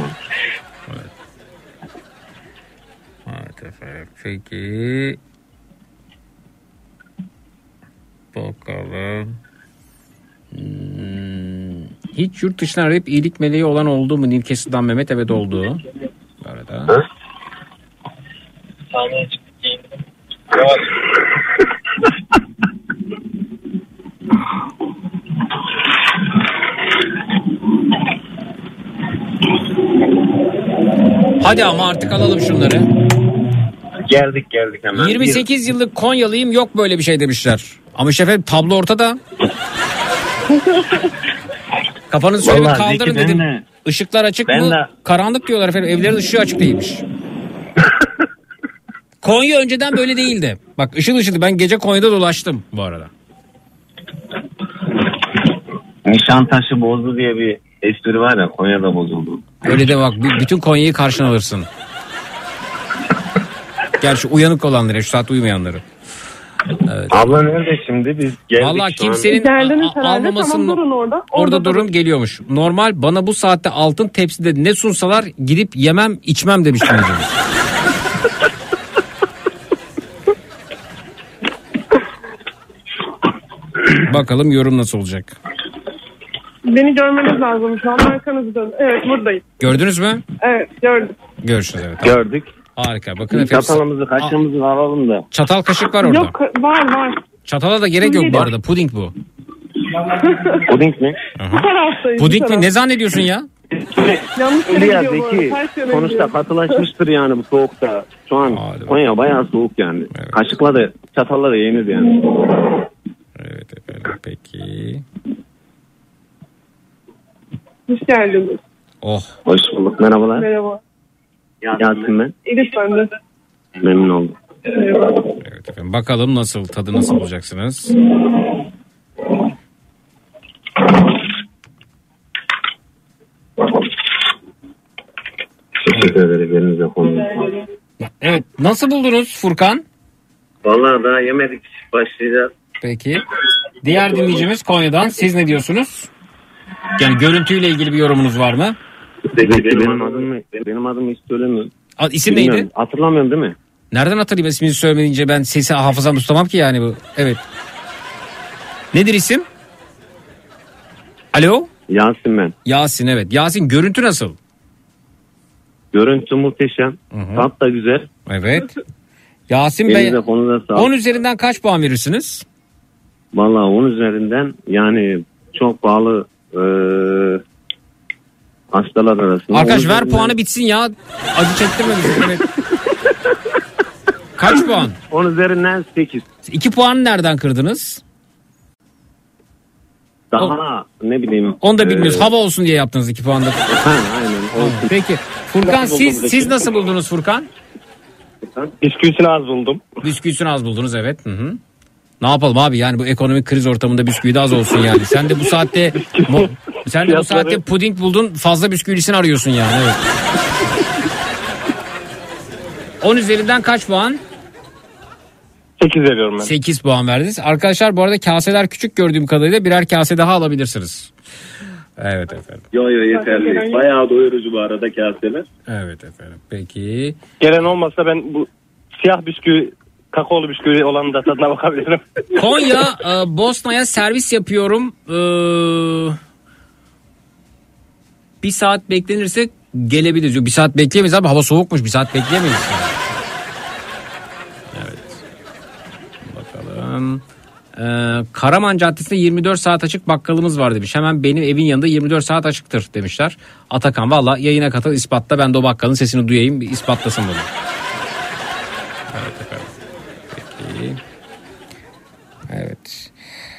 Evet efendim. Peki. Bakalım. Hmm. Hiç yurt dışına arayıp iyilik meleği olan oldu mu? Newcastle'dan Mehmet, evet oldu. Bu arada. Hı? Hadi ama artık alalım şunları. Geldik geldik hemen. yirmi sekiz yıllık Konyalıyım, yok böyle bir şey demişler. Ama şefim tablo ortada. Kafanızı şöyle bir Vallahi kaldırın Zeki, dedim. ben de- Işıklar açık ben mı? de- Karanlık diyorlar efendim. Evlerin ışığı açık değilmiş. Konya önceden böyle değildi. Bak ışıl ışıldı. Ben gece Konya'da dolaştım bu arada. Nişantaşı bozdu diye bir espri var ya, Konya'da bozuldu. Öyle de bak b- bütün Konya'yı karşına alırsın. Gerçi uyanık olanları, şu saat uyumayanları. Evet. Abla nerede şimdi? Biz geldik Vallahi şu an. kimsenin Geldiniz a- a- herhalde. almamasının Tamam, durun orada. orada, Orada durun durun. geliyormuş. Normal bana bu saatte altın tepside ne sunsalar gidip yemem içmem demiştim. Bakalım yorum nasıl olacak. Beni görmeniz lazım şu an. Arkanızı dönün. Evet, buradayım. Gördünüz mü? Evet, gördüm. Görüşürüz evet. Tamam. Gördük. Harika. Bakın efendim. Çatalımızı kaşığımızı alalım da. Çatal kaşık var orada. Yok, var var. Çatala da gerek yok bu Puding. arada. Puding bu. Puding mi? Bu taraftayım. bu Puding mi? taraf. Ne zannediyorsun ya? Yanlış yere Hülya gidiyor bu arada. Zeki, Ters yöne sonuçta gidiyor. katılaşmıştır yani bu soğukta. Şu an Hadi Konya bayağı soğuk yani. Evet. Kaşıkla da çatalla da yenir yani. Evet efendim peki. Hoş geldiniz. Oh. Hoş bulduk. Merhabalar. Merhaba. Yasin ben. Elif ben de. Memnun oldum. Merhaba. Evet efendim. Bakalım nasıl, tadı nasıl bulacaksınız? Teşekkür ederim. Elinize konuda. Evet. Nasıl buldunuz Furkan? Vallahi daha yemedik. Başlayacağız. Peki. Diğer dinleyicimiz Konya'dan. Siz ne diyorsunuz? Yani görüntüyle ilgili bir yorumunuz var mı? Peki benim adım benim adım hiç söylemiyorum. A, İsim Bilmiyorum. neydi? Hatırlamıyorum değil mi? Nereden hatırlayayım isminizi söylemeyince, ben sesi hafızamda tutamam ki yani bu. Evet. Nedir isim? Alo? Yasin ben. Yasin, evet. Yasin, görüntü nasıl? Görüntü muhteşem. Tat da güzel. Evet. Yasin Bey, Elinize konuda sağ on üzerinden kaç puan verirsiniz? Vallahi on üzerinden yani çok pahalı e, hastalar arasında. Arkadaş on ver üzerinden- puanı bitsin ya. Acı çektirme bizi. Evet. Kaç puan? on üzerinden sekiz. iki puanı nereden kırdınız? Daha ne bileyim. Onu da bilmiyoruz. e, Hava olsun diye yaptınız iki puanda. Ha, aynen. Olsun. Peki. Furkan, Nasıl siz buldun siz peki? nasıl buldunuz Furkan? Bisküvisini az buldum. Bisküvisini az buldunuz, evet. Hı hı. Ne yapalım abi, yani bu ekonomik kriz ortamında bisküvi de az olsun yani. Sen de bu saatte mo- sen de bu saatte puding buldun, fazla bisküvisini arıyorsun yani, evet. on üzerinden kaç puan? sekiz veriyorum ben. sekiz puan verdiniz. Arkadaşlar bu arada kaseler küçük gördüğüm kadarıyla, birer kase daha alabilirsiniz. Evet efendim. Yo yo yeterli. Bayağı doyurucu bu arada kaseler. Evet efendim. Peki. Gelen olmasa ben bu siyah bisküvi, kakaolu bisküvi olanın da tadına bakabilirim. Konya e, Bosna'ya servis yapıyorum. E, bir saat beklenirse gelebiliriz. Yok, bir saat bekleyemeyiz abi, hava soğukmuş, bir saat bekleyemeyiz. Evet. Bakalım. E, Karaman Caddesi'nde yirmi dört saat açık bakkalımız var demiş. Hemen benim evin yanında yirmi dört saat açıktır demişler. Atakan, valla yayına katıl, ispatla, ben de o bakkalın sesini duyayım, bir ispatlasın bunu. Evet efendim. Peki. Evet.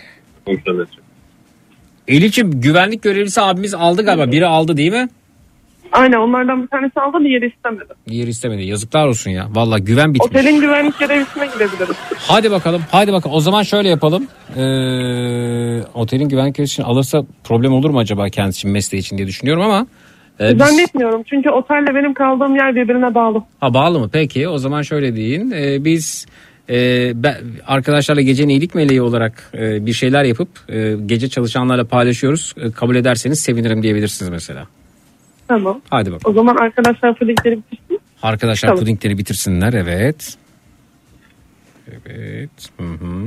Elif'ciğim, güvenlik görevlisi abimiz aldı galiba. Biri aldı değil mi? Aynen, onlardan bir tanesi aldı, diğeri istemedi. Diğeri istemedi. Yazıklar olsun ya. Valla güven bitmiş. Otelin güvenlik görevlisine gidebiliriz. Hadi bakalım. Hadi bakalım. O zaman şöyle yapalım. Ee, otelin güvenlik görevlisini alırsa problem olur mu acaba kendisi için, mesleği için diye düşünüyorum ama. E, biz... Zannetmiyorum, çünkü otelle benim kaldığım yer birbirine bağlı. Ha, bağlı mı? Peki o zaman şöyle deyin. Ee, biz e, ben, arkadaşlarla gecenin iyilik meleği olarak e, bir şeyler yapıp e, gece çalışanlarla paylaşıyoruz. E, kabul ederseniz sevinirim diyebilirsiniz mesela. Tamam. Hadi bakalım. O zaman arkadaşlar pudingleri bitirsin. Arkadaşlar Tamam. pudingleri bitirsinler, evet. Evet. Hı hı.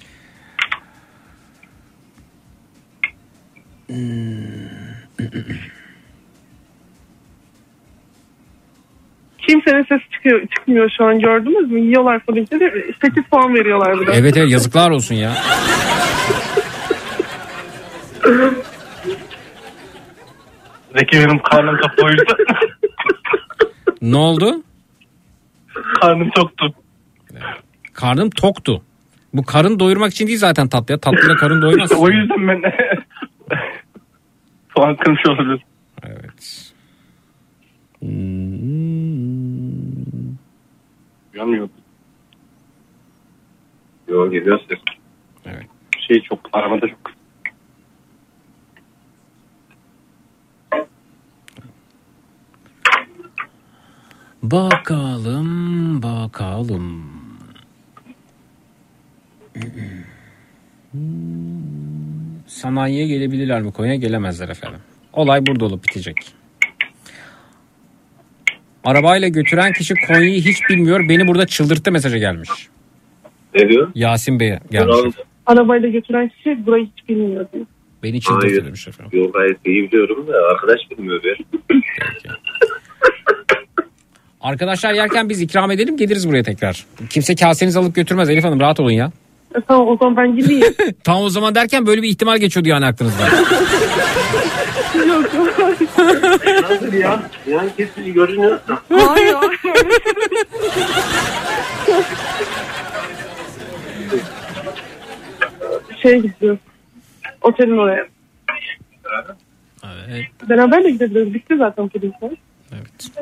Kimsenin sesi çıkıyor, çıkmıyor şu an, gördünüz mü? Yiyorlar pudingleri, sekiz puan veriyorlar bir de. Evet evet, yazıklar olsun ya. Zeki, benim karnım çok doydu. Ne oldu? Karnım çoktu. Karnım toktu. Bu karın doyurmak için değil zaten tatlı ya. Tatlıyla karın doymaz. İşte o yüzden ben soğan kırmış olabilir. Evet. Uyanmıyor. Yok, geliyor ses. Evet. Şey çok, arabada çok. Bakalım, bakalım. Sanayiye gelebilirler mi Konya? Gelemezler efendim. Olay burada olup bitecek. Arabayla götüren kişi Konya'yı hiç bilmiyor. Beni burada çıldırttı mesajı gelmiş. Ne diyor? Yasin Bey'e gelmiş. Arabayla götüren kişi burayı hiç bilmiyor diyor. Beni çıldırttı Hayır. demiş efendim. Yok, gayet iyi biliyorum da arkadaş bilmiyor bir. Arkadaşlar yerken biz ikram edelim, geliriz buraya tekrar. Kimse kasenizi alıp götürmez Elif Hanım, rahat olun ya. E, tamam, o zaman ben gideyim. Tamam o zaman derken böyle bir ihtimal geçiyordu yani aklınızdan. Yok yok. Nasıl ya? Yani kesin görünüyor. Hayır. Şey gidiyor. Otelin oraya. Evet. Evet. Beraber de gidebiliriz. Bitti zaten pudingler. Evet.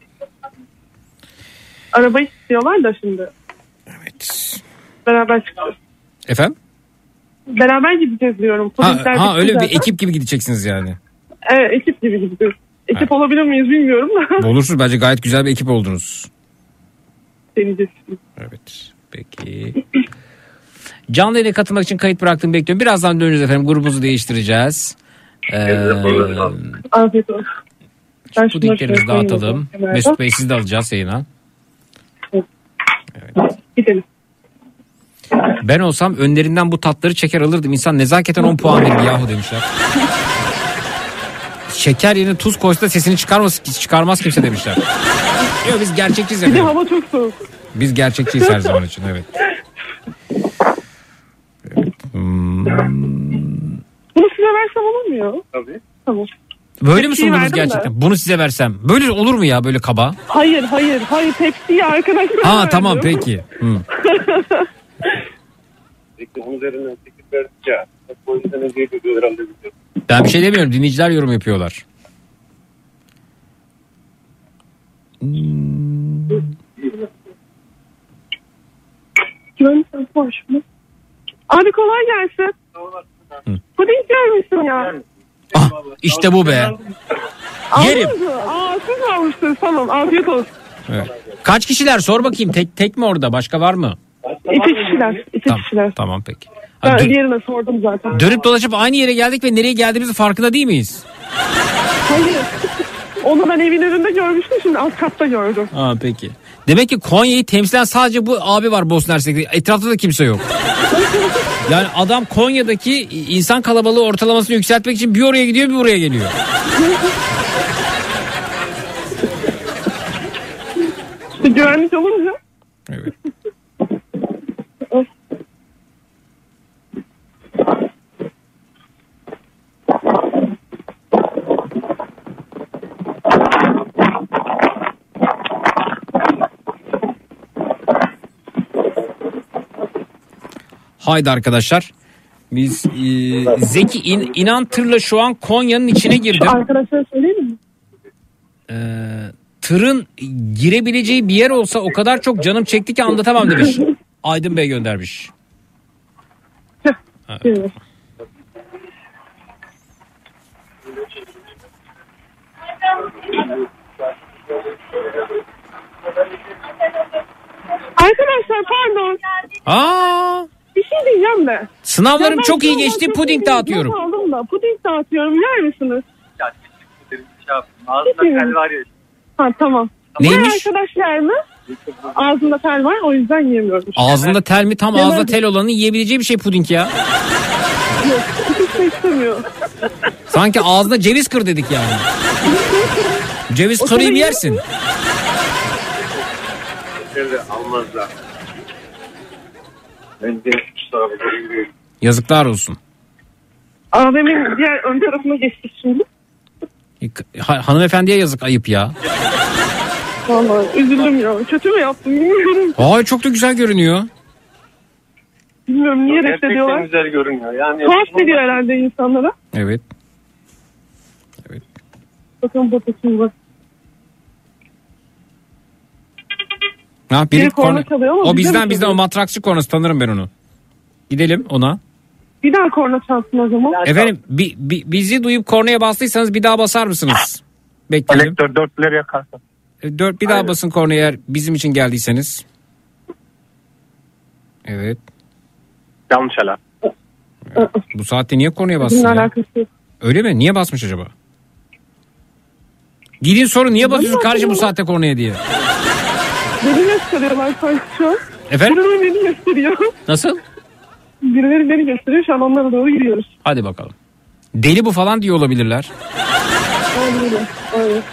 Arabayı istiyorlar da şimdi. Evet. Beraber çıkacağız. Efendim? Beraber gideceğiz diyorum. Ha, Pudingler ha bitti öyle zaten. bir ekip gibi gideceksiniz yani. Evet, ekip gibi gidiyoruz. Ekip Ha. olabilir miyiz bilmiyorum da. Olursunuz, bence gayet güzel bir ekip oldunuz. Deneyeceğiz. Evet. Peki. Canlı yayına katılmak için kayıt bıraktım, bekliyorum. Birazdan döneceğiz efendim. Grubumuzu değiştireceğiz. Ee, Afiyet olsun. Ben şunu pudinglerimizi şöyle koyayım dağıtalım. o zaman. Mesut Bey, sizi de alacağız yayına. Evet. Gidelim. Ben olsam önlerinden bu tatları çeker alırdım. İnsan nezaketen on puan verir yahu demişler. Şeker yerine tuz koysa da sesini çıkarmaz, çıkarmaz kimse demişler. Yok, biz gerçekçiyiz Bir de efendim. hava çok soğuk. Biz gerçekçiyiz her zaman için, evet. Hmm. Bunu size versem olur mu ya? Tabii. Tamam. Böyle mi Tepsiyi sundunuz verdim gerçekten? de. Bunu size versem. Böyle olur mu ya, böyle kaba? Hayır hayır hayır tepsiyi arkadaşlar Ha verdim. tamam peki. Hı. Peki onun üzerinden teklif verdik ya. O yüzden hediye ediyor herhalde bize. Ben bir şey demiyorum. Dinleyiciler yorum yapıyorlar. Güvenlik var mı? Abi kolay gelsin. Hı. Puding görmüşsün ya. Ah, işte bu be. Yerim. Aldınız mı? Aa siz almışsınız, tamam afiyet olsun. Evet. Kaç kişiler? Sor bakayım. Tek tek mi orada? Başka var mı? İki kişiler. iki Tamam, kişiler. tamam peki. Ben Ha, dö- diğerine sordum zaten. dönüp dolaşıp aynı yere geldik ve nereye geldiğimizin farkında değil miyiz? Hayır. Onu ben evin önünde görmüştüm, şimdi alt katta gördüm. Ha peki. Demek ki Konya'yı temsilen sadece bu abi var Bosna Hersek'te. Etrafta da kimse yok. Yani adam Konya'daki insan kalabalığı ortalamasını yükseltmek için bir oraya gidiyor bir buraya geliyor. İşte güvenlik olunca. Evet. Haydi arkadaşlar. Biz e, Zeki in, inan tırla şu an Konya'nın içine girdim. Arkadaşlara söyleyeyim mi? Ee, tırın girebileceği bir yer olsa o kadar çok canım çekti ki anlatamam demiş. Aydın Bey göndermiş. Evet. Arkadaşlar pardon. Aa, Bir şey diyeceğim de. sınavlarım Ya ben çok iyi sınavdan geçti, çok puding iyi dağıtıyorum. not aldım da puding dağıtıyorum. Yer misiniz? Ağzında tel var ya. Ha tamam. Neymiş? Diğer arkadaş yer mi? Ağzında tel var, o yüzden yiyemiyorum. Ağzında tel mi? Tam ağzında tel olanı yiyebileceği bir şey puding ya. Yok, hiç şey istemiyor. Sanki ağzında ceviz kır dedik yani. Ceviz O kırayım tabii yersin. Şöyle almazlar. Bence şu tarafa doğru yürüyor. Yazıklar olsun. A V M'nin diğer ön tarafına geçtik şimdi. Ha- hanımefendiye yazık, ayıp ya. Vallahi üzüldüm ya. Kötü mü yaptım bilmiyorum. Ay çok da güzel görünüyor. Bilmiyorum niye Gerçekten reddediyorlar. güzel görünüyor. Yani Tuhaf geliyor herhalde insanlara. Evet. Bakın burada kim var. Ha, Biri biri korna korna. çalıyor ama O bize bizden mi bizden o çalıyor? matrakçı kornası, tanırım ben onu. Gidelim ona. Bir daha korna çalsın o zaman. Efendim bi, bi- bizi duyup kornaya bastıysanız bir daha basar mısınız? Bekleyelim. Elektör dörtleri yakarsın. E, Dört, bir daha Aynen. basın kornaya eğer bizim için geldiyseniz. Evet. Yanlış alarm. Bu saatte niye kornaya bassın Bizimle ya? alakası yok. Öyle mi? Niye basmış acaba? Gidin sorun, niye basıyorsun kardeşim bu saatte kornaya diye. Beni gösteriyorlar sanki şu an. Efendim? Birileri beni gösteriyor. Nasıl? Birileri beni gösteriyor. Şu an onlara doğru gidiyoruz. Hadi bakalım. Deli bu falan diye olabilirler. Aynen öyle. Aynen.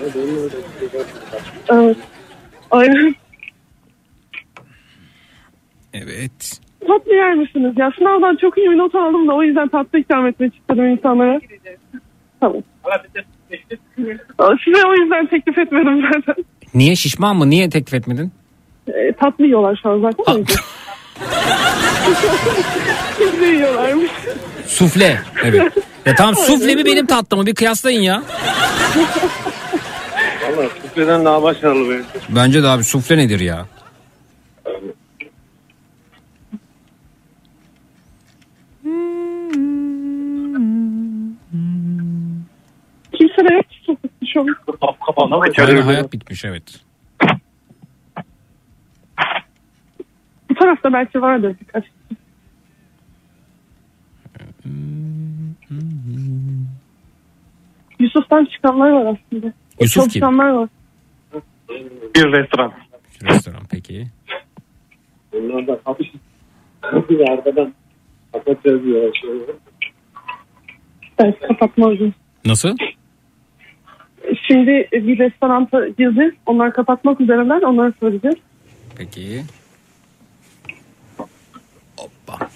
Evet. Aynen. Evet. Tatlı yer misiniz? Ya sınavdan çok iyi bir not aldım da o yüzden tatlı ikram etmek istedim insanlara. Tamam. Size o yüzden teklif etmedim zaten. Niye, şişman mı? Niye teklif etmedin? E, tatlı yiyorlar şu an zaten. o yüzden. Tatlı yiyorlarmış. Sufle. Evet. Ya tamam sufle mi benim tatlımı bir kıyaslayın ya. Valla sufleden daha başarılı benim. Bence de abi sufle nedir ya? Kimse de yok. Çok bitmiş olmuş. Yani hayat bitmiş evet. Bu tarafta belki vardır birkaç. Yusuf'tan çıkanlar var aslında. Yusuf kim? Çalışanlar var. Bir restoran. Restoran peki. Onlar da hafif bir arkadan kapatacağız diyor. Evet, kapatmazdım. Nasıl? Şimdi bir restoranta girdi. Onlar kapatmak üzereler. Onları söyleyeceğiz. Peki. Hoppa.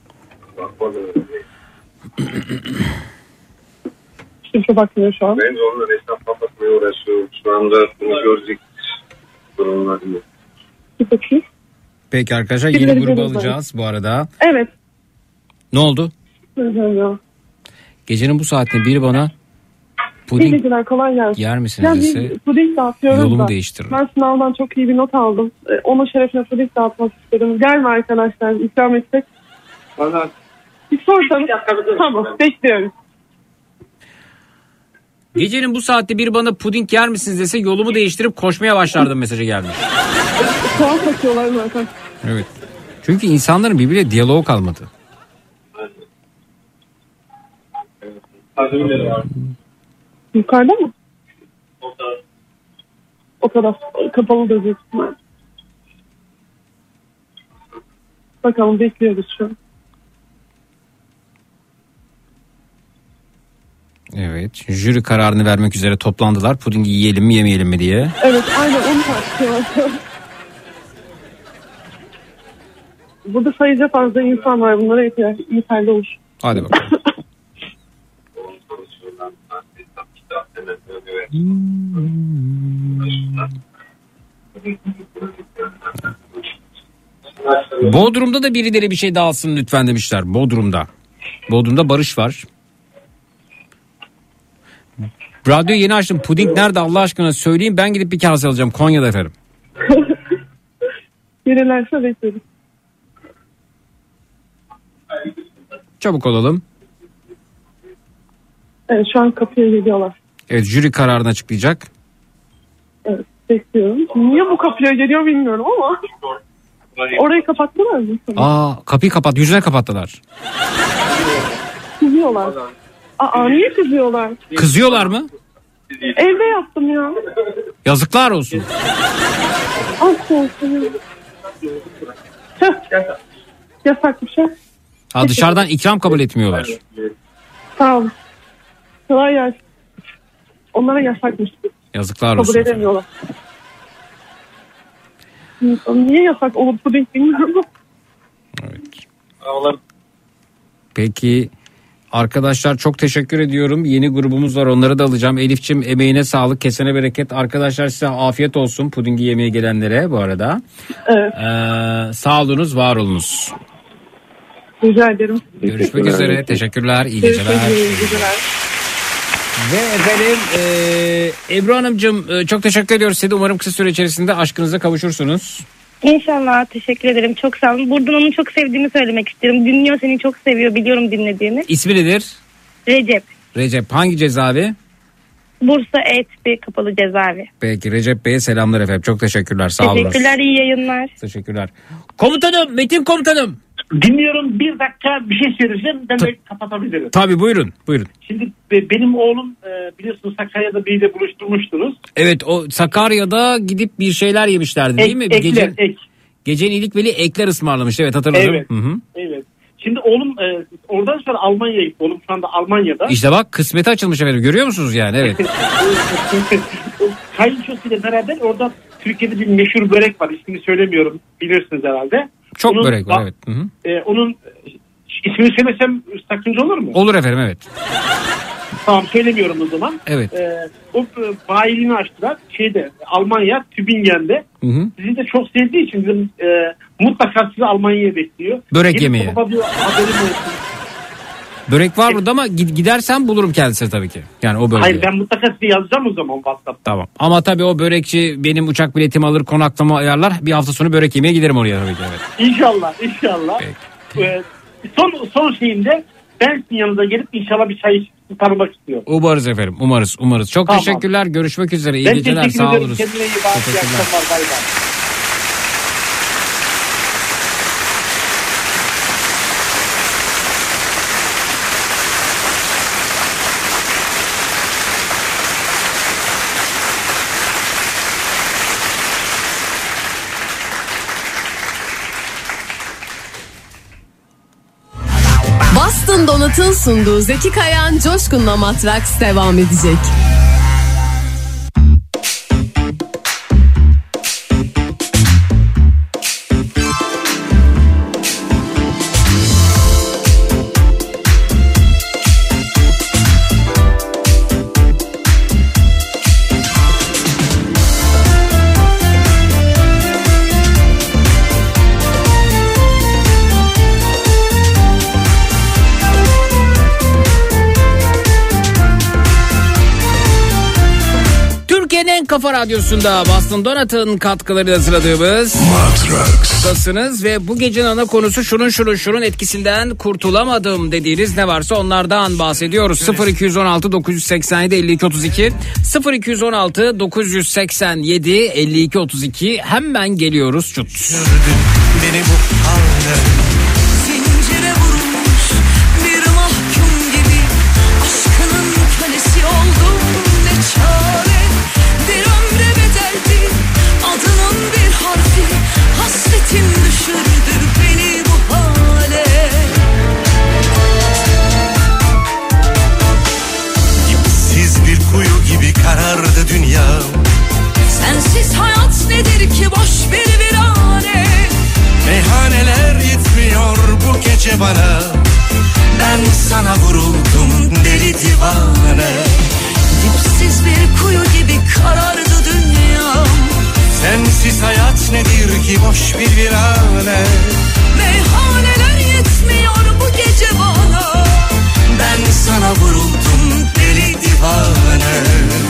Kimse bakmıyor şu an. Ben de onunla esnaf kapatmaya uğraşıyorum. Şu anda bunu görecek durumlar yok. Bir bakayım. Peki arkadaşlar Birileri yeni grubu görüyoruz alacağız bu arada. Evet. Ne oldu? Söyleyeceğim. Gecenin bu saatinde biri bana İyi puding geceler, kolay gelsin. yer misiniz Yani dese biz puding dağıtıyoruz yolumu da. değiştiririm. Ben sınavdan çok iyi bir not aldım. Ee, Onun şerefine puding dağıtmak istedim. Gelme arkadaşlar, ikram etsek. Bana Bir sorsanız. Tamam, bekliyorum. Gecenin bu saatte biri bana puding yer misiniz dese yolumu değiştirip koşmaya başlardım mesajı gelmiş. Tuhaf bakıyorlar zaten. Evet. Çünkü insanların birbiriyle diyaloğu kalmadı. Yukarıda mı? O taraf kapalı da büyük ihtimal. Bakalım, bekliyoruz şu an. Evet. Jüri kararını vermek üzere toplandılar. Pudingi yiyelim mi yemeyelim mi diye. Evet, aynen onu tartışıyorlar. Burada sayıca fazla insan var. Bunlara yeter, yeterli olur. Hadi bakalım. Bodrum'da da birileri bir şey dağıtsın lütfen demişler. Bodrum'da. Bodrum'da barış var. Radyo yeni açtım. Puding nerede Allah aşkına söyleyin, ben gidip bir kase alacağım. Konya'da efendim. Gelirlerse bekleriz. Çabuk olalım. Evet, şu an kapıya geliyorlar. Evet, jüri kararını açıklayacak. Evet, bekliyorum. Niye bu kapıya geliyor bilmiyorum ama orayı kapattılar mı? Aa, kapıyı kapat, yüzüne kapattılar. Kızıyorlar. Aa, niye kızıyorlar? Kızıyorlar mı? Evde yaptım ya. Yazıklar olsun. Aşk olsun. Heh. Yasak bir şey. Ha, dışarıdan ikram kabul etmiyorlar. Sağ olun. Kolay gelsin. Onlara yasakmış. Yazıklar olsun. Kabul edemiyorlar. Niye yasak olur puding bilmiyorum. Evet. Peki arkadaşlar, çok teşekkür ediyorum. Yeni grubumuz var, onları da alacağım. Elifçim, emeğine sağlık, kesene bereket. Arkadaşlar size afiyet olsun, pudingi yemeye gelenlere bu arada. Evet. Ee, sağ olunuz, var olunuz. Rica ederim. Görüşmek üzere. Teşekkürler. İyi geceler. İyi geceler. Ve efendim e, Ebru Hanımcığım e, çok teşekkür ediyoruz size. Umarım kısa süre içerisinde aşkınıza kavuşursunuz. İnşallah, teşekkür ederim. Çok sağ olun. Buradan onu çok sevdiğimi söylemek istiyorum. Dinliyor, seni çok seviyor. Biliyorum dinlediğini. İsmi nedir? Recep. Recep. Hangi cezaevi? Bursa Eğitbi Kapalı Cezaevi. Peki, Recep Bey'e selamlar efendim. Çok teşekkürler. Sağ olun. Teşekkürler, iyi yayınlar. Teşekkürler. Komutanım, Metin komutanım. Dinliyorum, bir dakika bir şey söyleyeceğim. Ben de kapatabilirim. Tabii, buyurun. Buyurun. Şimdi be- benim oğlum e, biliyorsunuz Sakarya'da biriyle buluşturmuştunuz. Evet, o Sakarya'da gidip bir şeyler yemişlerdi değil Ek, mi? ekler, Gece, ek. Gecenin İlik Veli ekler ısmarlamış. Evet, hatırladım. Evet. Hı hı. Evet. Şimdi oğlum e, oradan sonra Almanya'ya gitti. Oğlum şu anda Almanya'da. İşte bak, kısmeti açılmış efendim. Görüyor musunuz yani? Evet. Kayınçosuyla beraber orada Türkiye'de bir meşhur börek var. İsmini söylemiyorum. Bilirsiniz herhalde. Çok onun, börek var, evet. Hı hı. E, onun ismini söylemesem sakınca olur mu? Olur efendim, evet. Tamam, söylemiyorum o zaman. Evet. E, o e, bayiliğini açtılar. Şeyde, Almanya, Tübingen'de. Hı hı. Sizi de çok sevdiği için bizim, e, mutlaka sizi Almanya'ya bekliyor. Börek Gelip yemeye. baba diyor, haberim olsun. Börek var burada ama gidersen bulurum kendisini tabii ki. Yani o bölgede. Hayır ben mutlaka size yazacağım o zaman WhatsApp'ta. Tamam. Ama tabii o börekçi benim uçak biletimi alır, konaklama ayarlar. Bir hafta sonra börek yemeye giderim oraya tabii ki. Evet. İnşallah, inşallah. Ee, son son şeyimde ben sizin yanınıza gelip inşallah bir çay içip tanımak istiyorum. Umarız efendim. Umarız. Umarız. Çok Tamam. Teşekkürler. Görüşmek üzere. İyi ben geceler. teşekkür Sağ ederim. oluruz. Kendine iyi bak. İyi akşamlar. Bay bay. Boston Donat'ın sunduğu Zeki Kayan Coşkun'la Matraks devam edecek. Kafa Radyosu'nda Boston Donat'ın katkılarıyla hazırladığımız Matraks'tasınız ve bu gecenin ana konusu şunun şunun şunun etkisinden kurtulamadım dediğiniz ne varsa onlardan bahsediyoruz. sıfır iki on altı dokuz yüz seksen yedi elli iki otuz iki sıfır iki on altı dokuz yüz seksen yedi elli iki otuz iki hemen geliyoruz çut. Beni bu halde zincire vurmuş bir mahkum gibi aşkının kölesi oldum ne çare. Bir ömre bedeldi adının bir harfi hasretin düşürdü beni bu hale. Dipsiz bir kuyu gibi karardı dünya. Sensiz hayat nedir ki boş bir virane. Meyhaneler yetmiyor bu gece bana. Ben sana vuruldum deli divane. Dipsiz bir kuyu gibi karardı dünyam. Sensiz hayat nedir ki boş bir virane. Meyhaneler yetmiyor bu gece bana. Ben sana vuruldum deli divane.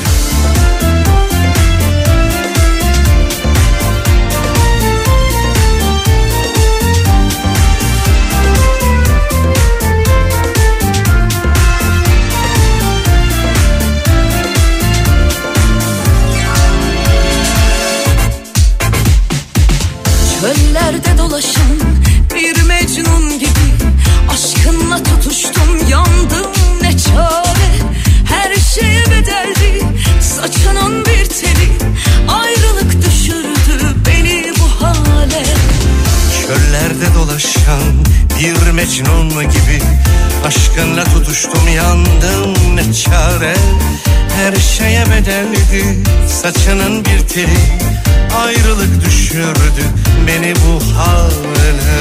Çöllerde dolaşan bir mecnun gibi aşkınla tutuştum yandım ne çare. Her şeye bedeldi saçının bir teli ayrılık düşürdü beni bu hale. Çöllerde dolaşan bir mecnun gibi aşkınla tutuştum yandım ne çare. Her şeye bedeldi saçının bir teli ayrılık düşürdü beni bu hale.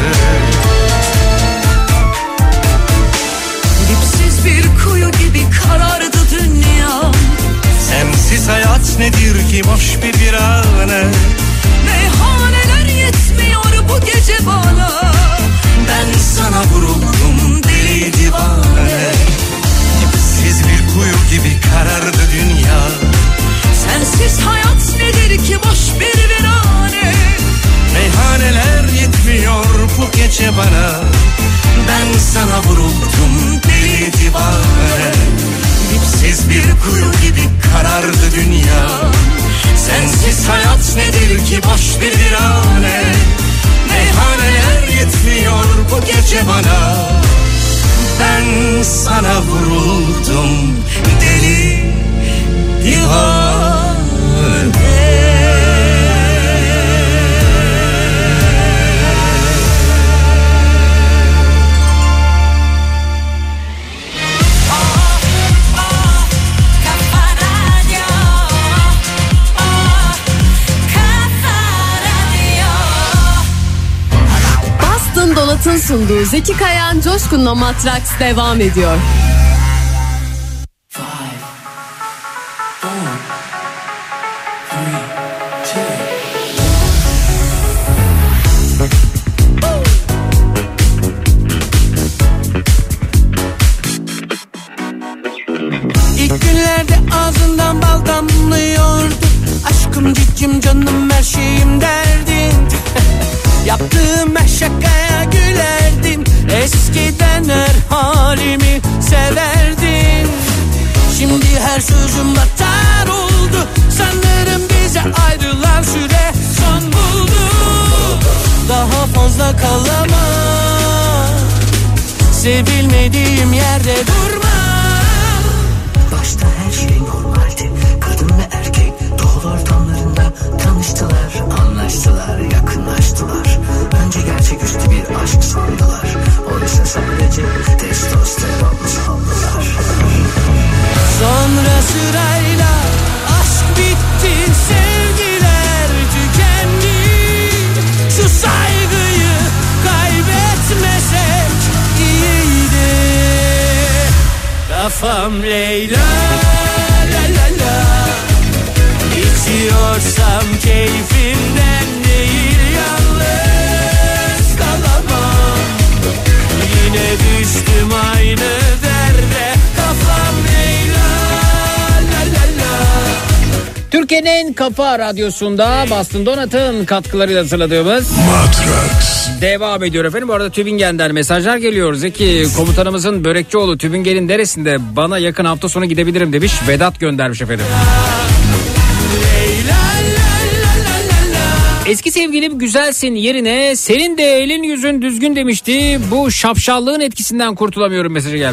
Dipsiz bir kuyu gibi karardı dünya. Sensiz hayat nedir ki boş bir virane. Meyhaneler yetmiyor bu gece bana. Ben sana vuruldum deli divane. Dipsiz bir kuyu gibi karardı dünya. Sensiz hayat nedir ki boş bir virane. Meyhaneler yetmiyor bu gece bana. Ben sana vuruldum deli divane. Dipsiz bir kuyu gibi karardı dünya. Sensiz hayat nedir ki boş bir virane. Meyhaneler yetmiyor bu gece bana. Ben sana vuruldum deli divane. Boston Donat'ın sunduğu Zeki Kayan Coşkun'la Matraks devam ediyor. fazla kalamam. Sevilmediğim yerde durmam. Başta her şey normaldi. Kadın ve erkek doğal ortamlarında tanıştılar, anlaştılar, yakınlaştılar. Önce gerçeküstü bir aşk sandılar. Oysa sadece testosteron sandılar. Sonra sırayla aşk bitti, sevgiler tükendi. Şu saygıyı kaybetmesek iyiydi. Kafam Leyla la la la. İçiyorsam keyfimden değil, yalnız kalamam. Yine düştüm aynı derde. Kafam Leyla la la la. Türkiye'nin en kafa radyosunda Boston Donat'ın katkılarıyla hazırladığımız Matrax devam ediyor efendim. Bu arada Tübingen'den mesajlar geliyor. Zeki, komutanımızın Börekçioğlu Tübingen'in neresinde, bana yakın hafta sonu gidebilirim demiş. Vedat göndermiş efendim. Eski sevgilim güzelsin yerine senin de elin yüzün düzgün demişti. Bu şapşallığın etkisinden kurtulamıyorum mesajı geldi.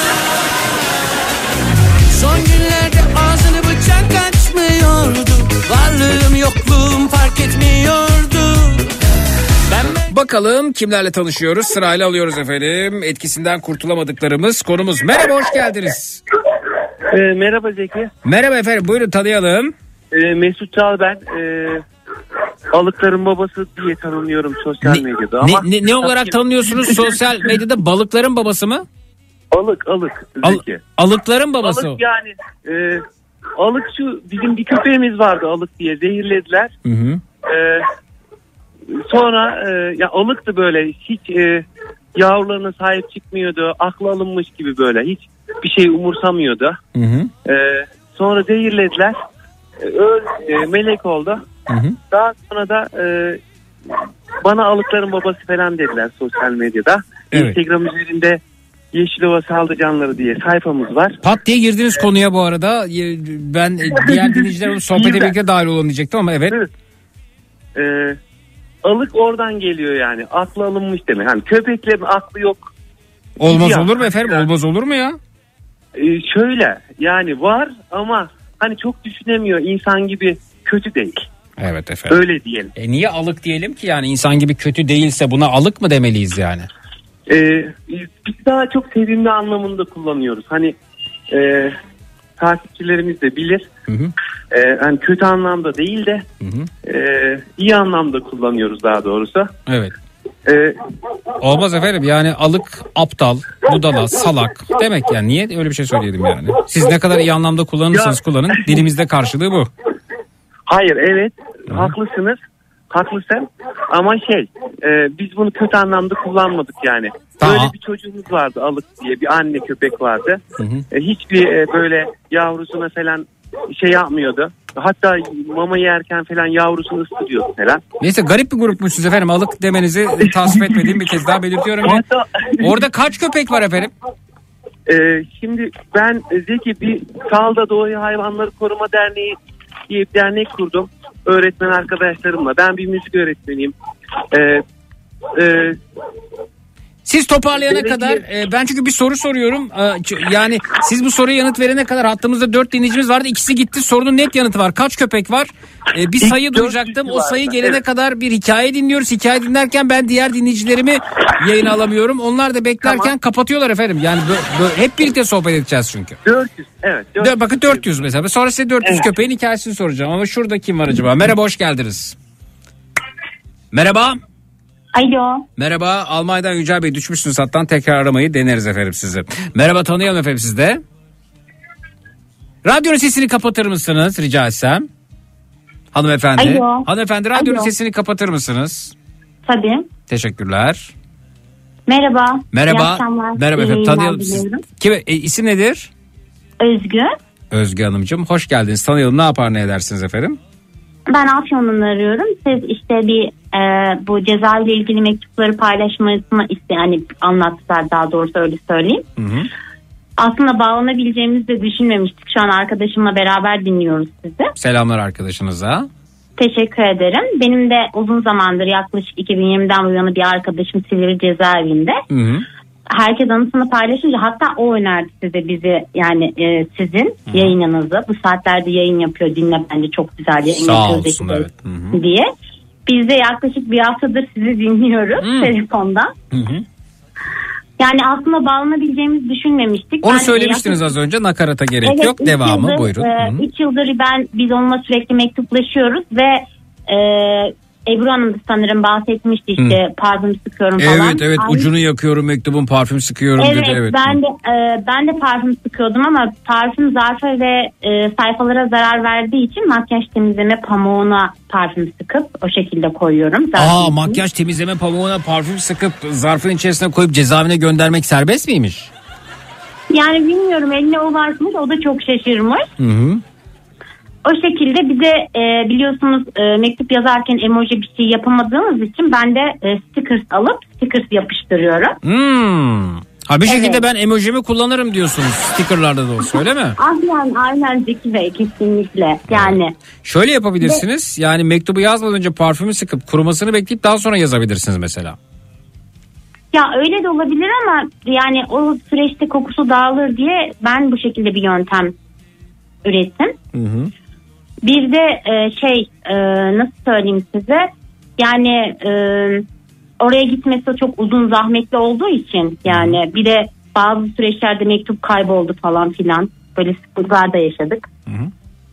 Son günlerde ağzını bıçak açmıyordu. Varlığım yokluğum fark etmiyordu. Ben... Bakalım kimlerle tanışıyoruz, sırayla alıyoruz efendim. Etkisinden kurtulamadıklarımız konumuz. Merhaba, hoş geldiniz. E, merhaba Zeki. Merhaba efendim, buyurun tanıyalım. E, Mesut Çağ ben. E, balıkların babası diye tanımlıyorum sosyal ne, medyada. Ama ne, ne, ne olarak tanımlıyorsunuz sosyal medyada? Balıkların babası mı? Alık alık Zeki. Al, alıkların babası. Alık yani. E, alık şu, bizim bir köpeğimiz vardı alık diye, zehirlediler. Hı hı. E, sonra e, ya alıktı böyle, hiç e, yavrularına sahip çıkmıyordu. Aklı alınmış gibi böyle, hiç bir şey umursamıyordu. Hı hı. E, sonra zehirlediler. E, öl, e, melek oldu. Hı hı. Daha sonra da e, bana alıkların babası falan dediler sosyal medyada. Evet. Instagram üzerinde Yeşilova Saldırganları diye sayfamız var. Pat diye girdiniz konuya bu arada. Ben diğer dinleyicilerin sohbete birlikte dahil olalım diyecektim ama evet. Evet. E, alık oradan geliyor yani. Aklı alınmış demek. Hani köpeklerin aklı yok. Olmaz ya, olur mu efendim? Yani, olmaz olur mu ya? E, şöyle yani var ama hani çok düşünemiyor, insan gibi kötü değil. Evet efendim. Öyle diyelim. E niye alık diyelim ki, yani insan gibi kötü değilse buna alık mı demeliyiz yani? Ee, biz daha çok sevimli anlamında kullanıyoruz. Hani e, takipçilerimiz de bilir. Hı hı. E, hani kötü anlamda değil de hı hı. E, iyi anlamda kullanıyoruz daha doğrusu. Evet. E, Olmaz efendim, yani alık, aptal, budala, salak demek yani. Niye öyle bir şey söyleyelim yani? Siz ne kadar iyi anlamda kullanırsanız ya, kullanın, dilimizde karşılığı bu. Hayır, evet, hı. haklısınız. Haklısın ama şey e, biz bunu kötü anlamda kullanmadık yani. Tamam. Böyle bir çocuğumuz vardı, alık diye bir anne köpek vardı. Hı hı. E, hiçbir e, böyle yavrusuna falan şey yapmıyordu. Hatta mama yerken falan yavrusunu ısırıyordu falan. Neyse, garip bir grupmuşsunuz efendim. Alık demenizi tasvip etmediğim bir kez daha belirtiyorum. Hatta... Orada kaç köpek var efendim? E, şimdi ben Zeki bir Salda Doğayı Hayvanları Koruma Derneği diye bir dernek kurdum. Öğretmen arkadaşlarımla. Ben bir müzik öğretmeniyim. Ee, e, Siz toparlayana belediye... kadar e, ben çünkü bir soru soruyorum. E, yani siz bu soruya yanıt verene kadar hattımızda dört dinleyicimiz vardı. İkisi gitti. Sorunun net yanıtı var. Kaç köpek var? E, bir sayı duyacaktım. O sayı gelene evet. kadar bir hikaye dinliyoruz. Hikaye dinlerken ben diğer dinleyicilerimi yayına alamıyorum. Onlar da beklerken tamam. kapatıyorlar efendim. Yani bö- bö- hep birlikte sohbet edeceğiz çünkü. dört yüz evet. dört yüz. Bakın dört yüz mesela. Sonra size dört yüz evet. köpeğin hikayesini soracağım. Ama şurada kim var acaba? Merhaba, hoş geldiniz. Merhaba. Alo. Merhaba, Almanya'dan Yücel Bey, düşmüşsünüz hattan, tekrar aramayı deneriz efendim sizi. Merhaba, tanıyalım efendim sizde. Radyonun sesini kapatır mısınız rica etsem? Hanımefendi. Alo. Hanımefendi, radyonun Alo. sesini kapatır mısınız? Tabii. Teşekkürler. Merhaba. Merhaba. Merhaba İyi efendim, tanıyalım sizi. Kim, e, isim nedir? Özgü. Özgü Hanımcığım, hoş geldiniz. Tanıyalım, ne yapar ne edersiniz efendim? Ben Afyon'dan arıyorum. Siz işte bir e, bu ceza ile ilgili mektupları paylaşmasını iste, yani anlattılar, daha doğrusu öyle söyleyeyim. Hı hı. Aslında bağlanabileceğimizi de düşünmemiştik. Şu an arkadaşımla beraber dinliyoruz sizi. Selamlar arkadaşınıza. Teşekkür ederim. Benim de uzun zamandır yaklaşık iki bin yirmiden bu yana bir arkadaşım Silivri cezaevinde. Hı hı. Herkes anısını paylaşınca hatta o önerdi size bizi yani e, sizin hı. yayınınızı. Bu saatlerde yayın yapıyor, dinle bence çok güzel yayın Sağ yapıyor olsun, evet. Hı hı. diye. Biz de yaklaşık bir haftadır sizi dinliyoruz hı. telefondan. Hı hı. Yani aslında bağlanabileceğimizi düşünmemiştik. Onu ben söylemiştiniz yaklaşık... az önce, nakarata gerek evet, yok. Devamı yıldır, buyurun. üç yıldır ben biz onunla sürekli mektuplaşıyoruz ve e, Ebru Hanım da sanırım bahsetmişti işte Hı. parfüm sıkıyorum falan. Evet evet Aynı... ucunu yakıyorum mektubun, parfüm sıkıyorum evet, dedi. Evet ben de e, ben de parfüm sıkıyordum ama parfüm zarfa ve e, sayfalara zarar verdiği için makyaj temizleme pamuğuna parfüm sıkıp o şekilde koyuyorum. Aa için. Makyaj temizleme pamuğuna parfüm sıkıp zarfın içerisine koyup cezaevine göndermek serbest miymiş? Yani bilmiyorum, eline ulaşmış, o da çok şaşırmış. Hı hı. O şekilde bir de e, biliyorsunuz e, mektup yazarken emoji bir şey yapamadığımız için ben de e, stickers alıp stickers yapıştırıyorum. Hmm. Ha bir evet. şekilde ben emojimi kullanırım diyorsunuz stickerlarda da olsa, öyle mi? Aynen aynen Zeki Bey, kesinlikle yani. Şöyle yapabilirsiniz, ve... yani mektubu yazmadan önce parfümü sıkıp kurumasını bekleyip daha sonra yazabilirsiniz mesela. Ya öyle de olabilir ama yani o süreçte kokusu dağılır diye ben bu şekilde bir yöntem ürettim. Hı hı. Bir de e, şey e, nasıl söyleyeyim size, yani e, oraya gitmesi çok uzun zahmetli olduğu için yani bir de bazı süreçlerde mektup kayboldu falan filan, böyle sıkıntılar da yaşadık. Hı hı.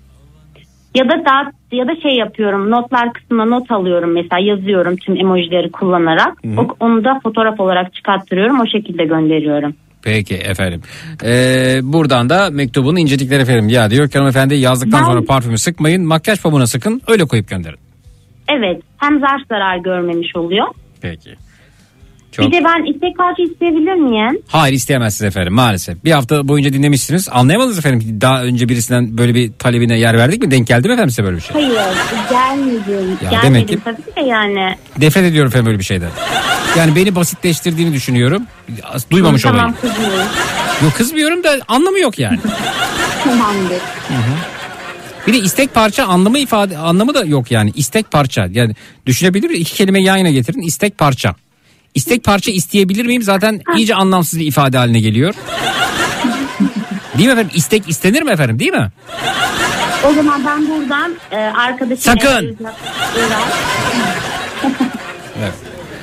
Ya da daha ya da şey yapıyorum, notlar kısmına not alıyorum mesela, yazıyorum tüm emojileri kullanarak. O, onu da fotoğraf olarak çıkarttırıyorum, o şekilde gönderiyorum. Peki efendim. Ee, buradan da mektubunu incedikler efendim. Ya diyor ki hanımefendi, yazdıktan ben... sonra parfümü sıkmayın, makyaj pamuğuna sıkın, öyle koyup gönderin. Evet, hem zarf zarar görmemiş oluyor. Peki. Çok... Bir de ben istek parça isteyebilir miyim? Hayır, isteyemezsiniz efendim maalesef. Bir hafta boyunca dinlemişsiniz, anlayamadınız efendim. Daha önce birisinden böyle bir talebine yer verdik mi? Denk geldi mi efendim size böyle bir şey? Hayır, gelmedim. Ya gelmedim demek ki... tabii de yani. Nefret ediyorum efendim böyle bir şeyden. Yani beni basitleştirdiğini düşünüyorum. Duymamış olayım. Tamam, kızmıyorum. Yok kızmıyorum da anlamı yok yani. Tamamdır. Hı hı. Bir de istek parça anlamı ifade anlamı da yok yani. İstek parça, yani düşünebilir miyim? İki kelime yan yana getirin, istek parça. İstek parça isteyebilir miyim? Zaten iyice anlamsız bir ifade haline geliyor. Değil mi efendim? İstek istenir mi efendim? Değil mi? O zaman ben buradan e, arkadaşım... Sakın! Evet.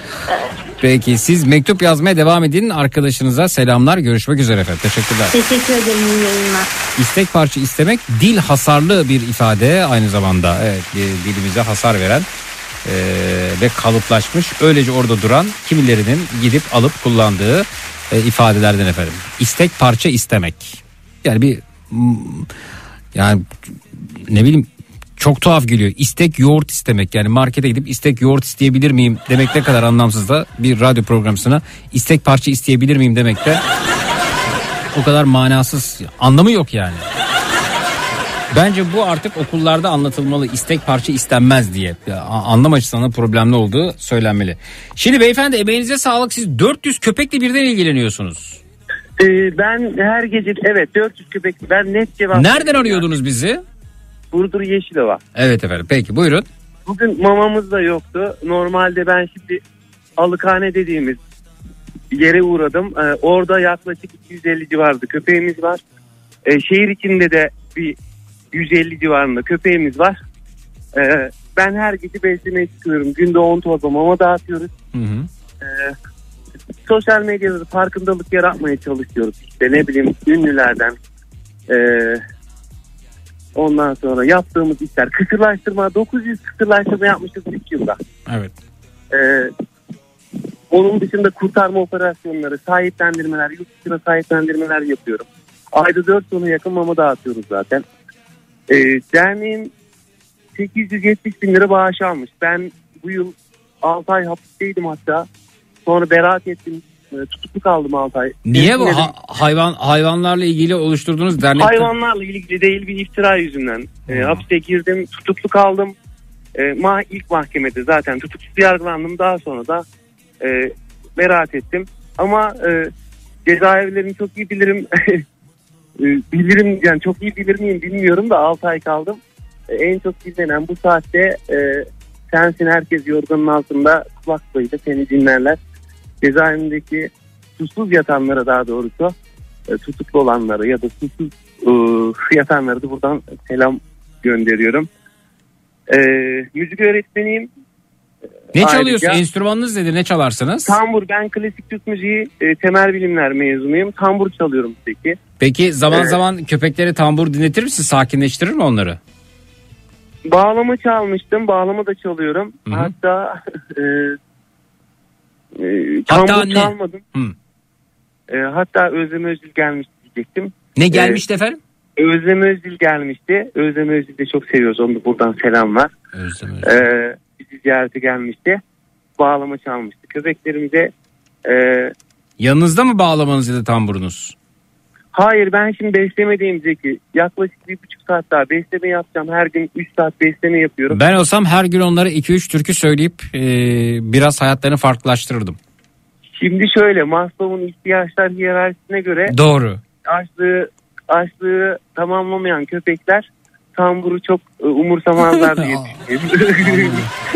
Peki siz mektup yazmaya devam edin. Arkadaşınıza selamlar. Görüşmek üzere efendim. Teşekkürler. Teşekkür ederim. İyi yayınlar. İstek parça istemek dil hasarlı bir ifade aynı zamanda. Evet, dilimize hasar veren e, ve kalıplaşmış, öylece orada duran, kimilerinin gidip alıp kullandığı e, ifadelerden efendim. İstek parça istemek. Yani bir yani ne bileyim, çok tuhaf geliyor. İstek yoğurt istemek, yani markete gidip istek yoğurt isteyebilir miyim demek ne kadar anlamsız da bir radyo programına istek parça isteyebilir miyim demek de o kadar manasız, anlamı yok yani. Bence bu artık okullarda anlatılmalı, istek parça istenmez diye. Anlam açısından problemli olduğu söylenmeli. Şimdi beyefendi, emeğinize sağlık, siz dört yüz köpekle birden ilgileniyorsunuz. Ee, ben her gece evet dört yüz köpek, ben net cevap. Nereden arıyordunuz bizi? Burdur Yeşilova. Evet efendim, peki buyurun. Bugün mamamız da yoktu. Normalde ben şimdi Alıkhane dediğimiz yere uğradım. Ee, orada yaklaşık iki yüz elli civarında köpeğimiz var. Ee, şehir içinde de bir yüz elli civarında köpeğimiz var. Ee, ben her gece beslemeye çıkıyorum. Günde on torba mama dağıtıyoruz. Hı hı. Ee, sosyal medyada farkındalık yaratmaya çalışıyoruz. İşte ne bileyim, ünlülerden... Ee, Ondan sonra yaptığımız işler, kısırlaştırma, dokuz yüz kısırlaştırma yapmışız üç yılda. Evet. Ee, onun dışında kurtarma operasyonları, sahiplendirmeler, yurt dışına sahiplendirmeler yapıyorum. Ayda dört tonu yakın mama dağıtıyoruz zaten. Ee, derneğim sekiz yüz yetmiş bin lira bağış almış. Ben bu yıl altı ay hapisteydim hatta. Sonra beraat ettim. Tutuklu kaldım altı ay. Niye bu ha- hayvan hayvanlarla ilgili oluşturduğunuz dernek? Hayvanlarla ilgili değil, bir iftira yüzünden e, hapiste girdim, tutuklu kaldım. E, ma- ilk mahkemede zaten tutuksuz yargılandım, daha sonra da e, beraat ettim. Ama e, cezaevlerini çok iyi bilirim. e, bilirim yani, çok iyi bilir miyim bilmiyorum da altı ay kaldım. e, en çok dinlenen bu saatte e, sensin herkes yorganın altında kulaklığıyla seni dinlerler. Cezaevindeki susuz yatanlara, daha doğrusu e, tutuklu olanlara ya da susuz e, yatanlara da buradan selam gönderiyorum. E, müzik öğretmeniyim. Ne Ayrıca, çalıyorsun? Enstrümanınız nedir? Ne çalarsınız? Tambur. Ben klasik Türk müziği e, temel bilimler mezunuyum. Tambur çalıyorum peki. Peki zaman Evet. zaman köpeklere tambur dinletir misin? Sakinleştirir mi onları? Bağlama çalmıştım. Bağlama da çalıyorum. Hı-hı. Hatta e, e, Hatta tambur ne? çalmadım. Hı. E, hatta Özlem Özdil gelmişti diyecektim. Ne gelmişti efendim? Özlem Özdil gelmişti. Özlem Özdil'i de çok seviyoruz. Onu da buradan selamlar. Özlem Özdil. E, bizi ziyarete gelmişti. Bağlama çalmıştı. Köpeklerimize e, Yanınızda mı bağlamanız ya da tamburunuz? hayır, ben şimdi beslemedeyim Zeki. Yaklaşık bir buçuk saat daha besleme yapacağım. Her gün üç saat besleme yapıyorum. Ben olsam her gün onlara iki üç türkü söyleyip e, biraz hayatlarını farklılaştırırdım. Şimdi şöyle, Maslow'un ihtiyaçlar hiyerarşisine göre Doğru. açlığı, açlığı tamamlamayan köpekler tamburu çok e, umursamazlar diye düşünüyorum.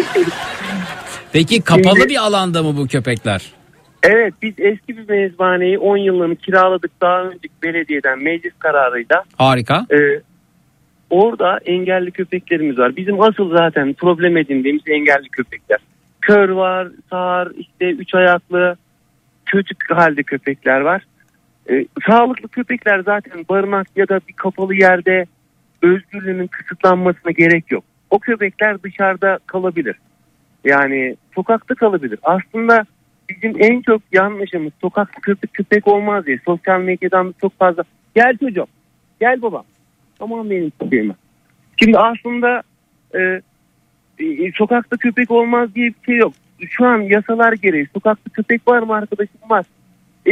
Peki kapalı Şimdi- bir alanda mı bu köpekler? Evet, biz eski bir mezbahaneyi on yıllığını kiraladık daha önceki belediyeden meclis kararıyla. Harika. Ee, orada engelli köpeklerimiz var. Bizim asıl zaten problem edindiğimiz engelli köpekler. Kör var, sağır, işte üç ayaklı, kötü halde köpekler var. Ee, sağlıklı köpekler zaten barınak ya da bir kapalı yerde özgürlüğünün kısıtlanmasına gerek yok. O köpekler dışarıda kalabilir. Yani sokakta kalabilir. Aslında bizim en çok yanlışımız sokakta köpek köpek olmaz diye. Sosyal medyadan çok fazla gel çocuğum, gel babam. Tamam benim köpeğime. Şimdi aslında e, e, sokakta köpek olmaz diye bir şey yok. Şu an yasalar gereği sokakta köpek var mı arkadaşım? Var. E,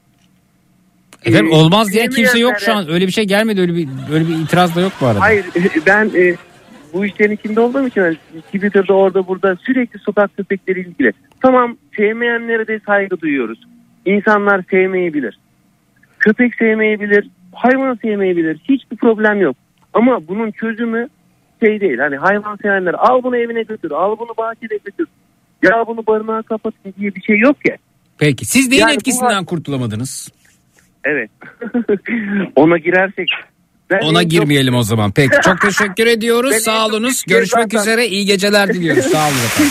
Efendim e, olmaz diye kimse yok şu sevmeyenlere- an. Öyle bir şey gelmedi. Öyle bir öyle bir itiraz da yok bu arada. Hayır ben e, bu işlerin içinde olduğum için hani Twitter'da orada burada sürekli sokak köpekleri ilgili. Tamam, sevmeyenlere de saygı duyuyoruz. İnsanlar sevmeyebilir. Köpek sevmeyebilir. Hayvan sevmeyebilir. Hiçbir problem yok. Ama bunun çözümü şey değil. Hani hayvan sevenler al bunu evine götür. Al bunu bahçede götür. Ya bunu barınağa kapatın diye bir şey yok ya. Peki siz neyin Yani bu etkisinden har- kurtulamadınız? Evet. Ona girersek. Ben Ona en çok- girmeyelim o zaman. Peki çok teşekkür ediyoruz. Ben en Sağ çok olunuz. bir kez Görüşmek zaten- üzere. İyi geceler diliyoruz. Sağ olun efendim.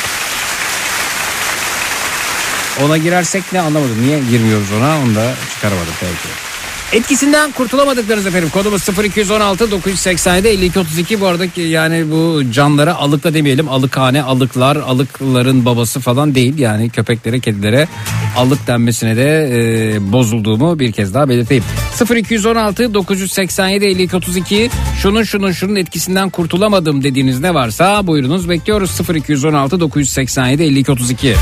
Ona girersek ne anlamadım. Niye girmiyoruz ona? Onu da çıkaramadım peki. Etkisinden kurtulamadıklarınız efendim. Kodumuz sıfır iki on altı dokuz seksen yedi elli iki otuz iki. Bu arada ki yani bu canlara alıkla demeyelim. Alıkhane, alıklar, alıkların babası falan değil. Yani köpeklere, kedilere alık denmesine de e, bozulduğumu bir kez daha belirteyim. sıfır iki on altı dokuz seksen yedi elli iki otuz iki. Şunun şunun şunun etkisinden kurtulamadım dediğiniz ne varsa buyurunuz, bekliyoruz. sıfır iki on altı dokuz seksen yedi elli iki otuz iki.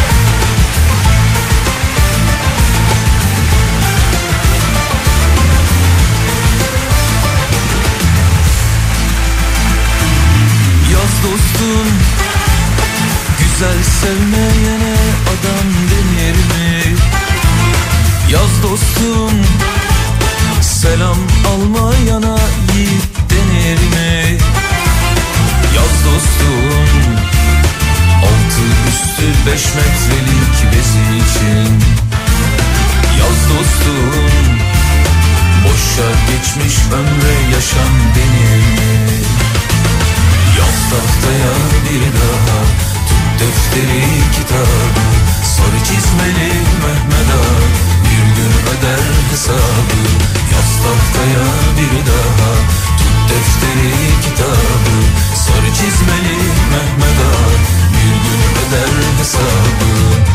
Yaz dostum, güzel sevmeyene adam denir mi? Yaz dostum, selam almayana yiğit denir mi? Yaz dostum, altı üstü beş metrelik bezi için. Yaz dostum, boşa geçmiş ömre yaşam denir mi? Yaz tahtaya bir daha, tut defteri kitabı, sarı çizmeli Mehmet Ağa bir gün öder hesabı. Yaz tahtaya bir daha, tut defteri kitabı, sarı çizmeli Mehmet Ağa bir gün öder hesabı.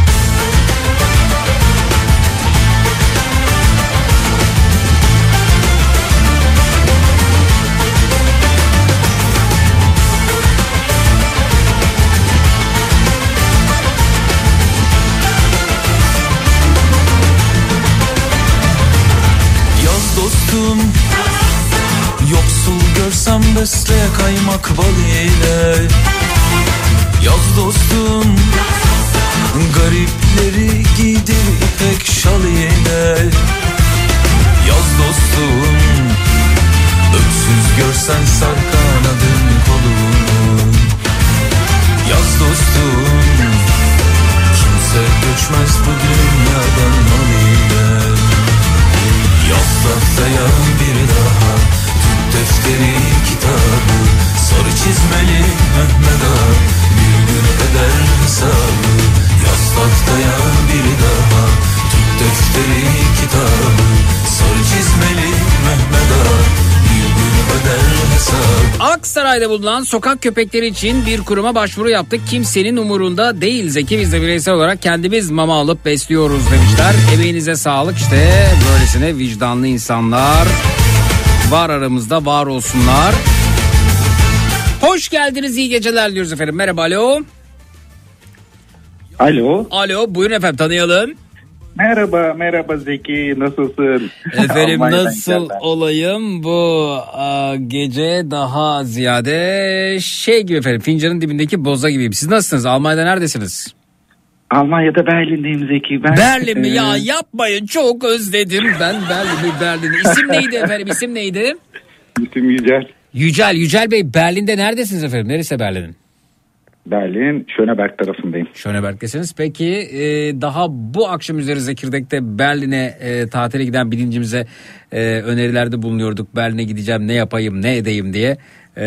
Yaz dostum, yoksul görsem besle kaymak bal ile. Yaz dostum, garipleri giydir ipek şal ile. Yaz dostum, Öksüz görsen sar kanadın kolunu. Yaz dostum, kimse göçmez bu dünyadan mal ile. Yaz tahtaya bir daha, tut defteri kitabı. Sarı çizmeli Mehmet Ağa bir gün eder hesabı. Yaz tahtaya bir daha, tut defteri kitabı. Sarı çizmeli Mehmet Ağa bir gün öder hesabı. Aksaray'da bulunan sokak köpekleri için bir kuruma başvuru yaptık. Kimsenin umurunda değil. Zeki, biz de bireysel olarak kendimiz mama alıp besliyoruz demişler. Emeğinize sağlık. İşte böylesine vicdanlı insanlar var aramızda, var olsunlar. Hoş geldiniz, iyi geceler diyoruz efendim. Merhaba, alo. Alo. Alo, buyurun efendim, tanıyalım. Merhaba, merhaba Zeki, nasılsın? Efendim Almanya'dan nasıl geldim. olayım bu a, gece daha ziyade şey gibi efendim, fincanın dibindeki boza gibiyim. Siz nasılsınız? Almanya'da neredesiniz? Almanya'da Berlin'deyim Zeki. Ben, Berlin mi? e, Ya yapmayın, çok özledim ben Berlin'i Berlin'i. İsim neydi efendim, isim neydi? İsim Yücel. Yücel, Yücel Bey, Berlin'de neredesiniz efendim? Neresi Berlin'in? Berlin, Schöneberg tarafındayım. Schöneberg'desiniz. Peki e, daha bu akşam üzeri Zekirdek'te Berlin'e e, tatile giden bilincimize e, önerilerde bulunuyorduk. Berlin'e gideceğim, ne yapayım, ne edeyim diye. E,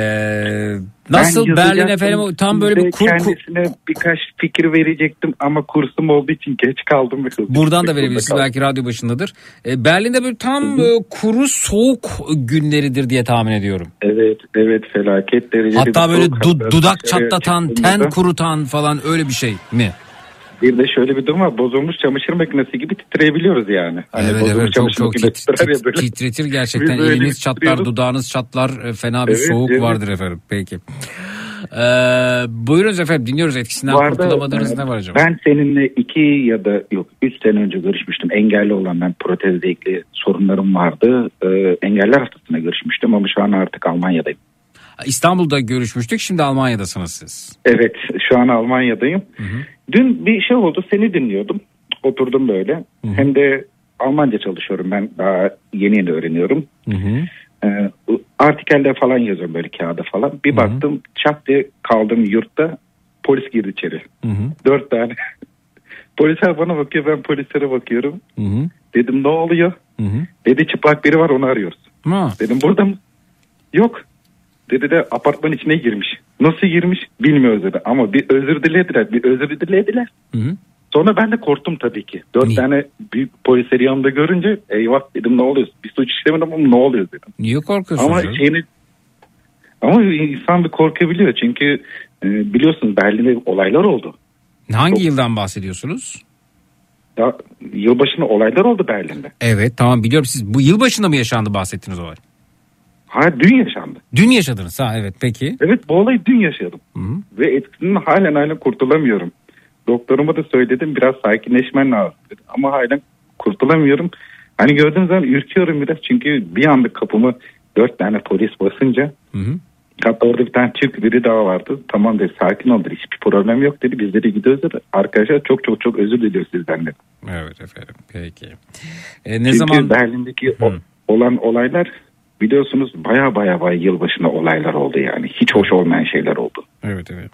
nasıl Ben Berlin yazacaktım, efendim, tam böyle bir kur, kur- kendisine birkaç fikir verecektim ama kursum olduğu için geç kaldım. Ve hızlı buradan gitmek da verebilirsiniz, zorunda belki radyo başındadır. E, Berlin'de böyle tam e, kuru soğuk günleridir diye tahmin ediyorum. Evet, evet, felaket derecede. Hatta bir böyle soğuk, du- hatta dudak dışarıya çatlatan, çıktığımda ten kurutan falan, öyle bir şey mi? Bir de şöyle bir durum var, bozulmuş çamaşır makinesi gibi titreyebiliyoruz yani. Hani Evet bozulmuş evet, çok çamaşır çok makinesi tit- titrer ya tit- böyle. titretir gerçekten. Biz böyle Eliniz çatlar, titriyoruz. dudağınız çatlar, e, fena bir Evet, soğuk evet. vardır efendim. Peki. Ee, buyurunuz efendim, dinliyoruz. Etkisinden Bu arada, kurtulamadığınız e, ne var acaba? Ben seninle iki ya da yok üç sene önce görüşmüştüm. Engelli olan, ben protezle ilgili sorunlarım vardı. Ee, engeller haftasına görüşmüştüm ama şu an artık Almanya'dayım. İstanbul'da görüşmüştük, şimdi Almanya'dasınız siz. Evet, şu an Almanya'dayım. Hı hı. Dün bir şey oldu, seni dinliyordum. Oturdum böyle. Hı hı. Hem de Almanca çalışıyorum, ben daha yeni yeni öğreniyorum. Hı hı. Ee, artikeller falan yazıyorum böyle kağıda falan. Bir Hı hı. baktım, çat diye kaldım yurtta, polis girdi içeri. Hı hı. Dört tane. Polisler bana bakıyor, ben polislere bakıyorum. Hı hı. Dedim ne oluyor? Hı hı. Dedi çıplak biri var, onu arıyoruz. Ha. Dedim burada mı? Yok. Dedi de apartman içine girmiş. Nasıl girmiş bilmiyoruz dedi. Ama bir özür dilediler. Bir özür dilediler. Hı hı. Sonra ben de korktum tabii ki. Dört Niye? tane büyük polisleri yanımda görünce eyvah dedim, ne oluyor? Bir suç işlemedim ama ne oluyor dedim. Niye korkuyorsunuz? Ama canım? şeyini ama insan bir korkabiliyor. Çünkü e, biliyorsunuz Berlin'de olaylar oldu. Hangi yıldan bahsediyorsunuz? Ya, yılbaşında olaylar oldu Berlin'de. Evet, tamam, biliyorum. Siz bu yılbaşında mı yaşandı bahsettiğiniz olay? Hayır, dün yaşandı. Dün yaşadınız ha, evet, peki. Evet, bu olayı dün yaşadım. Hı hı. Ve etkisinden halen halen kurtulamıyorum. Doktoruma da söyledim, biraz sakinleşmen lazım dedi. Ama halen kurtulamıyorum. Hani gördüğünüz zaman ürküyorum biraz. Çünkü bir anda kapımı dört tane polis basınca. Hı hı. Hatta orada bir tane Türk biri daha vardı. Tamam dedi, sakin ol dedi, hiçbir problem yok dedi. Biz de gidiyoruz dedi. Arkadaşlar çok çok çok özür diliyoruz sizden dedi. Evet efendim, peki. E, ne Çünkü zaman? Berlin'deki o, olan olaylar biliyorsunuz baya baya baya yılbaşında olaylar oldu yani. Hiç hoş olmayan şeyler oldu. Evet evet.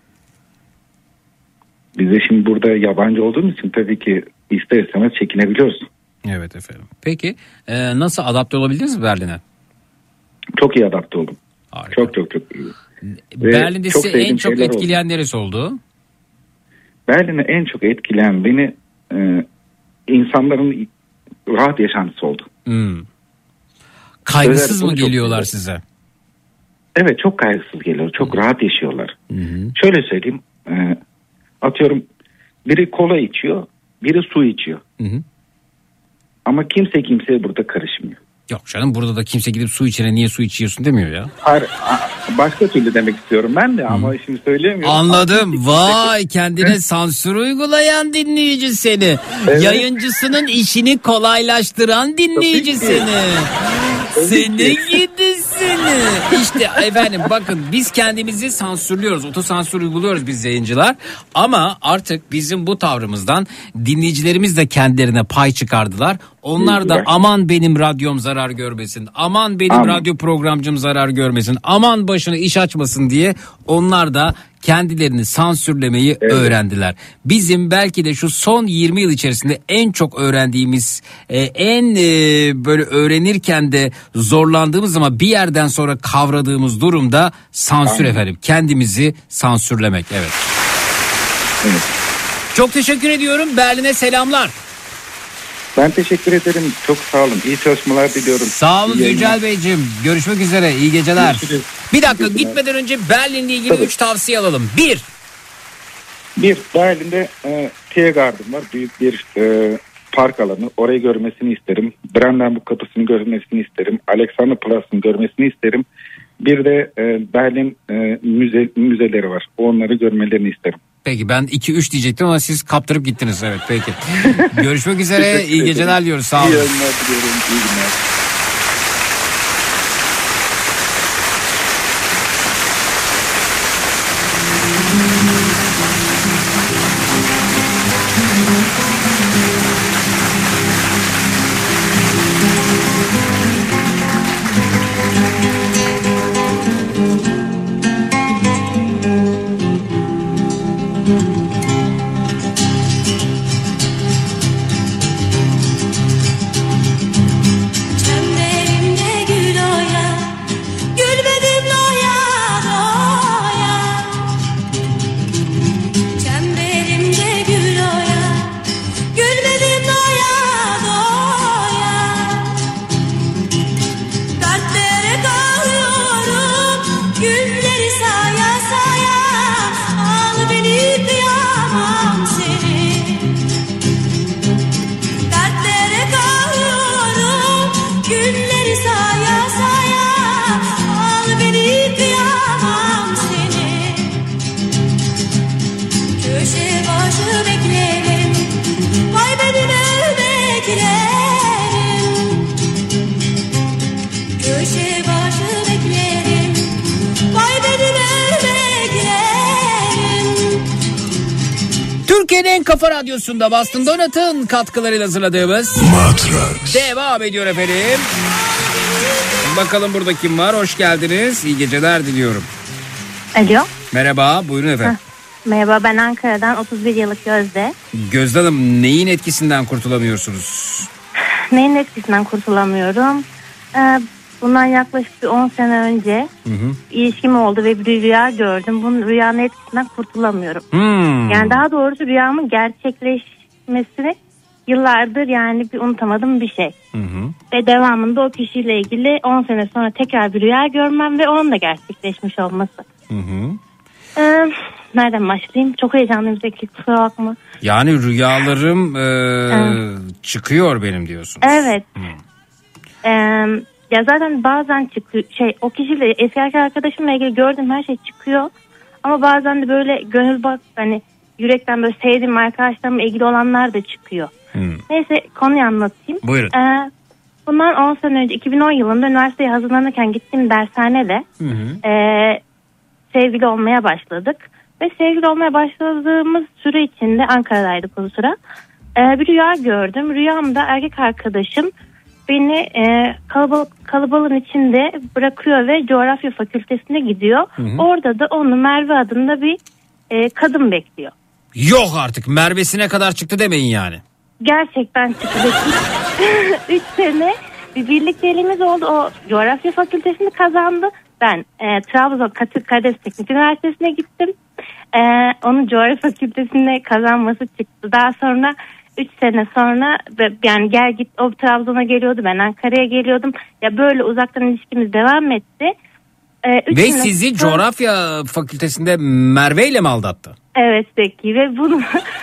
Biz de şimdi burada yabancı olduğumuz için tabii ki ister istemez çekinebiliyoruz. Evet efendim. Peki e, nasıl adapte olabildiniz mi Berlin'e? Çok iyi adapte oldum. Harika. Çok çok çok iyi. Ve Berlin'de çok sizi en sevdiğim çok şeyler etkileyen oldu. neresi oldu? Berlin'e en çok etkileyen beni e, insanların rahat yaşantısı oldu. Hmm. Kaygısız Özellikle mı bunu çok geliyorlar seviyorum. size? Evet, çok kaygısız geliyor. Çok rahat yaşıyorlar. Hı hı. Şöyle söyleyeyim. E, atıyorum biri kola içiyor, biri su içiyor. Hı hı. Ama kimse kimseye burada karışmıyor. Yok canım, burada da kimse gidip su içene niye su içiyorsun demiyor ya. Hayır, a- başka türlü demek istiyorum ben de ama şimdi söyleyemiyorum. Anladım. Vay, kendine sansür uygulayan dinleyici seni. Evet. Yayıncısının işini kolaylaştıran dinleyici Tabii ki. seni. Tabii Seni ki. gidi seni. İşte efendim bakın biz kendimizi sansürlüyoruz. Otosansür uyguluyoruz biz yayıncılar. Ama artık bizim bu tavrımızdan dinleyicilerimiz de kendilerine pay çıkardılar. Onlar da aman benim radyom zarar görmesin. Aman benim Aman. radyo programcım zarar görmesin. Aman başına iş açmasın diye onlar da kendilerini sansürlemeyi Evet. öğrendiler. Bizim belki de şu son yirmi yıl içerisinde en çok öğrendiğimiz, e, en e, böyle öğrenirken de zorlandığımız ama bir yerden sonra kavradığımız durumda sansür Aynen. efendim. Kendimizi sansürlemek. Evet. Evet. Çok teşekkür ediyorum. Berlin'e selamlar. Ben teşekkür ederim. Çok sağ olun. İyi çalışmalar diliyorum. Sağ olun İyi yayınlar. Yücel Beyciğim. Görüşmek üzere. İyi geceler. Görüşürüz. Bir dakika İyi geceler. gitmeden önce Berlin'le ilgili Tabii. üç tavsiye alalım. Bir. Bir, Berlin'de e, Tiergarten var. Büyük bir e, park alanı. Orayı görmesini isterim. Brandenburg Kapısı'nı görmesini isterim. Alexanderplatz'ını görmesini isterim. Bir de e, Berlin e, müze, müzeleri var. Onları görmelerini isterim. Peki ben iki üç diyecektim ama siz kaptırıp gittiniz. Evet peki. Görüşmek üzere. İyi geceler diyoruz. Sağ olun. İyi yayınlar diliyorum. İyi günler. Çemberimde gül oya, gülmedim doya doya. Çemberimde gül oya, gülmedim doya doya. Dertlere kalıyorum, gülleri saya saya. Al beni kıyamam seni. Dertlere kalıyorum, gülleri saya saya. Al beni kıyamam seni. Köşe başı beklerim, vay benim beklerim. Köşe başı beklerim, vay benim beklerim. Türkiye'nin en kafa radyosunda Boston Donat'ın katkılarıyla hazırladığımız Matrax devam ediyor efendim. Bakalım burada kim var? Hoş geldiniz. İyi geceler diliyorum. Alo. Merhaba. Buyurun efendim. Merhaba, ben Ankara'dan otuz bir yıllık Gözde. Gözde Hanım neyin etkisinden kurtulamıyorsunuz? Neyin etkisinden kurtulamıyorum? Ee, bundan yaklaşık bir on sene önce Hı hı. ilişkim oldu ve bir rüya gördüm. Bunun rüyanın etkisinden kurtulamıyorum. Hmm. Yani daha doğrusu rüyamın gerçekleşmesini yıllardır yani bir unutamadığım bir şey. Hı hı. Ve devamında o kişiyle ilgili on sene sonra tekrar bir rüya görmem ve onun da gerçekleşmiş olması. Hı hı. Ee, nereden başlayayım? Çok heyecanlıyım Zeki, kusura bakma. Yani rüyalarım e, Evet. çıkıyor benim diyorsun. Evet. Ee, ya zaten bazen çıkıyor şey, o kişiyle eski erkek arkadaşımla ilgili gördüğüm her şey çıkıyor. Ama bazen de böyle gönül bak hani yürekten böyle sevdiğim arkadaşlarımla ilgili olanlar da çıkıyor. Hmm. Neyse konuyu anlatayım. Buyurun. Ee, bundan on sene önce iki bin on yılında üniversiteye hazırlanırken gittiğim dershanede Hı hı. e, sevgili olmaya başladık. Ve sevgili olmaya başladığımız süre içinde Ankara'daydık o sıra. E, bir rüya gördüm. Rüyamda erkek arkadaşım beni e, kalabalık, kalabalığın içinde bırakıyor ve coğrafya fakültesine gidiyor. Hı hı. Orada da onu Merve adında bir e, kadın bekliyor. Yok artık Merve'sine kadar çıktı demeyin yani. Gerçekten çıktı. Üç sene bir birlikteliğimiz oldu. O coğrafya fakültesini kazandı. Ben e, Trabzon Kades Teknik Üniversitesi'ne gittim. E, onun coğrafya fakültesine kazanması çıktı. Daha sonra üç sene sonra yani gel git o Trabzon'a geliyordu. Ben Ankara'ya geliyordum. Ya böyle uzaktan ilişkimiz devam etti. E, üç Ve sene sizi sonra- coğrafya fakültesinde Merve ile mi aldattı? Evet Zeki ve bunu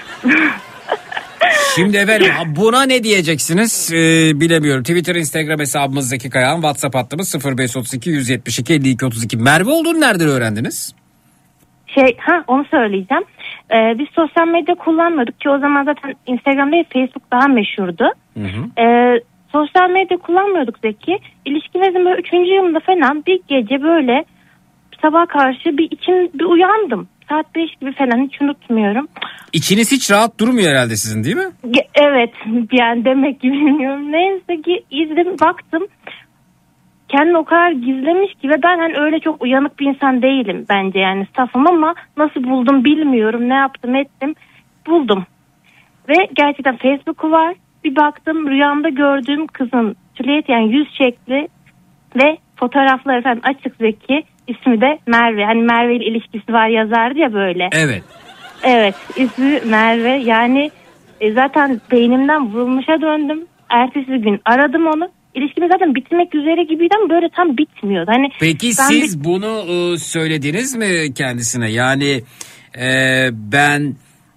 Şimdi efendim buna ne diyeceksiniz ee, bilemiyorum. Twitter, Instagram hesabımız Zeki Kayağan, WhatsApp hattımız sıfır beş otuz iki yüz yetmiş iki elli iki otuz iki. Merve olduğunu nereden öğrendiniz? Şey ha onu söyleyeceğim. Ee, biz sosyal medya kullanmıyorduk ki o zaman zaten Instagram değil Facebook daha meşhurdu. Hı hı. Ee, sosyal medya kullanmıyorduk Zeki. İlişkimizin böyle üçüncü yılında falan bir gece böyle sabah karşı bir içim bir uyandım. Saat beş gibi falan, hiç unutmuyorum. İçiniz hiç rahat durmuyor herhalde sizin, değil mi? Evet, yani demek ki bilmiyorum. Neyse ki izledim, baktım. Kendini o kadar gizlemiş ki ve ben hani öyle çok uyanık bir insan değilim bence, yani safım, ama nasıl buldum bilmiyorum. Ne yaptım ettim, buldum. Ve gerçekten Facebook'u var. Bir baktım, rüyamda gördüğüm kızın silüet, yani yüz şekli ve fotoğrafları falan açık Zeki. İsmi de Merve. Hani Merve ile ilişkisi var yazardı ya böyle. Evet. Evet, ismi Merve. Yani e, zaten beynimden vurulmuşa döndüm. Ertesi gün aradım onu. İlişkimiz zaten bitmek üzere gibiydi ama böyle tam bitmiyordu. Hani peki ben siz bir... bunu e, söylediniz mi kendisine? Yani e, ben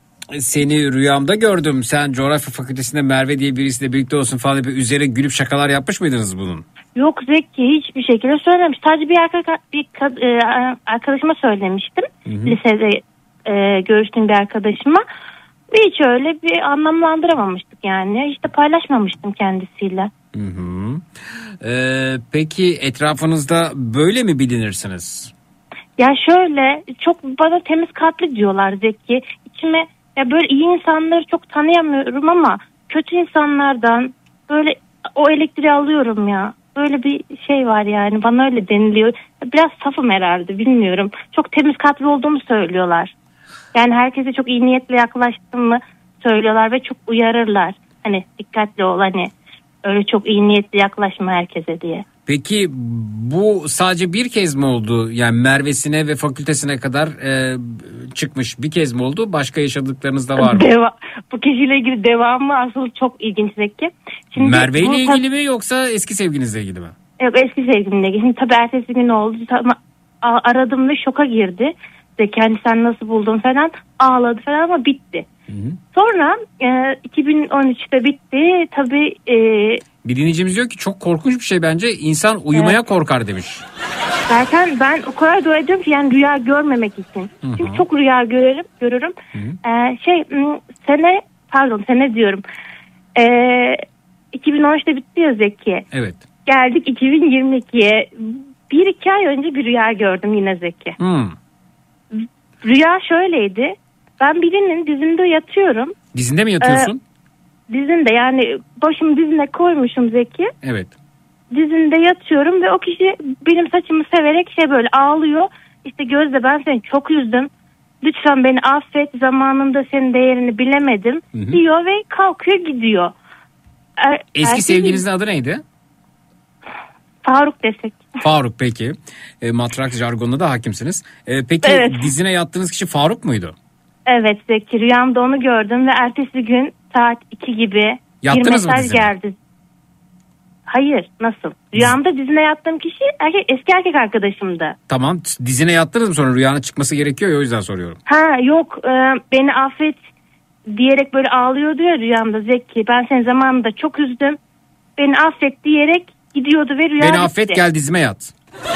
seni rüyamda gördüm. Sen coğrafya fakültesinde Merve diye birisiyle birlikte olsun falan diye üzerine gülüp şakalar yapmış mıydınız bunun? Yok Zeki, hiçbir şekilde söylememiş. Sadece bir, arka, bir e, arkadaşıma söylemiştim. Hı hı. Lisede e, görüştüğüm bir arkadaşıma. Hiç öyle bir anlamlandıramamıştık yani. İşte paylaşmamıştım kendisiyle. Hı hı. Ee, peki etrafınızda böyle mi bilinirsiniz? Ya şöyle, çok bana temiz kalpli diyorlar Zeki. İçime ya böyle iyi insanları çok tanıyamıyorum ama kötü insanlardan böyle o elektriği alıyorum ya. Böyle bir şey var yani, bana öyle deniliyor. Biraz safım herhalde, bilmiyorum. Çok temiz kalpli olduğumu söylüyorlar. Yani herkese çok iyi niyetle yaklaştığımı söylüyorlar ve çok uyarırlar. Hani dikkatli ol, hani öyle çok iyi niyetli yaklaşma herkese diye. Peki bu sadece bir kez mi oldu? Yani Merve'sine ve fakültesine kadar e, çıkmış bir kez mi oldu? Başka yaşadıklarınız da var mı? Deva- bu kişiyle ilgili devamı asıl çok ilginç Zeki. Şimdi Merve ile ilgili tab- mi yoksa eski sevgilinizle ilgili mi? Yok, eski sevgilimle ilgili. Şimdi tabii ertesi gün oldu. Tam, aradım ve şoka girdi. Zeki hani sen nasıl buldun falan, ağladı falan ama bitti. Hı hı. Sonra e, iki bin on üçte bitti. Tabii e, bir dinleyicimiz diyor ki çok korkunç bir şey bence. İnsan uyumaya evet. korkar demiş. Zaten ben o kadar dua ediyorum ki yani rüya görmemek için. Hı-hı. Çünkü çok rüya görürüm. görürüm. Ee, şey sene pardon sene diyorum. Ee, iki bin on üçte bitti ya Zeki. Evet. Geldik iki bin yirmi ikiye. Bir iki ay önce bir rüya gördüm yine Zeki. Hı. Rüya şöyleydi. Ben birinin dizinde yatıyorum. Dizinde mi yatıyorsun? Ee, dizinde, yani başımı dizine koymuşum Zeki. Evet. Dizinde yatıyorum ve o kişi benim saçımı severek şey böyle ağlıyor. İşte Gözde, ben seni çok üzdüm. Lütfen beni affet. Zamanında senin değerini bilemedim. Hı hı. Diyor ve kalkıyor gidiyor. Er, Eski erkek... sevgilinizin adı neydi? Faruk desek. Faruk, peki. E, matrak jargonuna da hakimsiniz. E, peki evet. Dizine yattığınız kişi Faruk muydu? Evet Zeki, rüyamda onu gördüm ve ertesi gün saat iki gibi yattınız bir mesaj geldi. Hayır, nasıl? Rüyamda dizine yattığım kişi erkek, eski erkek arkadaşımdı. Tamam, dizine yattınız mı sonra? Rüyanın çıkması gerekiyor ya, o yüzden soruyorum. Ha yok, e, beni affet diyerek böyle ağlıyordu ya rüyamda Zeki. Ben seni zamanında çok üzdüm. Beni affet diyerek gidiyordu ve rüya Beni bitti. affet, gel dizime yat.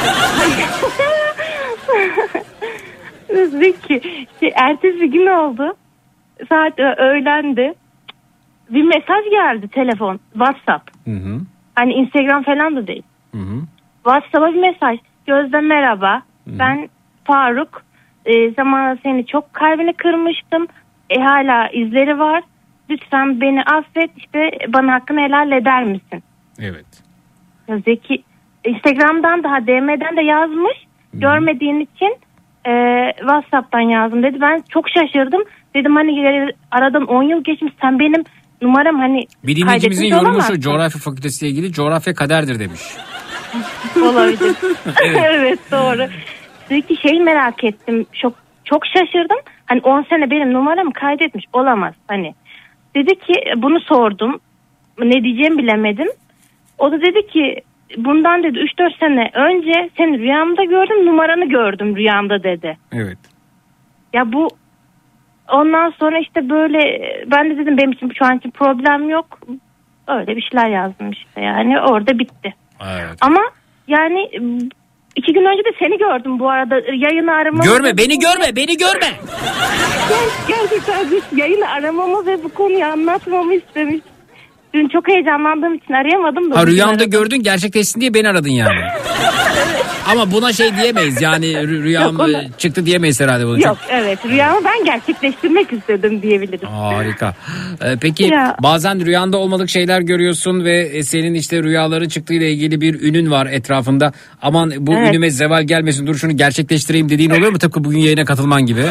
Zeki, şey, ertesi gün oldu. Saat öğlendi. Bir mesaj geldi, telefon, WhatsApp. Hı hı. Hani Instagram falan da değil. Hı hı. WhatsApp'a bir mesaj. Gözde merhaba. Hı. Ben Faruk. E, zamanında seni çok kalbini kırmıştım. E, hala izleri var. Lütfen beni affet. İşte bana hakkını helal eder misin? Evet. Ya Zeki, Instagram'dan daha D M'den de yazmış. Hı. Görmediğin için e, WhatsApp'tan yazdım dedi. Ben çok şaşırdım. Dedim hani aradan on yıl geçmiş, sen benim numaram hani bir dinleyicimizin yorumu şu: coğrafya fakültesiyle ilgili coğrafya kaderdir demiş. Olabilir. Evet. Evet, doğru. Peki şey merak ettim. Çok çok şaşırdım. Hani on sene benim numaramı kaydetmiş olamaz. Hani dedi ki, bunu sordum. Ne diyeceğimi bilemedim. O da dedi ki bundan dedi üç dört sene önce seni rüyamda gördüm, numaranı gördüm rüyamda dedi. Evet. Ya bu ondan sonra işte böyle ben de dedim benim için şu an için problem yok. Öyle bir şeyler yazdım işte, yani orada bitti. Evet. Ama yani iki gün önce de seni gördüm bu arada, yayını aramamız. Görme beni görme beni görme. Gerçekten yayını aramamı ve bu konuyu anlatmamı istemiş. Dün çok heyecanlandığım için arayamadım da. Ha, bugün rüyamda aradım. gördün, gerçekleşsin diye beni aradın yani. Ama buna şey diyemeyiz yani rü- rüyam Yok, ona- e, çıktı diyemeyiz herhalde bunu. Yok evet, rüyamı ben gerçekleştirmek istedim diyebilirim. Harika. Ee, peki Ya. bazen rüyanda olmadık şeyler görüyorsun ve e, senin işte rüyaların çıktığıyla ilgili bir ünün var etrafında. Aman bu Evet. ünüme zeval gelmesin, dur şunu gerçekleştireyim dediğin oluyor mu? Tıpkı bugün yayına katılman gibi.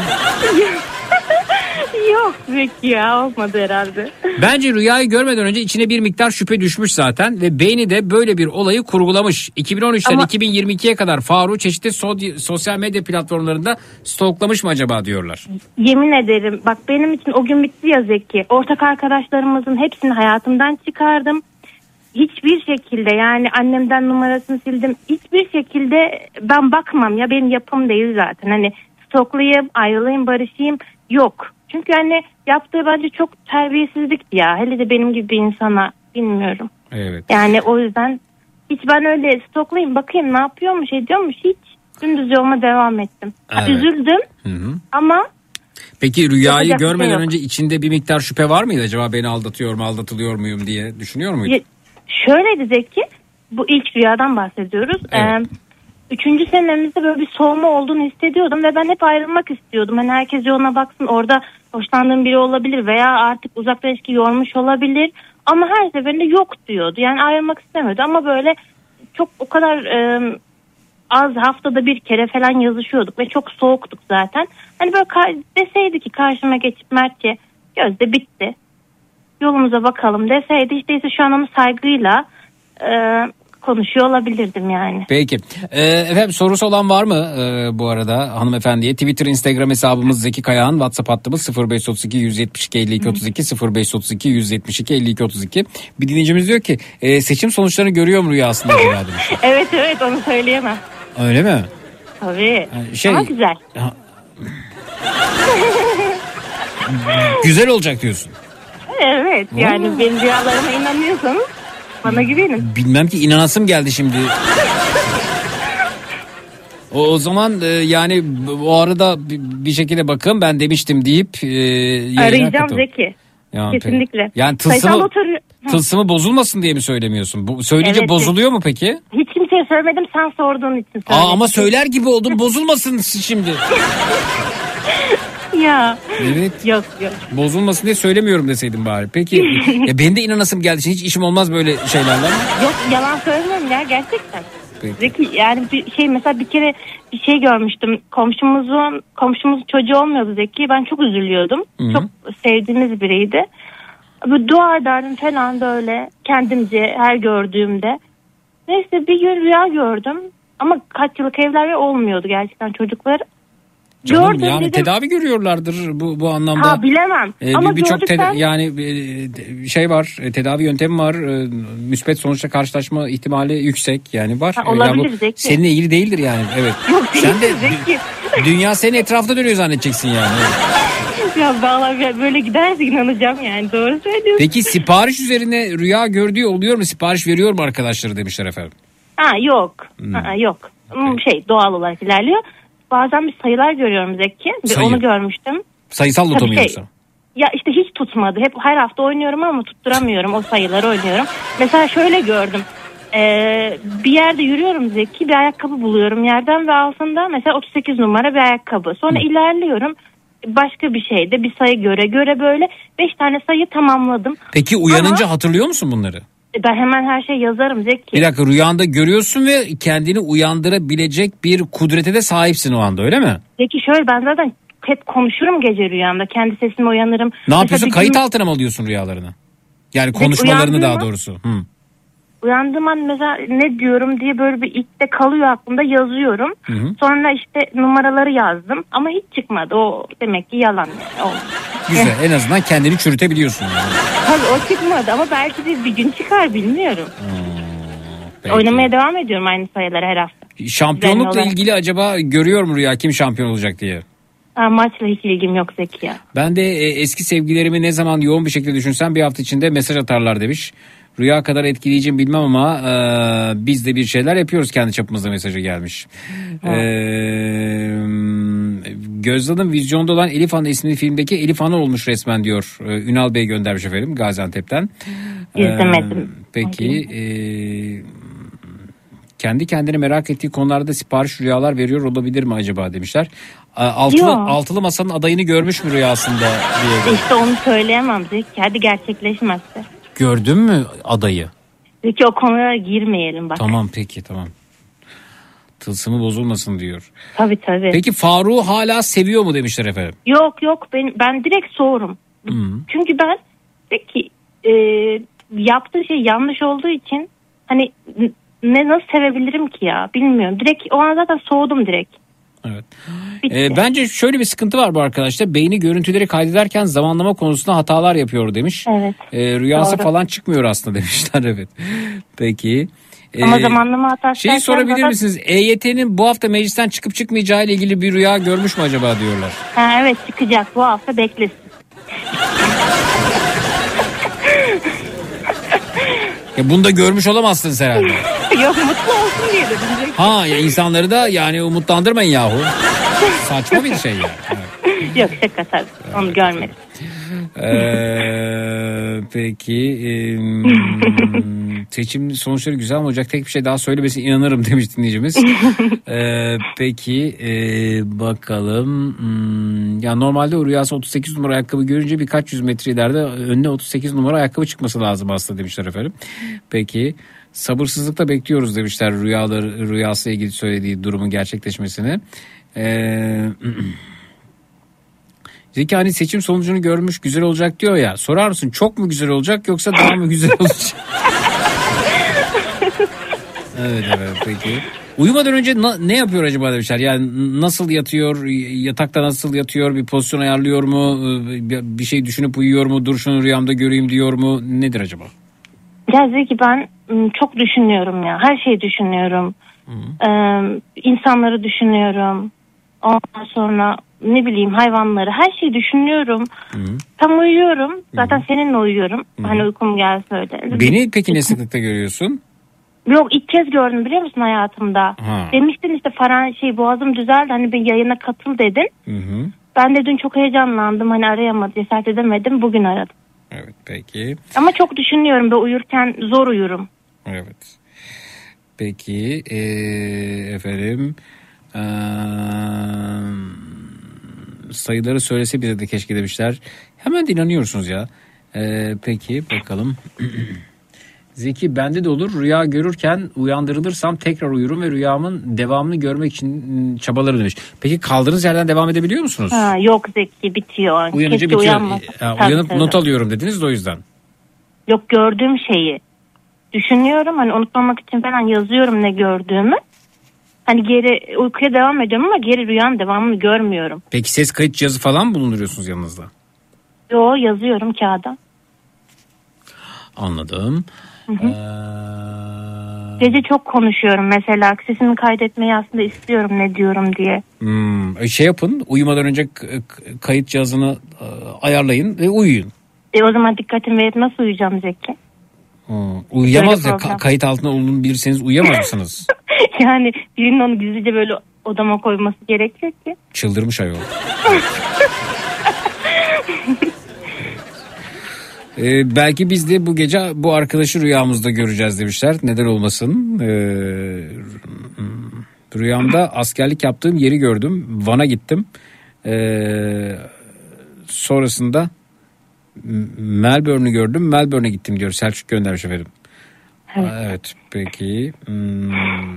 Yok Zeki ya, olmadı herhalde. Bence rüyayı görmeden önce içine bir miktar şüphe düşmüş zaten ve beyni de böyle bir olayı kurgulamış. iki bin on üçten Ama- iki bin yirmi ikiye kadar Faruk'u çeşitli so- sosyal medya platformlarında stalklamış mı acaba diyorlar. Yemin ederim bak, benim için o gün bitti ya Zeki. Ortak arkadaşlarımızın hepsini hayatımdan çıkardım. Hiçbir şekilde, yani annemden numarasını sildim. Hiçbir şekilde ben bakmam ya, benim yapım değil zaten. Hani stoklayayım, ayrılayım, barışayım, yok. Çünkü hani yaptığı bence çok terbiyesizlikti ya. Hele de benim gibi bir insana, bilmiyorum. Evet. Yani o yüzden hiç ben öyle stoklayayım, bakayım ne yapıyormuş, ediyormuş, hiç. Dümdüz yoluma devam ettim. Ha, Evet. üzüldüm Hı hı. ama Peki rüyayı Yapacak bir şey görmeden yok. önce içinde bir miktar şüphe var mıydı? Acaba beni aldatıyor mu, aldatılıyor muyum diye düşünüyor muydun? Ya, şöyleydi Zeki, bu ilk rüyadan bahsediyoruz. Evet. Ee, üçüncü senemizde böyle bir soğuma olduğunu hissediyordum ve ben hep ayrılmak istiyordum. Hani herkes yoluna baksın, orada hoşlandığım biri olabilir veya artık uzaktan ilişki yormuş olabilir. Ama her seferinde yok diyordu. Yani ayrılmak istemiyordu ama böyle çok o kadar e, az, haftada bir kere falan yazışıyorduk ve çok soğuktuk zaten. Hani böyle ka- deseydi ki karşıma geçip Mertçe, Gözde bitti, yolumuza bakalım deseydi, işte ise şu an onu saygıyla e, konuşuyor olabilirdim yani. Peki. Ee, efendim sorusu olan var mı ee, bu arada hanımefendiye? Twitter, Instagram hesabımız Zeki Kayağan, WhatsApp hattımız sıfır beş otuz iki yüz yetmiş iki elli iki otuz iki sıfır beş otuz iki yüz yetmiş iki elli iki otuz iki. Bir dinleyicimiz diyor ki e, seçim sonuçlarını görüyor mu rüyasında acaba demiş. Evet evet, onu söyleyemem. Öyle mi? Tabii. şey- Ama güzel. Ha. Güzel olacak diyorsun. Evet yani Oo. benim rüyalarıma inanıyorsanız bana güvenin. Bilmem ki, inanasım geldi şimdi. O, o zaman e, yani o arada bir, bir şekilde bakın ben demiştim deyip e, yayına Arayacağım katıl. Zeki. Yani Kesinlikle. pe- Yani Sayısal tılsımı, otor- Hı. tılsımı bozulmasın diye mi söylemiyorsun? Bu, söyleyince Evet. bozuluyor mu peki? Hiç kimseye söylemedim, sen sorduğun için söyledim. Aa, ama söyler gibi oldum, bozulmasın şimdi. Ya. Evet. Yok yok. Bozulmasın diye söylemiyorum deseydim bari. Peki ya benim de inanasım geldi. Hiç işim olmaz böyle şeylerle. Yok, yalan söylemiyorum ya, gerçekten. Peki. Zeki yani bir şey, mesela bir kere bir şey görmüştüm. Komşumuzun komşumuzun çocuğu olmuyordu Zeki. Ben çok üzülüyordum. Hı-hı. Çok sevdiğimiz biriydi. Böyle dua ederdim falan böyle kendimce her gördüğümde. Neyse bir gün rüya gördüm. Ama kaç yıllık evler olmuyordu gerçekten çocuklar. Canım Gördüm, yani dedim. tedavi görüyorlardır bu bu anlamda. Ha bilemem. Ee, Ama Birçok gördükten... te- yani e, şey var, e, tedavi yöntemi var, e, müspet sonuçla karşılaşma ihtimali yüksek yani var. Ha, E, yani olabilir bu Zeki. seninle ilgili değildir yani, evet. Yok, Sen de Zeki. dünya senin etrafında dönüyor zannedeceksin yani. Ya vallahi böyle giderse inanacağım yani, doğru söylüyorsun. Peki sipariş üzerine rüya gördüğü oluyor mu? Sipariş veriyor mu arkadaşları demişler efendim. Ha yok. Hmm. Ha, yok. Hmm, Şey doğal olarak ilerliyor. Bazen bir sayılar görüyorum Zeki. Bir Sayı. onu görmüştüm. Sayısal loto Tabii mu şey, yoksa? Ya işte hiç tutmadı. Hep her hafta oynuyorum ama tutturamıyorum. O sayıları oynuyorum. Mesela şöyle gördüm. Ee, bir yerde yürüyorum Zeki. Bir ayakkabı buluyorum yerden ve altında mesela otuz sekiz numara bir ayakkabı. Sonra Hı. ilerliyorum. Başka bir şeyde bir sayı göre göre böyle beş tane sayı tamamladım. Peki uyanınca Ama hatırlıyor musun bunları? ben hemen her şeyi yazarım Zeki. Bir dakika, rüyanda görüyorsun ve kendini uyandırabilecek bir kudrete de sahipsin o anda, öyle mi? Zeki şöyle, ben zaten hep konuşurum gece rüyamda. Kendi sesime uyanırım. Ne Mesela yapıyorsun? bir Kayıt gün altına mı alıyorsun rüyalarını? Yani Evet, konuşmalarını uyandığım daha an- doğrusu. Hı. Uyandığım an mesela ne diyorum diye böyle bir ilkte kalıyor aklımda, yazıyorum. Hı hı. Sonra işte numaraları yazdım ama hiç çıkmadı. O demek ki yalan yani. O. Güzel. En azından kendini çürütebiliyorsun. Yani. Tabii o çıkmadı ama belki de bir gün çıkar, bilmiyorum. Peki. Oynamaya devam ediyorum aynı sayıları her hafta. Şampiyonlukla Düzenli olarak. ilgili acaba görüyor mu rüya kim şampiyon olacak diye? Ha, maçla hiç ilgim yok Zeki ya. Ben de e, eski sevgililerimi ne zaman yoğun bir şekilde düşünsem bir hafta içinde mesaj atarlar demiş. Rüya kadar etkileyici mi bilmem ama e, biz de bir şeyler yapıyoruz kendi çapımızda mesajı gelmiş. E, Gözde Hanım vizyonda olan Elif Ana isimli filmdeki Elif Ana olmuş resmen diyor. E, Ünal Bey göndermiş efendim Gaziantep'ten. İzlemedim. Ee, peki e, kendi kendine merak ettiği konularda sipariş rüyalar veriyor olabilir mi acaba demişler. Altılı, Yok. altılı masanın adayını görmüş mü rüyasında diye. İşte onu söyleyemem Zeki. Hadi gerçekleşmezse. Gördün mü adayı? Zeki o konulara girmeyelim bak. Tamam peki tamam. Tılsımı bozulmasın diyor. Tabii tabii. Peki Faruk'u hala seviyor mu demişler efendim. Yok yok ben, ben direkt soğurum. Hmm. Çünkü ben peki e, yaptığı şey yanlış olduğu için hani ne nasıl sevebilirim ki ya bilmiyorum. Direkt o an zaten soğudum direkt. Evet. Ee, bence şöyle bir sıkıntı var bu arkadaşta. Beyni görüntüleri kaydederken zamanlama konusunda hatalar yapıyor demiş. Evet. Ee, rüyası Doğru. falan çıkmıyor aslında demişler evet. Peki. Ama Ee, zamanlama hatası. Şeyi sorabilir zaten... misiniz? E Y T'nin bu hafta meclisten çıkıp çıkmayacağı ile ilgili bir rüya görmüş mü acaba diyorlar. Ha, evet çıkacak bu hafta beklesin. Ya bunu da görmüş olamazsınız herhalde. Yok mutlu olsun diye dedim. Ha ya insanları da yani umutlandırmayın yahu. Saçma bir şey ya. Evet. Yok şaka tabii onu görmedim. Ee, peki e, seçim sonuçları güzel mi olacak? Tek bir şey daha söylemesi inanırım demiş dinleyicimiz. Ee, peki e, bakalım. Hmm, ya normalde o rüyası otuz sekiz numara ayakkabı görünce birkaç yüz metre ileride önüne otuz sekiz numara ayakkabı çıkması lazım aslında demişler efendim. Peki sabırsızlıkla bekliyoruz demişler rüyaları rüyasıyla ilgili söylediği durumun gerçekleşmesini. Eee Zeki hani seçim sonucunu görmüş güzel olacak diyor ya. Sorar mısın çok mu güzel olacak yoksa daha mı güzel olacak? Evet evet peki. Uyumadan önce na- ne yapıyor acaba demişler. Yani nasıl yatıyor, yatakta nasıl yatıyor, bir pozisyon ayarlıyor mu, bir şey düşünüp uyuyor mu, dur şunu rüyamda göreyim diyor mu, nedir acaba? Ya Zeki ben çok düşünüyorum ya. Her şeyi düşünüyorum. Ee, insanları düşünüyorum. Ondan sonra ne bileyim hayvanları her şeyi düşünüyorum. Hı-hı. Tam uyuyorum. Zaten Hı-hı. seninle uyuyorum. Hı-hı. Hani uykum gelse öyle. Beni peki ne sıklıkta görüyorsun? Yok ilk kez gördüm biliyor musun hayatımda. Ha. Demiştin işte falan şey boğazım düzeldi hani bir yayına katıl dedin. Hı-hı. Ben de dün çok heyecanlandım hani arayamadım cesaret edemedim bugün aradım. Evet peki. Ama çok düşünüyorum ve uyurken zor uyurum. Evet. Peki ee, efendim ee, sayıları söylese bize de keşke demişler. Hemen de inanıyorsunuz ya. Ee, peki bakalım. Zeki bende de olur. Rüya görürken uyandırılırsam tekrar uyurum ve rüyamın devamını görmek için çabalarım demiş. Peki kaldığınız yerden devam edebiliyor musunuz? Ha, yok Zeki bitiyor. Uyanınca Keşke bitiyor. Ha, uyanıp tabii. Not alıyorum dediniz de o yüzden. Yok gördüğüm şeyi düşünüyorum. Hani unutmamak için falan yazıyorum ne gördüğümü. Hani geri uykuya devam ediyorum ama geri rüyanın devamını görmüyorum. Peki ses kayıt cihazı falan mı bulunduruyorsunuz yanınızda? Yo yazıyorum kağıda. Anladım. Hı hı. Ee... Gece çok konuşuyorum mesela. Sesimi kaydetmeyi aslında istiyorum ne diyorum diye. Hmm, şey yapın uyumadan önce kayıt cihazını ayarlayın ve uyuyun. E o zaman dikkatimi verip nasıl uyuyacağım Zeki? Hmm, uyuyamaz ya Ka- kayıt altında olduğunu bilirseniz uyuyamaz mısınız? Yani birinin onu gizlice böyle odama koyması gerekiyor ki. Çıldırmış ayol. Ee, belki biz de bu gece bu arkadaşı rüyamızda göreceğiz demişler. Neden olmasın? Ee, rüyamda askerlik yaptığım yeri gördüm. Van'a gittim. Ee, sonrasında Melbourne'ü gördüm. Melbourne'e gittim diyor. Selçuk göndermiş efendim. Evet, evet peki. Hmm.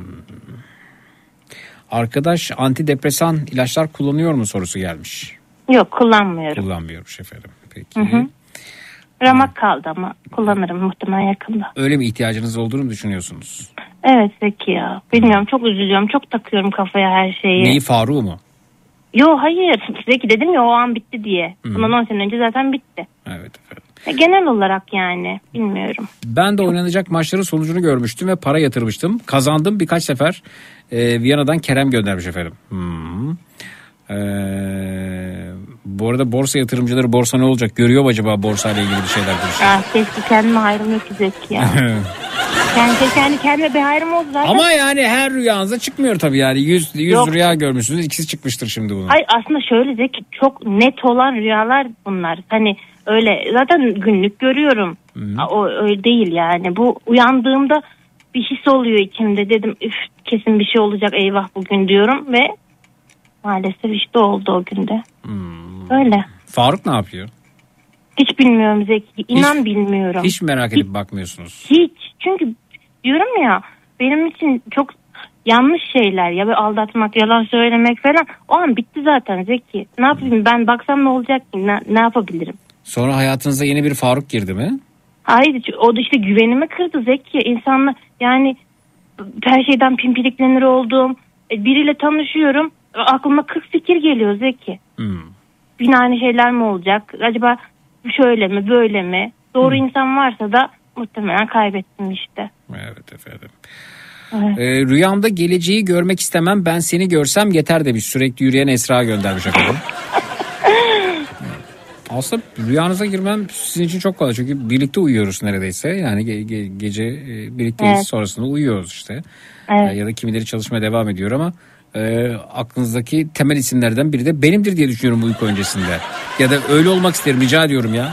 Arkadaş antidepresan ilaçlar kullanıyor mu sorusu gelmiş. Yok kullanmıyorum. Kullanmıyormuş efendim. Peki. Hı hı. Ramak kaldı ama kullanırım muhtemelen yakında. Öyle mi ihtiyacınız olduğunu mu düşünüyorsunuz? Evet Zeki ya. Bilmiyorum çok üzülüyorum. Çok takıyorum kafaya her şeyi. Neyi Faruk mu? Yo hayır. Zeki dedim ya o an bitti diye. Hmm. Bundan on sene önce zaten bitti. Evet efendim. E, genel olarak yani bilmiyorum. Ben de oynanacak maçların sonucunu görmüştüm ve para yatırmıştım. Kazandım birkaç sefer. Ee, Viyana'dan Kerem göndermiş efendim. Hmm. Ee, bu arada borsa yatırımcıları borsa ne olacak görüyor mu acaba borsayla ilgili bir şeyler demiş. Ah keşke kendime hayrım yok ki Zeki ya. Yani kendi kendime bir hayrım oldu zaten. Ama yani her rüyanızda çıkmıyor tabii yani yüz, yüz rüya görmüşsünüz ikisi çıkmıştır şimdi bunun. Hayır aslında şöyle Zeki çok net olan rüyalar bunlar. Hani öyle zaten günlük görüyorum. O öyle değil yani. Bu uyandığımda bir his oluyor içimde. Dedim üf kesin bir şey olacak eyvah bugün diyorum ve maalesef işte oldu o günde. Hmm. Öyle. Faruk ne yapıyor? Hiç bilmiyorum Zeki. İnan Hiç- bilmiyorum. Hiç merak edip bakmıyorsunuz. Hiç. Çünkü diyorum ya benim için çok yanlış şeyler ya böyle aldatmak, yalan söylemek falan o an bitti zaten Zeki. Ne yapayım ben baksam ne olacak ki ne, ne yapabilirim? Sonra hayatınıza yeni bir Faruk girdi mi? Hayır o da işte güvenimi kırdı Zeki. İnsanla yani her şeyden pimpiriklenir oldum. E, Biriyle tanışıyorum aklıma kırk fikir geliyor Zeki. Hmm. Yine aynı şeyler mi olacak? Acaba şöyle mi böyle mi? Doğru insan varsa da muhtemelen kaybettim işte. Evet efendim. Evet. Ee, rüyamda geleceği görmek istemem, ben seni görsem yeter demiş. Sürekli yürüyen Esra göndermiş efendim. Aslında rüyanıza girmem sizin için çok kolay. Çünkü birlikte uyuyoruz neredeyse. Yani ge- ge- gece e, birlikteyiz, Evet. sonrasında uyuyoruz işte. Evet. E, ya da kimileri çalışmaya devam ediyor ama e, aklınızdaki temel isimlerden biri de benimdir diye düşünüyorum uyku öncesinde. Ya da öyle olmak isterim, rica ediyorum ya.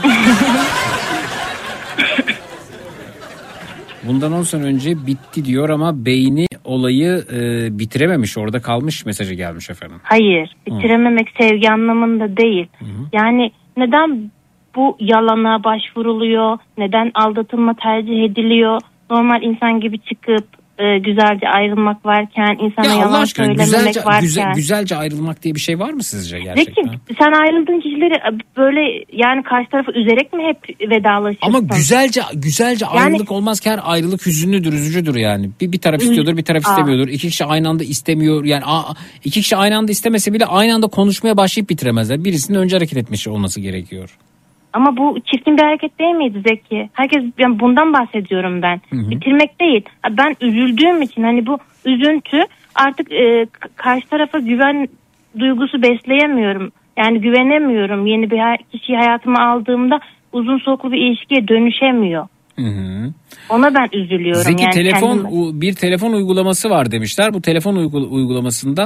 Bundan on sene önce bitti diyor ama beyni olayı e, bitirememiş, orada kalmış mesajı gelmiş efendim. Hayır, bitirememek sevgi anlamında değil. Yani neden bu yalana başvuruluyor? Neden aldatılma tercih ediliyor? Normal insan gibi çıkıp e, güzelce ayrılmak varken, insana Ya Allah yalan aşkına söylememek güzelce, varken. güzel, güzelce ayrılmak diye bir şey var mı sizce gerçekten? Zeki, sen ayrıldığın kişileri böyle yani karşı tarafı üzerek mi hep vedalaşırsın? Ama güzelce güzelce Yani- ayrılık olmaz ki, her ayrılık hüzünlüdür, üzücüdür yani. Bir, bir taraf Üz- istiyordur, bir taraf Aa. istemiyordur. İki kişi aynı anda istemiyor. Yani a- iki kişi aynı anda istemese bile aynı anda konuşmaya başlayıp bitiremezler. Birisinin önce hareket etmesi olması gerekiyor. Ama bu çirkin bir hareket değil miydi Zeki? Herkes yani bundan bahsediyorum ben. Hı hı. Bitirmek değil. Ben üzüldüğüm için hani bu üzüntü artık e, k- karşı tarafa güven duygusu besleyemiyorum. Yani güvenemiyorum. Yeni bir hay- kişiyi hayatıma aldığımda uzun soluklu bir ilişkiye dönüşemiyor. Hı hı. Ona ben üzülüyorum. Zeki yani telefon kendime. u- bir telefon uygulaması var demişler. Bu telefon uygul- uygulamasında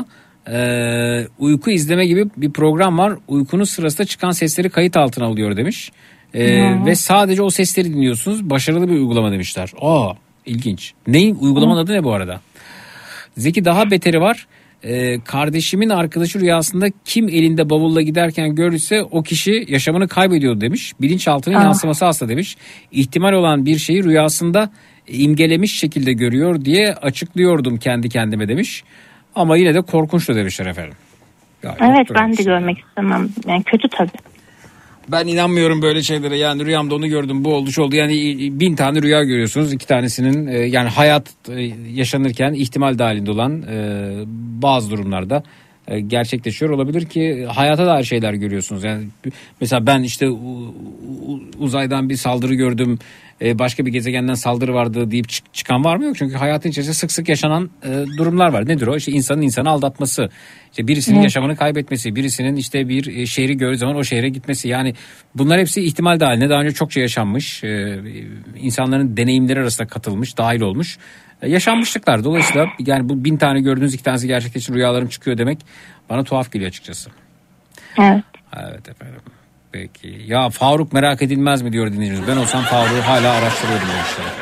e, uyku izleme gibi bir program var. Uykunun sırasında çıkan sesleri kayıt altına alıyor demiş. E, Hı. ve sadece o sesleri dinliyorsunuz. Başarılı bir uygulama demişler. Aa, ilginç. Neyin uygulamanın adı ne bu arada? Zeki daha beteri var. Ee, kardeşimin arkadaşı rüyasında kim elinde bavulla giderken görürse o kişi yaşamını kaybediyor demiş. Bilinçaltının Aa. yansıması hasta demiş. İhtimal olan bir şeyi rüyasında imgelemiş şekilde görüyor diye açıklıyordum kendi kendime demiş. Ama yine de korkunçtu demişler efendim. Ya, Evet yoktur ben öyle de şey. görmek istemem. Yani kötü tabii. Ben inanmıyorum böyle şeylere. Yani rüyamda onu gördüm, bu oldu, şu oldu. Yani bin tane rüya görüyorsunuz. İki tanesinin e, yani hayat e, yaşanırken ihtimal dahilinde olan e, bazı durumlarda e, gerçekleşiyor olabilir ki hayata dair şeyler görüyorsunuz. Yani mesela ben işte u- u- uzaydan bir saldırı gördüm, e, başka bir gezegenden saldırı vardı deyip çık- çıkan var mı? Yok, çünkü hayatın içerisinde sık sık yaşanan e, durumlar var. Nedir o? İşte insanın insanı aldatması, işte birisinin Evet. yaşamını kaybetmesi, birisinin işte bir e, şehri gördüğü zaman o şehre gitmesi. Yani bunlar hepsi ihtimal dahilinde, daha önce çokça yaşanmış, e, insanların deneyimleri arasında katılmış, dahil olmuş e, yaşanmışlıklar. Dolayısıyla yani bu bin tane gördüğünüz iki tanesi gerçekleşen rüyalarım çıkıyor demek bana tuhaf geliyor açıkçası. Evet. Evet efendim. Peki. Ya Faruk merak edilmez mi diyor dinleyicimiz. Ben olsam Faruk'u hala araştırıyorum demişler efendim.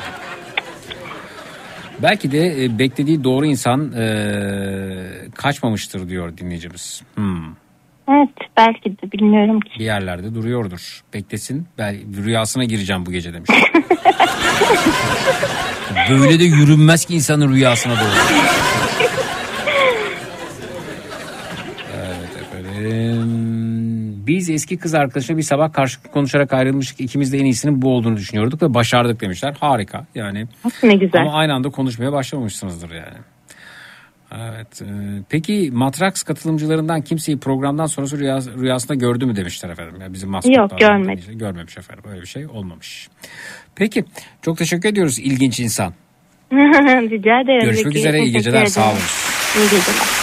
Belki de e, beklediği doğru insan e, kaçmamıştır diyor dinleyicimiz. Hmm. Evet belki de bilmiyorum ki. Bir yerlerde duruyordur. Beklesin. Ben rüyasına gireceğim bu gece demiş. Böyle de yürünmez ki insanın rüyasına doğru. Evet efendim. Biz eski kız arkadaşla bir sabah karşılıklı konuşarak ayrılmıştık. İkimiz de en iyisinin bu olduğunu düşünüyorduk ve başardık demişler. Harika. Yani. Ne güzel. Ama aynı anda konuşmaya başlamamışsınızdır yani. Evet. e, Peki Matrax katılımcılarından kimseyi programdan sonrası rüyas, rüyasında gördü mü demişler efendim. Yani bizim maskotlar. Yok, görmedim. Görmemiş efendim. Öyle bir şey olmamış. Peki. Çok teşekkür ediyoruz ilginç insan. Rica ederim. Görüşmek Zeki. üzere. İyi Teşekkür geceler. ederim. Sağ olun. İyi geceler.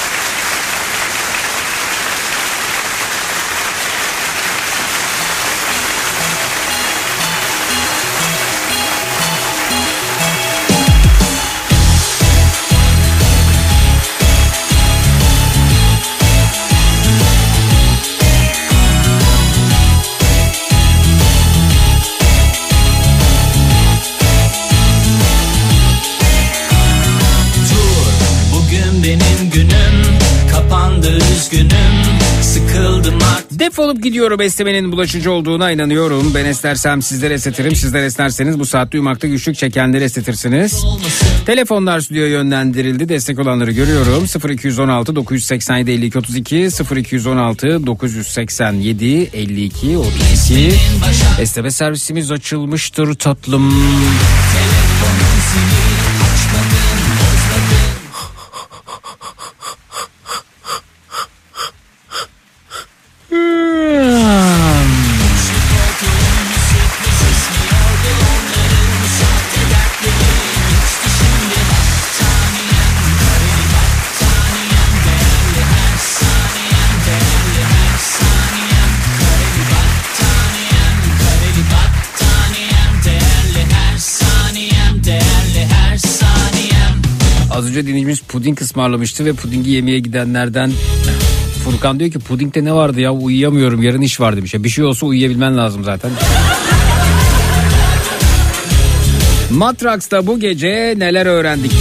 Defolup gidiyorum esnemenin bulaşıcı olduğuna inanıyorum. Ben esnersem sizleri esnetirim. Sizler esnerseniz bu saatte uyumakta güçlük çekenleri esnetirsiniz. Telefonlar stüdyoya yönlendirildi. Destek olanları görüyorum. sıfır iki on altı dokuz yüz seksen yedi elli iki otuz iki sıfır iki on altı dokuz yüz seksen yedi elli iki otuz iki. Esneme servisimiz açılmıştır tatlım. Az önce dinleyicimiz puding ısmarlamıştı ve pudingi yemeye gidenlerden Furkan diyor ki pudingde ne vardı ya, uyuyamıyorum, yarın iş var demiş. Bir şey olsa uyuyabilmen lazım zaten. Matraks'ta bu gece neler öğrendik?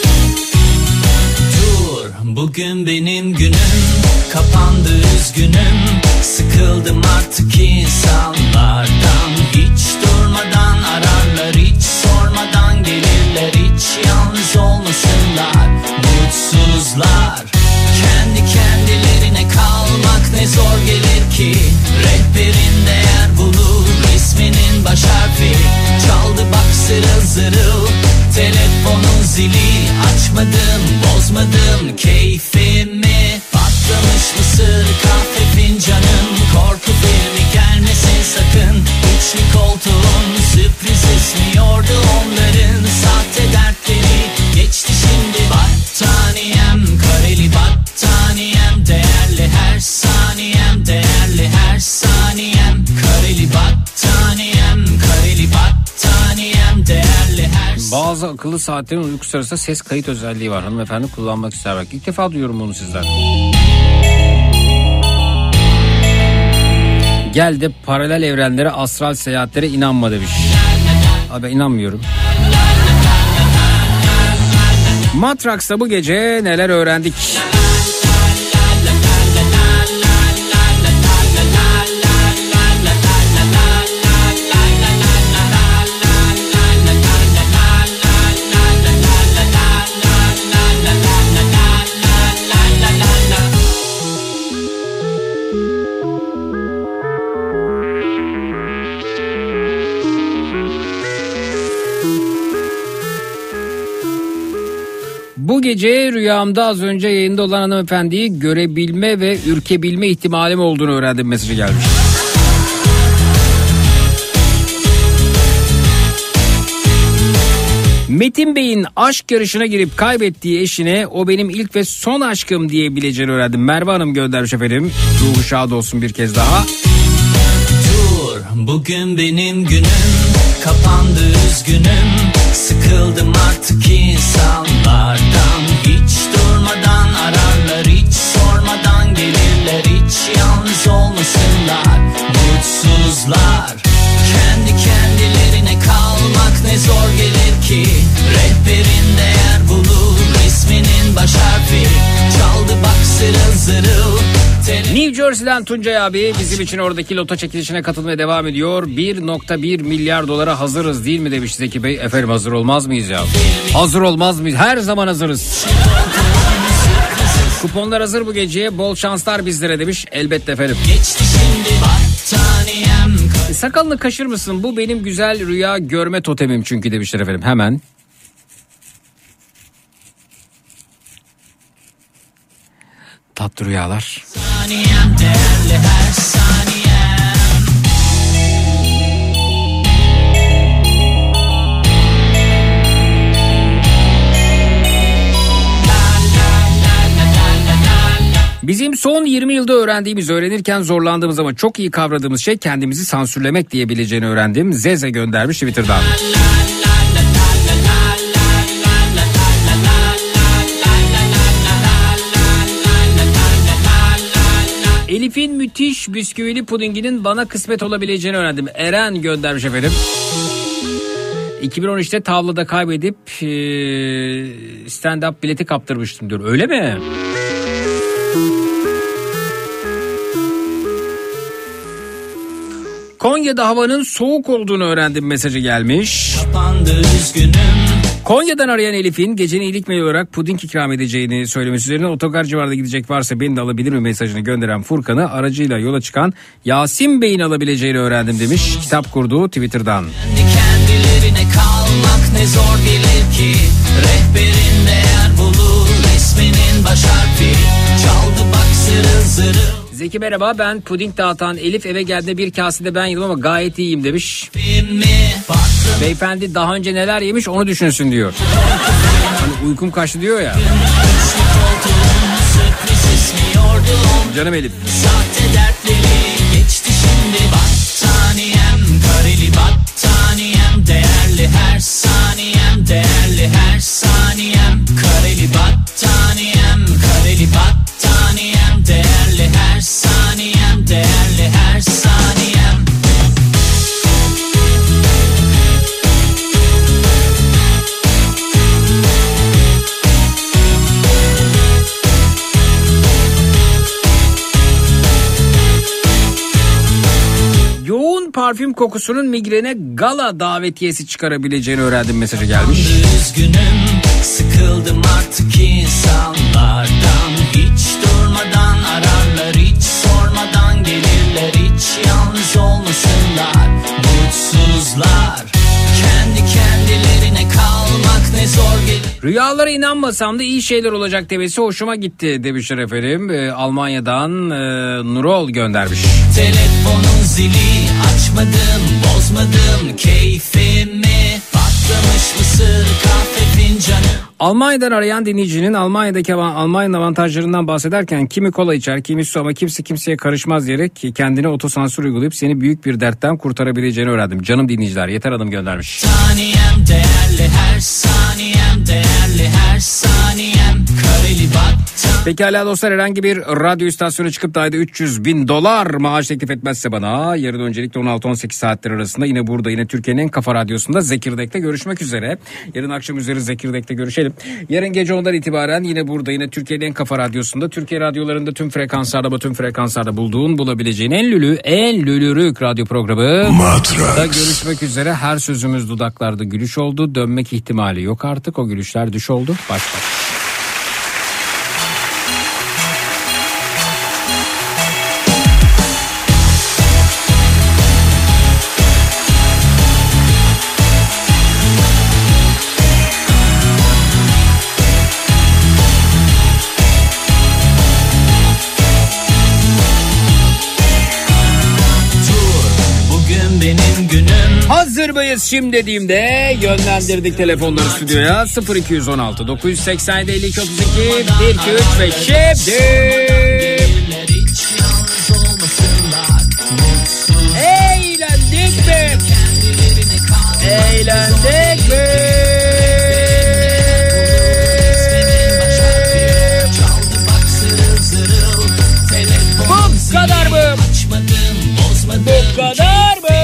Dur, bugün benim günüm, kapandı üzgünüm. Sıkıldım artık insanlardan. Hiç durmadan ararlar, hiç sormadan gelirler. Hiç yalnız olmasınlar, mutsuzlar. Kendi kendilerine kalmak ne zor gelir ki. Rehberin değer bulur, isminin baş harfi. Çaldı bak zırıl zırıl, telefonun zili. Açmadım, bozmadım keyfimi. Patlamış mısır kahve fincanım. Korku filmi gelmesin sakın. Üçlü koltuğun sürpriz ismiyordu onların. Sahte dertleri geçti şimdi. Battaniyem, kareli battaniyem. Değerli her saniyem, değerli her saniyem. Kareli battaniyem, kareli battaniyem. Değerli her saniyem. Bazı akıllı saatlerin uyku sırasında ses kayıt özelliği var. Hanımefendi kullanmak ister belki. İlk defa duyuyorum bunu sizden. Gel de paralel evrenlere, astral seyahatlere inanma demiş. Abi ben inanmıyorum. Matraks'ta bu gece neler öğrendik? Bu gece rüyamda az önce yayında olan hanımefendiyi görebilme ve ürkebilme ihtimalim olduğunu öğrendim mesajı gelmiş. Metin Bey'in aşk yarışına girip kaybettiği eşine o benim ilk ve son aşkım diyebileceğini öğrendim. Merve Hanım göndermiş efendim. Ruhu şad olsun bir kez daha. Dur, bugün benim günüm, kapandı üzgünüm. Sıkıldım artık insanlardan. Hiç durmadan ararlar, hiç sormadan gelirler. Hiç yalnız olmasınlar, mutsuzlar. Kendi kendilerine kalmak ne zor gelir ki. Rehberin değer bulur, isminin baş harfi. Çaldı bak zırıl zırıl. New Jersey'den Tuncay abi bizim için oradaki loto çekilişine katılmaya devam ediyor. bir nokta bir milyar dolara hazırız değil mi demiş Zeki Bey. Efendim hazır olmaz mıyız ya? Hazır olmaz mıyız? Her zaman hazırız. Kuponlar hazır bu geceye. Bol şanslar bizlere demiş. Elbette efendim. E, sakalını kaşır mısın? Bu benim güzel rüya görme totemim çünkü demişler efendim. Hemen. Tatlı rüyalar. Saniyem, değerli her saniyem. Bizim son yirmi yılda öğrendiğimiz, öğrenirken zorlandığımız ama çok iyi kavradığımız şey kendimizi sansürlemek diyebileceğini öğrendim. Zeze göndermiş Twitter'dan. Elif'in müthiş bisküvili pudinginin bana kısmet olabileceğini öğrendim. Eren göndermiş efendim. iki bin on üçte tavlada kaybedip stand-up bileti kaptırmıştım diyor. Öyle mi? Konya'da havanın soğuk olduğunu öğrendim mesajı gelmiş. Kapandı üzgünüm. Konya'dan arayan Elif'in gecenin iyilik mail olarak puding ikram edeceğini söylemesi üzerine otogar civarında gidecek varsa beni de alabilir mi mesajını gönderen Furkan'ı aracıyla yola çıkan Yasin Bey'in alabileceğini öğrendim demiş. Kitap kurduğu Twitter'dan. Kendilerine kalmak ne zor gelir ki, rehberin değer bulur resminin baş harfi, çaldı bak zırıl zırıl. Zeki merhaba, ben puding dağıtan Elif, eve geldiğinde bir kasede ben yedim ama gayet iyiyim demiş. Beyefendi daha önce neler yemiş onu düşünsün diyor. Hani uykum kaçtı diyor ya. Canım Elif. Sahte dertleri geçti şimdi, battaniyem kareli battaniyem, değerli her saniyem, değerli her saniyem, kareli battaniyem, kareli battaniyem, değerli her saniyem, değerli her saniyem. Yoğun parfüm kokusunun migrene gala davetiyesi çıkarabileceğini öğrendim mesajı gelmiş. Üzgünüm, sıkıldım artık insanlardan, hiç durmadan ararlar, hiç sormadan gelirler, hiç yalnız olmasınlar, mutsuzlar, kendi kendilerine kalmak ne zor gelir. Rüyalara inanmasam da iyi şeyler olacak demesi hoşuma gitti demişler efendim. Ee, Almanya'dan e, Nurol göndermiş. Telefonun zili açmadım, bozmadım keyfimi, patlamış mısır kahve fincanı. Almanya'dan arayan dinleyicinin Almanya'daki Almanya'nın avantajlarından bahsederken kimi kola içer, kimi su ama kimse kimseye karışmaz diyerek kendine otosansür uygulayıp seni büyük bir dertten kurtarabileceğini öğrendim. Canım dinleyiciler, yeter adam göndermiş. Saniyem değerli her saniyem, değerli her saniyem, kareli battan. Pekala dostlar, herhangi bir radyo istasyonu çıkıp da ayda üç yüz bin dolar maaş teklif etmezse bana, yarın öncelikle on altı on sekiz saatler arasında yine burada, yine Türkiye'nin en kafa radyosunda Zekirdek'te görüşmek üzere. Yarın akşam üzeri Zekirdek'te görüşelim. Yarın gece ondan itibaren yine burada, yine Türkiye'nin en kafa radyosunda, Türkiye radyolarında tüm frekanslarda, tüm frekanslarda bulduğun, bulabileceğin en lülü, en lülürük radyo programı Matrax. Görüşmek üzere. Her sözümüz dudaklarda gülüş oldu. Dönmek ihtimali yok artık. O gülüşler düş oldu. Baş baş. Hazır mıyız şimdi dediğimde yönlendirdik telefonları stüdyoya. Sıfır iki on altı dokuz seksen yedi elli iki otuz iki bir iki üç ve şimdi eğlendik mi? Eğlendik mi? Bu kadar mı? Bu kadar mı?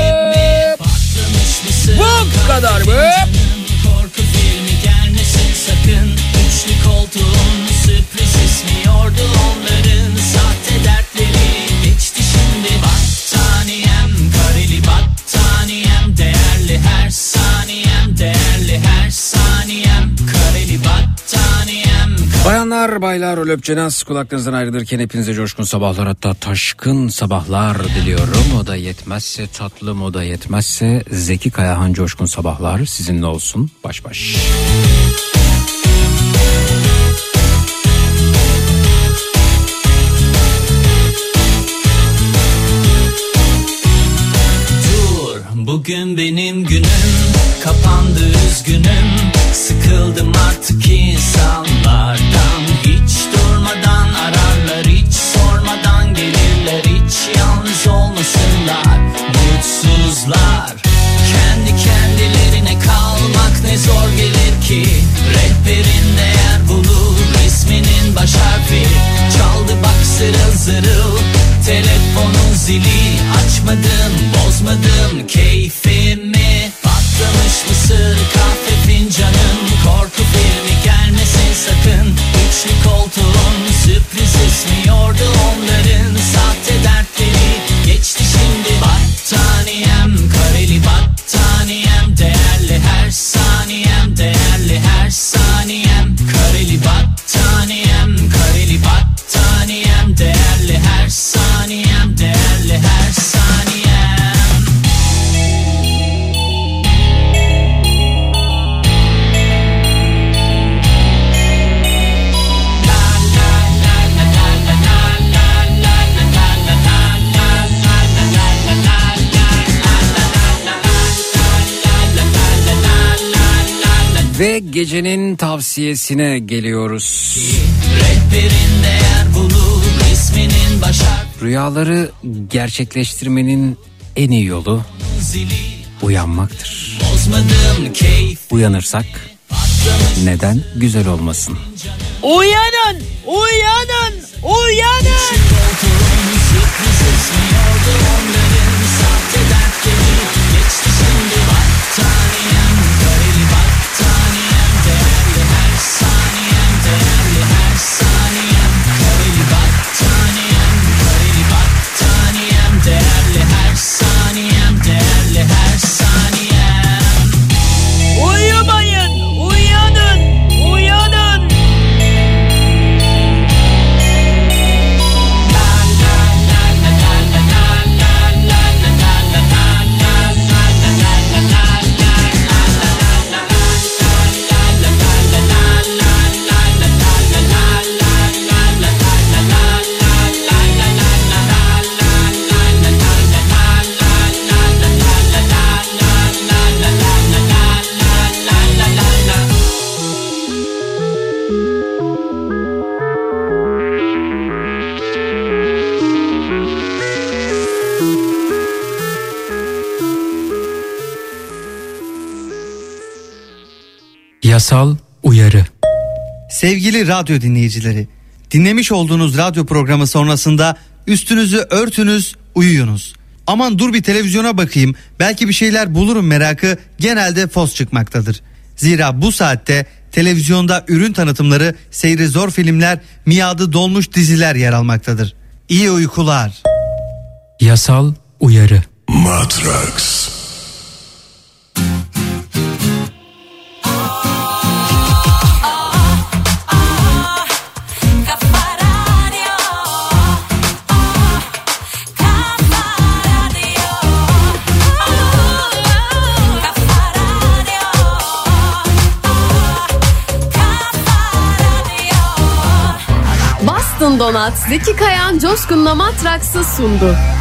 Bu kadar mı? Korku filmi gelmesin sakın. Üçlü koltuğun sürpriz ismiyordu onların. Sahte dertleri geçti şimdi. Battaniyem kareli battaniyem, değerli her saniyem, değerli her saniyem, kareli battaniyem. Bayanlar, baylar, o löpçenaz kulaklarınızdan ayrılırken hepinize coşkun sabahlar, hatta taşkın sabahlar diliyorum. O da yetmezse, tatlım o da yetmezse, Zeki Kayahan coşkun sabahlar sizinle olsun. Baş baş. Dur, bugün benim günüm, kapandı üzgünüm, sıkıldım artık insanlardan, hiç durmadan ararlar, hiç sormadan gelirler, hiç yalnız olmasınlar, mutsuzlar, kendi kendilerine kalmak ne zor gelir ki, rehberin değer bulur resminin baş harfi, çaldı bak zırıl zırıl, telefonun zili açmadım, bozmadım keyfimi, patlamış mısır kahve fincanım, korku filmi gelmesin sakın, üçlü koltuğun sürpriz ismiyordu onların, sahte dertleri geçti şimdi, battaniye Ve gecenin tavsiyesine geliyoruz. Rehberin değer bulur, isminin başar. Rüyaları gerçekleştirmenin en iyi yolu uyanmaktır. Bozmadım keyif. Uyanırsak neden güzel olmasın? Uyanın, uyanın, uyanın. Sürpriz esmiyordu onların sahte dertleri. Geçti şimdi battaniyem, kareli battaniyem. Değerli her saniyem, değerli her saniyem. Kareli battaniyem, kareli battaniyem. Değerli her saniyem, değerli her saniyem. Uyumayın, uyanın, uyanın. Yasal uyarı. Sevgili radyo dinleyicileri, dinlemiş olduğunuz radyo programı sonrasında üstünüzü örtünüz, uyuyunuz. Aman dur bir televizyona bakayım, belki bir şeyler bulurum merakı genelde fos çıkmaktadır. Zira bu saatte televizyonda ürün tanıtımları, seyri zor filmler, miadı dolmuş diziler yer almaktadır. İyi uykular. Yasal uyarı. Matrax. Boston Donat, Zeki Kayan Coşkun'la Matraks'ı sundu.